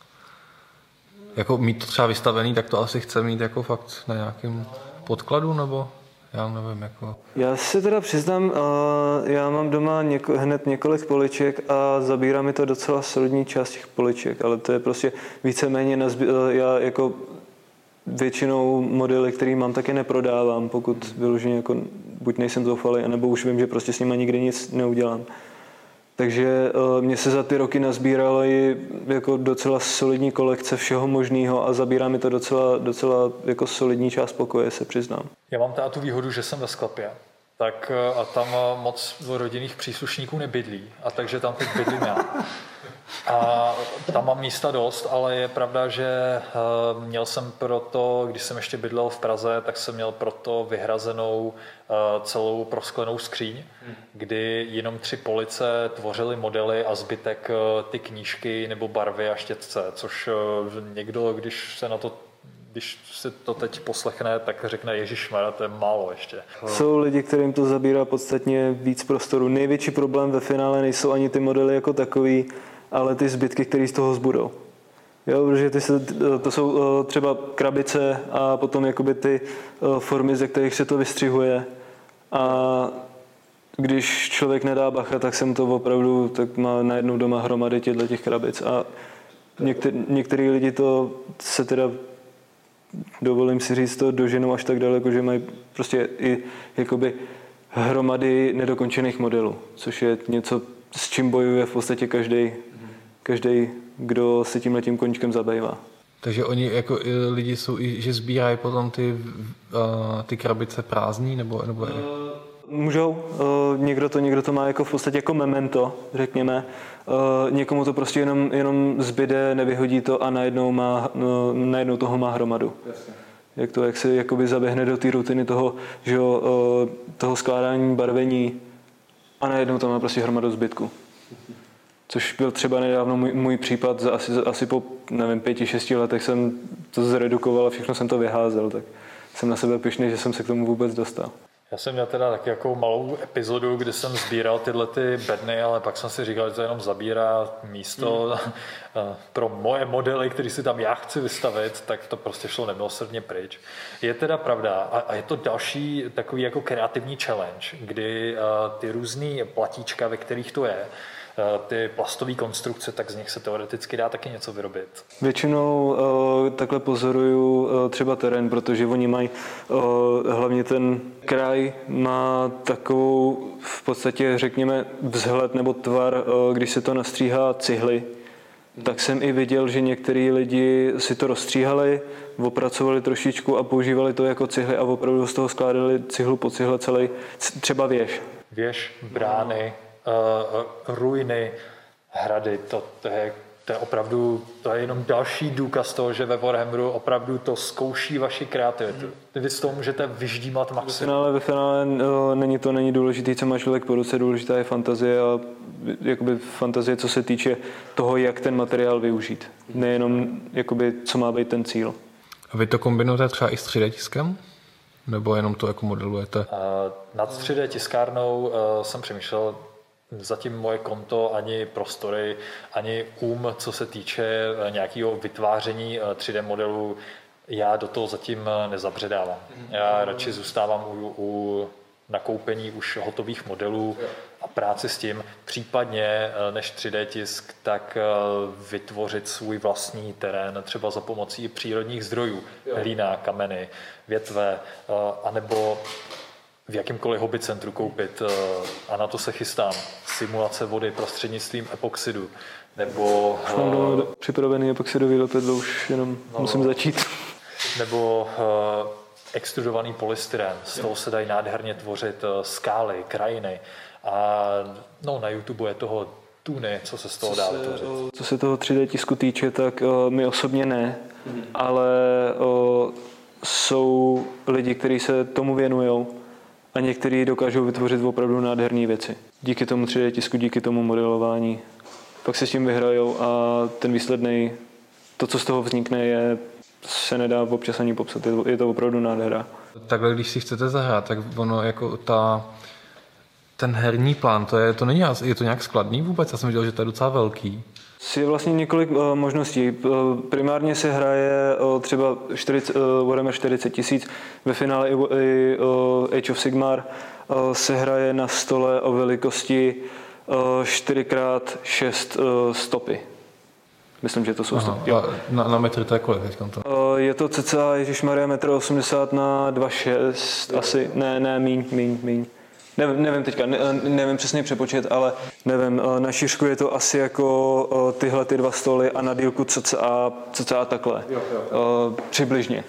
Jako mít to třeba vystavený, tak to asi chce mít jako fakt na nějakém podkladu, nebo já nevím, jako... Já si teda přiznám, já mám doma něko, hned několik poliček a zabírá mi to docela solidní část těch poliček, ale to je prostě víceméně, nazbí, já jako většinou modely, který mám, taky neprodávám, pokud vyloženě jako buď nejsem zoufalý, anebo už vím, že prostě s nima nikdy nic neudělám. Takže uh, mě se za ty roky nazbíraly jako docela solidní kolekce všeho možného a zabírá mi to docela, docela jako solidní část pokoje, se přiznám. Já mám teda tu výhodu, že jsem ve sklepě, tak a tam moc rodinných příslušníků nebydlí, a takže tam teď bydlím já. A tam mám místa dost, ale je pravda, že uh, měl jsem proto, když jsem ještě bydlel v Praze, tak jsem měl proto vyhrazenou uh, celou prosklenou skříň, hmm. kdy jenom tři police tvořily modely a zbytek uh, ty knížky nebo barvy a štětce, což uh, někdo, když se na to když si to teď poslechne, tak řekne ježišmarja, to je málo ještě. Jsou lidi, kterým to zabírá podstatně víc prostoru. Největší problém ve finále nejsou ani ty modely jako takový, ale ty zbytky, které z toho zbudou. Jo, protože ty se, to jsou třeba krabice a potom jakoby ty formy, ze kterých se to vystřihuje. A když člověk nedá bacha, tak jsem to opravdu, tak má najednou doma hromady těchto těch krabic. A některý, některý lidi to se teda, dovolím si říct, to doženou až tak daleko, že mají prostě i jakoby hromady nedokončených modelů, což je něco, s čím bojuje v podstatě každý, každý, kdo se tímhletím koníčkem zabývá. Takže oni jako lidi jsou, že sbírají potom ty, uh, ty krabice prázdný, nebo, nebo... Uh, Můžou, někdo to, někdo to má jako v podstatě jako memento, řekněme. Někomu to prostě jenom, jenom zbyde, nevyhodí to a najednou, má, najednou toho má hromadu. Jasně. Jak to, jak se jakoby zaběhne do té rutiny toho, že jo, toho skládání, barvení a najednou to má prostě hromadu zbytku. Což byl třeba nedávno můj, můj případ, asi, asi po, nevím, pěti, šesti letech jsem to zredukoval a všechno jsem to vyházel, tak jsem na sebe pyšný, že jsem se k tomu vůbec dostal. Já jsem měl teda taky jako malou epizodu, kdy jsem sbíral tyhle ty bedny, ale pak jsem si říkal, že to jenom zabírá místo mm. pro moje modely, které si tam já chci vystavit, tak to prostě šlo nemilosrdně pryč. Je teda pravda a je to další takový jako kreativní challenge, kdy ty různý platíčka, ve kterých to je, ty plastové konstrukce, tak z nich se teoreticky dá taky něco vyrobit. Většinou uh, takhle pozoruju uh, třeba terén, protože oni mají uh, hlavně ten kraj má takovou v podstatě řekněme vzhled nebo tvar, uh, když se to nastříhá cihly, tak jsem i viděl, že některý lidi si to rozstříhali, opracovali trošičku a používali to jako cihly a opravdu z toho skládali cihlu po cihle celý, třeba věž. Věž, brány, Uh, ruiny, hrady, to, to, je, to je opravdu, to je jenom další důkaz toho, že ve Warhammeru opravdu to zkouší vaši kreativitu. Vy z toho můžete vyždímat maximum. Ale ve finále no, není to není důležité, co má člověk po ruce, důležitá je fantazie a jakoby fantazie, co se týče toho, jak ten materiál využít. Nejenom, jakoby, co má být ten cíl. A vy to kombinujete třeba i s tři dé tiskem? Nebo jenom to jako modelujete? Uh, nad tři dé tiskárnou uh, jsem přemýšlel, zatím moje konto, ani prostory, ani um, co se týče nějakého vytváření tři dé modelů, já do toho zatím nezabředávám. Já radši zůstávám u, u nakoupení už hotových modelů a práci s tím, případně než tři dé tisk, tak vytvořit svůj vlastní terén, třeba za pomocí přírodních zdrojů, hlína, kameny, větve, anebo v jakýmkoliv hobby centru koupit, a na to se chystám, simulace vody prostřednictvím epoxidu, nebo... Už mám doma připravený epoxidový lepidlo, už jenom no, musím začít. Nebo uh, extrudovaný polystyren, z toho se dají nádherně tvořit uh, skály, krajiny a no, na YouTube je toho tuny, co se z toho co dá vytvořit. Co se toho tři dé tisku týče, tak uh, my osobně ne, hmm. ale uh, jsou lidi, kteří se tomu věnujou a někteří dokážou vytvořit opravdu nádherné věci. Díky tomu tři dé tisku, díky tomu modelování. Pak se s tím vyhrajou a ten výsledný, to, co z toho vznikne, je, se nedá občas ani popsat. Je to, je to opravdu nádhera. Takhle, když si chcete zahrát, tak ono jako ta, ten herní plán, to je, to není, je to nějak skladný vůbec? Já jsem viděl, že to je docela velký. Je vlastně několik uh, možností. Uh, primárně se hraje uh, třeba čtyřicet, uh, Warhammer čtyřicet tisíc, ve finále i, i uh, Age of Sigmar uh, se hraje na stole o velikosti uh, čtyři krát šest uh, stopy. Myslím, že to jsou stopy. Na, na metr to je kolik teď to? Uh, je to cca, ježišmarja, metr osmdesát na dva šest, asi, ne, ne, míň, míň, míň. Nevím, nevím teďka, ne, nevím přesně přepočet, ale nevím, na šířku je to asi jako tyhle ty dva stoly a na dílku cca, cca takhle, jo, jo, jo. Přibližně.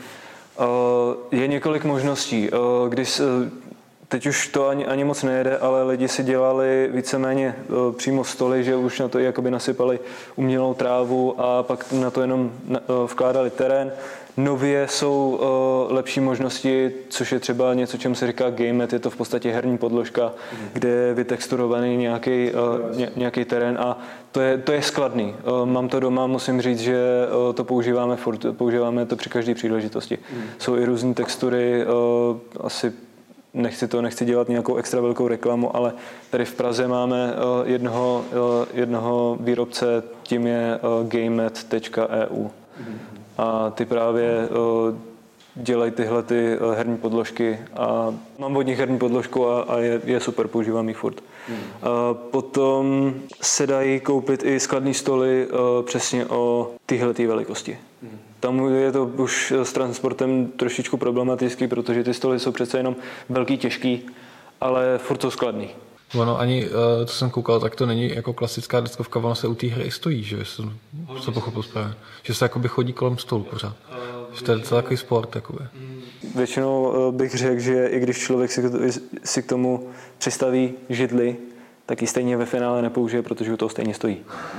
Je několik možností, když teď už to ani, ani moc nejede, ale lidi si dělali víceméně přímo stoly, že už na to jakoby nasypali umělou trávu a pak na to jenom vkládali terén. Nově jsou uh, lepší možnosti, což je třeba něco, čemu se říká game mat, je to v podstatě herní podložka, mm. kde je vytexturovaný nějaký, uh, ně, nějaký terén a to je, to je skladný. Uh, mám to doma, musím říct, že uh, to používáme furt, používáme to při každé příležitosti. Mm. Jsou i různé textury, uh, asi nechci to, nechci dělat nějakou extra velkou reklamu, ale tady v Praze máme uh, jednoho, uh, jednoho výrobce, tím je uh, gamemat tečka e u. Mm. A ty právě uh, dělají tyhle ty uh, herní podložky a mám od nich herní podložku a, a je, je super, používám ji furt. Hmm. Uh, potom se dají koupit i skladné stoly uh, přesně o tyhle ty velikosti. Hmm. Tam je to už s transportem trošičku problematický, protože ty stoly jsou přece jenom velký, těžký, ale furt jsou skladný. Ono ani, co jsem koukal, tak to není jako klasická deskovka, ono se u té hry stojí, že jsem to pochopil správně. Že se jakoby chodí kolem stolu pořád. To je docela takový sport takový. Většinou bych řekl, že i když člověk si, si k tomu přistaví židli, tak ji stejně ve finále nepoužije, protože u toho stejně stojí.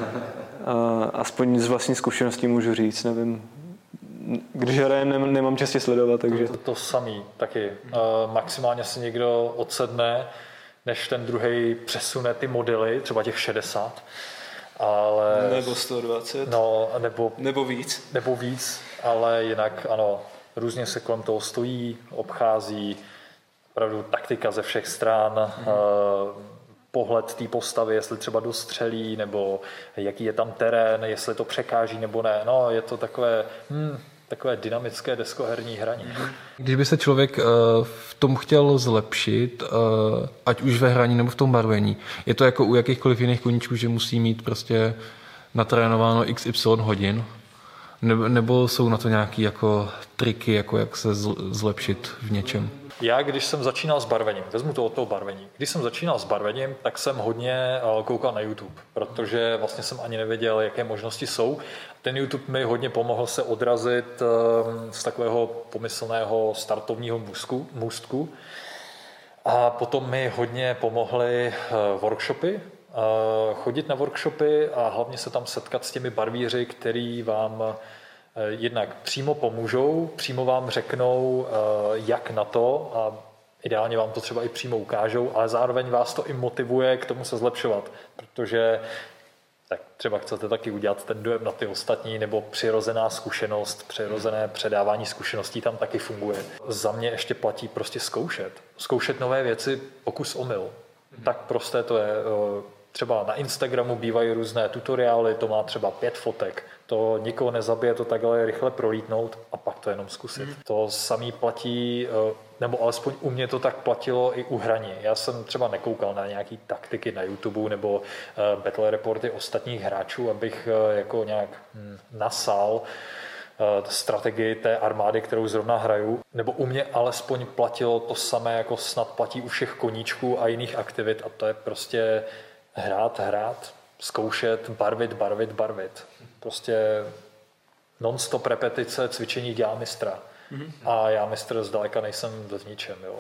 A aspoň z vlastní zkušeností můžu říct, nevím. Když hrajem, nemám častě sledovat, takže... To, to samý taky. Uh, maximálně si někdo odsedne, než ten druhej přesune ty modely, třeba těch šedesát. Ale... Nebo sto dvacet. No, nebo... Nebo víc. Nebo víc, ale jinak ano, různě se kolem toho stojí, obchází, opravdu taktika ze všech stran, mm. uh, pohled té postavy, jestli třeba dostřelí, nebo jaký je tam terén, jestli to překáží nebo ne. No, je to takové, hmm, takové dynamické deskoherní hraní. Když by se člověk uh, v tom chtěl zlepšit, uh, ať už ve hraní nebo v tom barvení, je to jako u jakýchkoliv jiných koníčků, že musí mít prostě natrénováno iks ypsilon hodin, nebo, nebo jsou na to nějaké jako triky, jako jak se zlepšit v něčem? Já, když jsem začínal s barvením, vezmu to od toho barvení. Když jsem začínal s barvením, tak jsem hodně koukal na YouTube, protože vlastně jsem ani nevěděl, jaké možnosti jsou. Ten YouTube mi hodně pomohl se odrazit z takového pomyslného startovního můstku. A potom mi hodně pomohly workshopy, chodit na workshopy a hlavně se tam setkat s těmi barvíři, který vám jednak přímo pomůžou, přímo vám řeknou, jak na to a ideálně vám to třeba i přímo ukážou, ale zároveň vás to i motivuje k tomu se zlepšovat, protože tak třeba chcete taky udělat ten dojem na ty ostatní, nebo přirozená zkušenost, přirozené předávání zkušeností tam taky funguje. Za mě ještě platí prostě zkoušet. Zkoušet nové věci, pokus omyl. Tak prosté to je. Třeba na Instagramu bývají různé tutoriály, to má třeba pět fotek. To nikoho nezabije, to takhle rychle prolítnout a pak to jenom zkusit. Mm. To samý platí, nebo alespoň u mě to tak platilo i u hraní. Já jsem třeba nekoukal na nějaký taktiky na YouTube nebo battle reporty ostatních hráčů, abych jako nějak nasál strategii té armády, kterou zrovna hraju. Nebo u mě alespoň platilo to samé, jako snad platí u všech koníčků a jiných aktivit a to je prostě hrát, hrát, zkoušet, barvit, barvit, barvit. Prostě non-stop repetice, cvičení dělá mistra. Mm-hmm. A já mistr zdaleka nejsem v ničem, jo.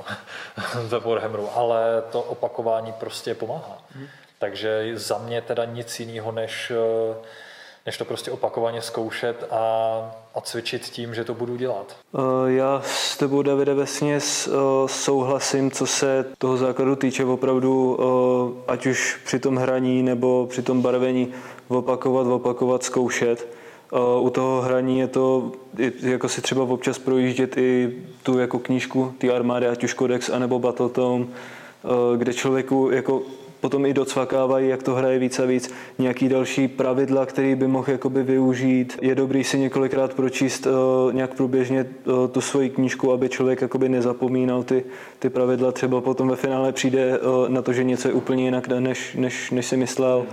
Ve Warhammeru, ale to opakování prostě pomáhá. Mm-hmm. Takže za mě teda nic jiného, než, než to prostě opakovaně zkoušet a, a cvičit tím, že to budu dělat. Já s tebou, Davide, vesměs souhlasím, co se toho základu týče, opravdu, ať už při tom hraní nebo při tom barvení, opakovat, opakovat, zkoušet. U toho hraní je to, jako si třeba občas projíždět i tu jako knížku té armády, ať už Codex anebo Battletome, kde člověku jako potom i docvakávají, jak to hraje víc a víc, nějaký další pravidla, který by mohl jakoby využít. Je dobrý si několikrát pročíst uh, nějak průběžně uh, tu svoji knížku, aby člověk jakoby nezapomínal ty, ty pravidla. Třeba potom ve finále přijde uh, na to, že něco je úplně jinak, než, než, než si myslel,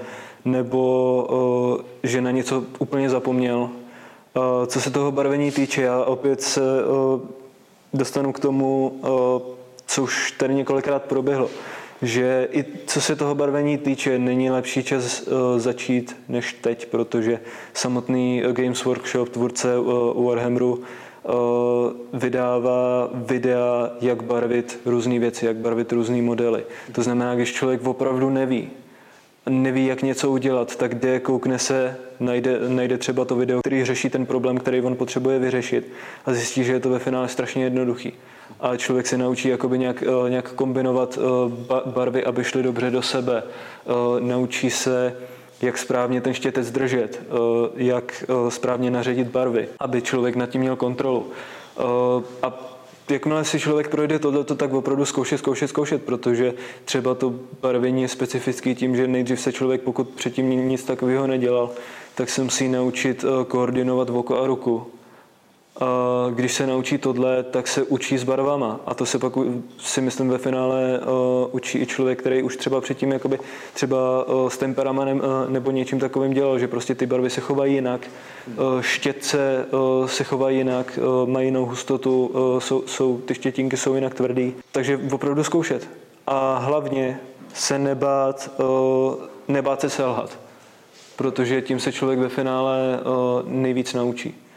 nebo uh, že na něco úplně zapomněl. Uh, co se toho barvení týče, já opět se uh, dostanu k tomu, uh, co už tady několikrát proběhlo, že i co se toho barvení týče, není lepší čas uh, začít než teď, protože samotný Games Workshop, tvůrce uh, Warhammeru, uh, vydává videa, jak barvit různé věci, jak barvit různé modely. To znamená, když člověk opravdu neví, neví, jak něco udělat, tak jde, koukne se, najde, najde třeba to video, který řeší ten problém, který on potřebuje vyřešit a zjistí, že je to ve finále strašně jednoduchý. A člověk se naučí jakoby nějak, nějak kombinovat barvy, aby šly dobře do sebe. Naučí se, jak správně ten štětec držet, jak správně naředit barvy, aby člověk nad tím měl kontrolu. A jakmile si člověk projde tohleto, tak opravdu zkoušet, zkoušet, zkoušet, protože třeba to barvení je specifický tím, že nejdřív se člověk, pokud předtím nic takového nedělal, tak se musí naučit koordinovat oko a ruku. A když se naučí tohle, tak se učí s barvama. A to se pak, si myslím, ve finále uh, učí i člověk, který už třeba předtím jakoby, třeba uh, s temperamentem uh, nebo něčím takovým dělal, že prostě ty barvy se chovají jinak, uh, štětce uh, se chovají jinak, uh, mají jinou hustotu, uh, jsou, jsou, ty štětinky jsou jinak tvrdý. Takže opravdu zkoušet. A hlavně se nebát, uh, nebát se selhat, protože tím se člověk ve finále uh, nejvíc naučí.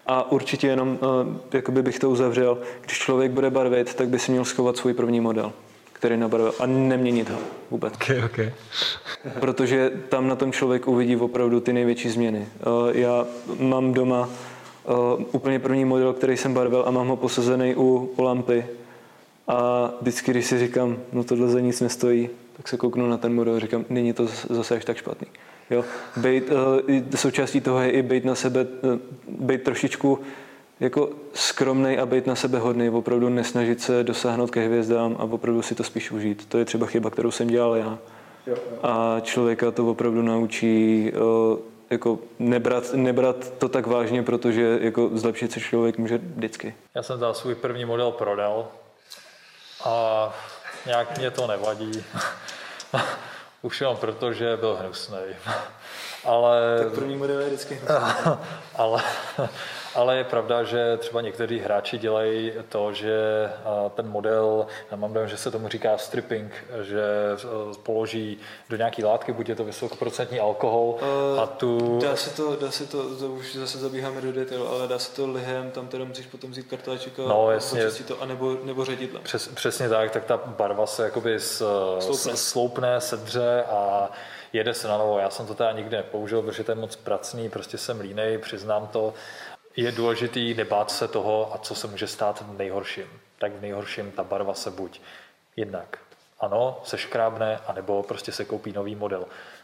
A určitě jenom, jakoby bych to uzavřel, když člověk bude barvit, tak by si měl schovat svůj první model, který nabarvil a neměnit ho vůbec. Okay, okay. Protože tam na tom člověk uvidí opravdu ty největší změny. Já mám doma úplně první model, který jsem barvil a mám ho posazený u, u lampy. A vždycky, když si říkám, no tohle za nic nestojí, tak se kouknu na ten model a říkám, není to zase až tak špatný. Jo? Bejt, součástí toho je i být na sebe, být trošičku jako skromnej a být na sebe hodný, opravdu nesnažit se dosáhnout ke hvězdám a opravdu si to spíš užít. To je třeba chyba, kterou jsem dělal já. A člověka to opravdu naučí jako nebrat, nebrat to tak vážně, protože jako zlepšit se člověk může vždycky. Já jsem dal svůj první model prodal a nějak mě to nevadí. Už jenom proto, že byl hnusnej. Ale, tak první model je vždycky ale, ale je pravda, že třeba někteří hráči dělají to, že ten model, já mám dojem, že se tomu říká stripping, že položí do nějaké látky, buď je to vysokoprocentní alkohol uh, a tu... Dá se to, dá se to, to už zase zabíháme do detailu, ale dá se to lihem, tam teda musíš potom vzít kartáček a no, jasně, počistit to, anebo, nebo ředidlem. Přes, přesně tak, tak ta barva se jakoby sloupne, sloupne sedře a jede se na novo. Já jsem to teda nikdy nepoužil, protože to je moc pracný, prostě jsem línej, přiznám to. Je důležitý nebát se toho, a co se může stát v nejhorším. Tak v nejhorším ta barva se buď jednak ano, se škrábne, anebo prostě se koupí nový model.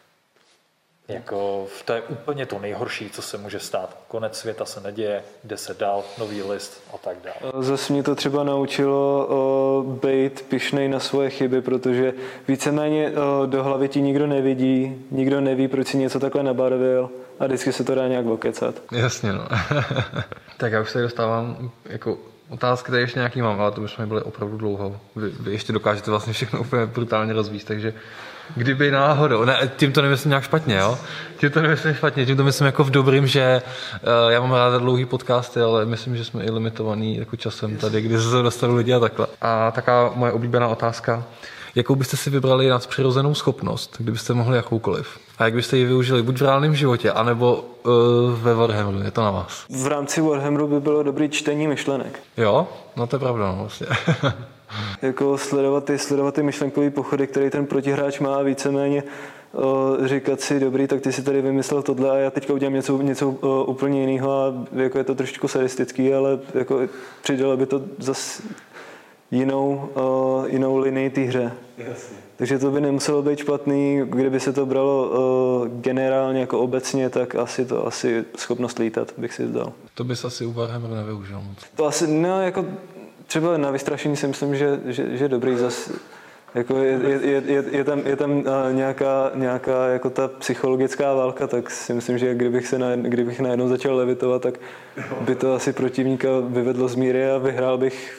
Jako, to je úplně to nejhorší, co se může stát. Konec světa se neděje, jde se dál, nový list a tak dále. Zase mě to třeba naučilo uh, být pyšnej na svoje chyby, protože víceméně uh, do hlavy ti nikdo nevidí, nikdo neví, proč si něco takhle nabarvil a vždycky se to dá nějak okecat. Jasně, no. Tak já už se dostávám jako otázky, tady ještě nějaký mám, ale to bychom byli opravdu dlouho. Vy, vy ještě dokážete vlastně všechno úplně brutálně rozvíjet, takže kdyby náhodou, ne, tím to nemyslím nějak špatně, jo? Tím to nemyslím špatně, tím to myslím jako v dobrým, že uh, já mám rád dlouhý podcasty, ale myslím, že jsme i limitovaný jako časem tady, kdy se dostanou lidi a takhle. A taká moje oblíbená otázka, jakou byste si vybrali nadpřirozenou schopnost, kdybyste mohli jakoukoliv? A jak byste ji využili buď v reálném životě, anebo uh, ve Warhammeru, je to na vás. V rámci Warhammeru by bylo dobrý čtení myšlenek. Jo? No to je pravda, no vlastně. Jako sledovat ty, sledovat ty myšlenkový pochody, který ten protihráč má a víceméně uh, říkat si, dobrý, tak ty si tady vymyslel tohle a já teďka udělám něco, něco uh, úplně jiného a jako je to trošičku sadistický, ale jako přidalo by to zase jinou, uh, jinou linii té hře. Jasně. Takže to by nemuselo být špatný, kdyby se to bralo uh, generálně jako obecně, tak asi to asi schopnost lítat bych si vzdal. To bys asi u Warhammeru nevyužil moc. To asi, no jako třeba na vystrašení si myslím, že, že, že dobrý zas, jako je, je, je, je tam, je tam nějaká, nějaká jako ta psychologická válka, tak si myslím, že kdybych, se na, kdybych najednou začal levitovat, tak by to asi protivníka vyvedlo z míry a vyhrál bych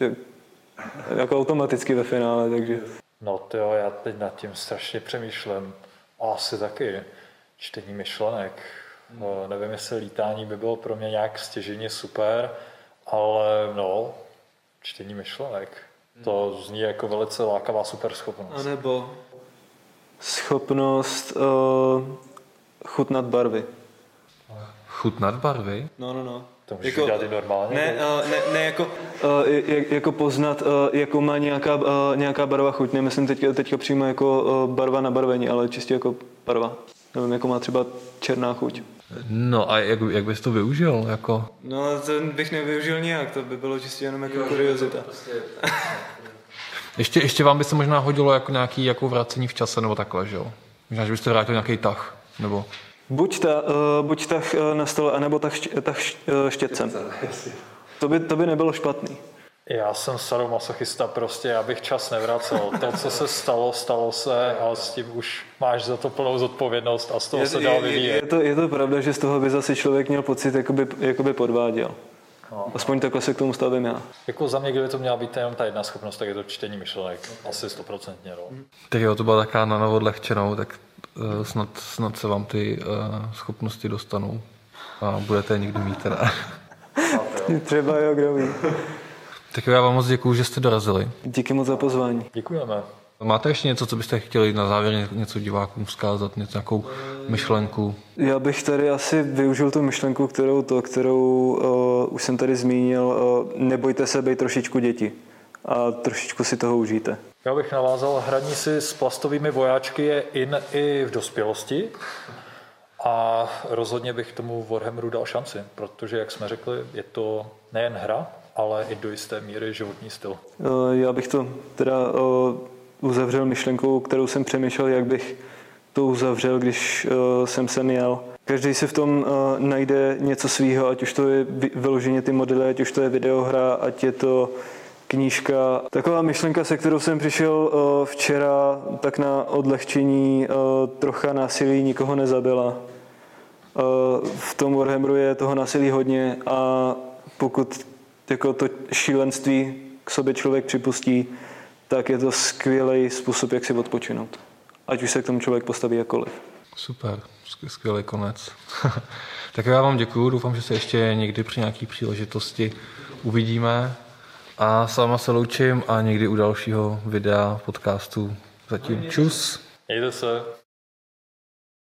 jako automaticky ve finále, takže... No tyjo, já teď nad tím strašně přemýšlím. Asi taky čtení myšlenek. No, nevím, jestli lítání by bylo pro mě nějak stěžejně super, ale no, čtení myšlenek. To zní jako velice lákavá super schopnost. A nebo schopnost uh, chutnat barvy. Chutnat barvy? No, no, no. To můžeš jako, dělat i normálně? Ne, uh, ne, ne jako, uh, jako poznat, uh, jakou má nějaká, uh, nějaká barva chuť. Nemyslím teďka, teďka přímo jako uh, barva na barvení, ale čistě jako barva. Nevím, jako má třeba černá chuť. No a jak, jak bys to využil? Jako? No to bych nevyužil nijak, to by bylo čistě jenom jako kuriozita. ještě, ještě vám by se možná hodilo jako nějaký jako vracení v čase nebo takhle, že jo? Možná, že byste vrátil nějaký tah, nebo... Buď, ta, uh, buď tah na stole, anebo tah, tah štětcem. To by, to by nebylo špatný. Já jsem sadomasochista, prostě já bych čas nevracel. To, co se stalo, stalo se a s tím už máš za to plnou zodpovědnost a z toho je, se dál vyvíjet. Je, je, to, je to pravda, že z toho by zase člověk měl pocit, jakoby, jakoby podváděl. No. Aspoň takhle se k tomu stavím já. Jako za mě, kdyby to měla být jenom ta jedna schopnost, tak je to čtení myšlenek. Asi stoprocentně. No. Tak jo, to byla taká na novo odlehčenou, tak uh, snad, snad se vám ty uh, schopnosti dostanou a budete je někdy mít teda. Třeba jo, kdo ví. Tak jo, já vám moc děkuju, že jste dorazili. Díky moc za pozvání. Děkujeme. Máte ještě něco, co byste chtěli na závěr něco divákům vzkázat, něco, nějakou myšlenku? Já bych tady asi využil tu myšlenku, kterou, to, kterou uh, už jsem tady zmínil. Uh, nebojte se být trošičku děti a trošičku si toho užijte. Já bych navázal, hraní si s plastovými vojáčky je in i v dospělosti a rozhodně bych tomu Warhammeru dal šanci, protože, jak jsme řekli, je to nejen hra, ale i do jisté míry životní styl. Uh, já bych to teda uh, uzavřel myšlenkou, kterou jsem přemýšlel, jak bych to uzavřel, když uh, jsem sem jel. Každý si v tom uh, najde něco svýho, ať už to je vyloženě ty modely, ať už to je videohra, ať je to knížka. Taková myšlenka, se kterou jsem přišel uh, včera, tak na odlehčení, uh, trocha násilí nikoho nezabila. Uh, v tom Warhammeru je toho násilí hodně a pokud jako to šílenství k sobě člověk připustí, tak je to skvělý způsob, jak si odpočinout. Ať už se k tomu člověk postaví jakkoliv. Super, skvělý konec. Tak já vám děkuju, doufám, že se ještě někdy při nějaké příležitosti uvidíme. A s váma se loučím a někdy u dalšího videa, podcastu. Zatím čus. Mějte se.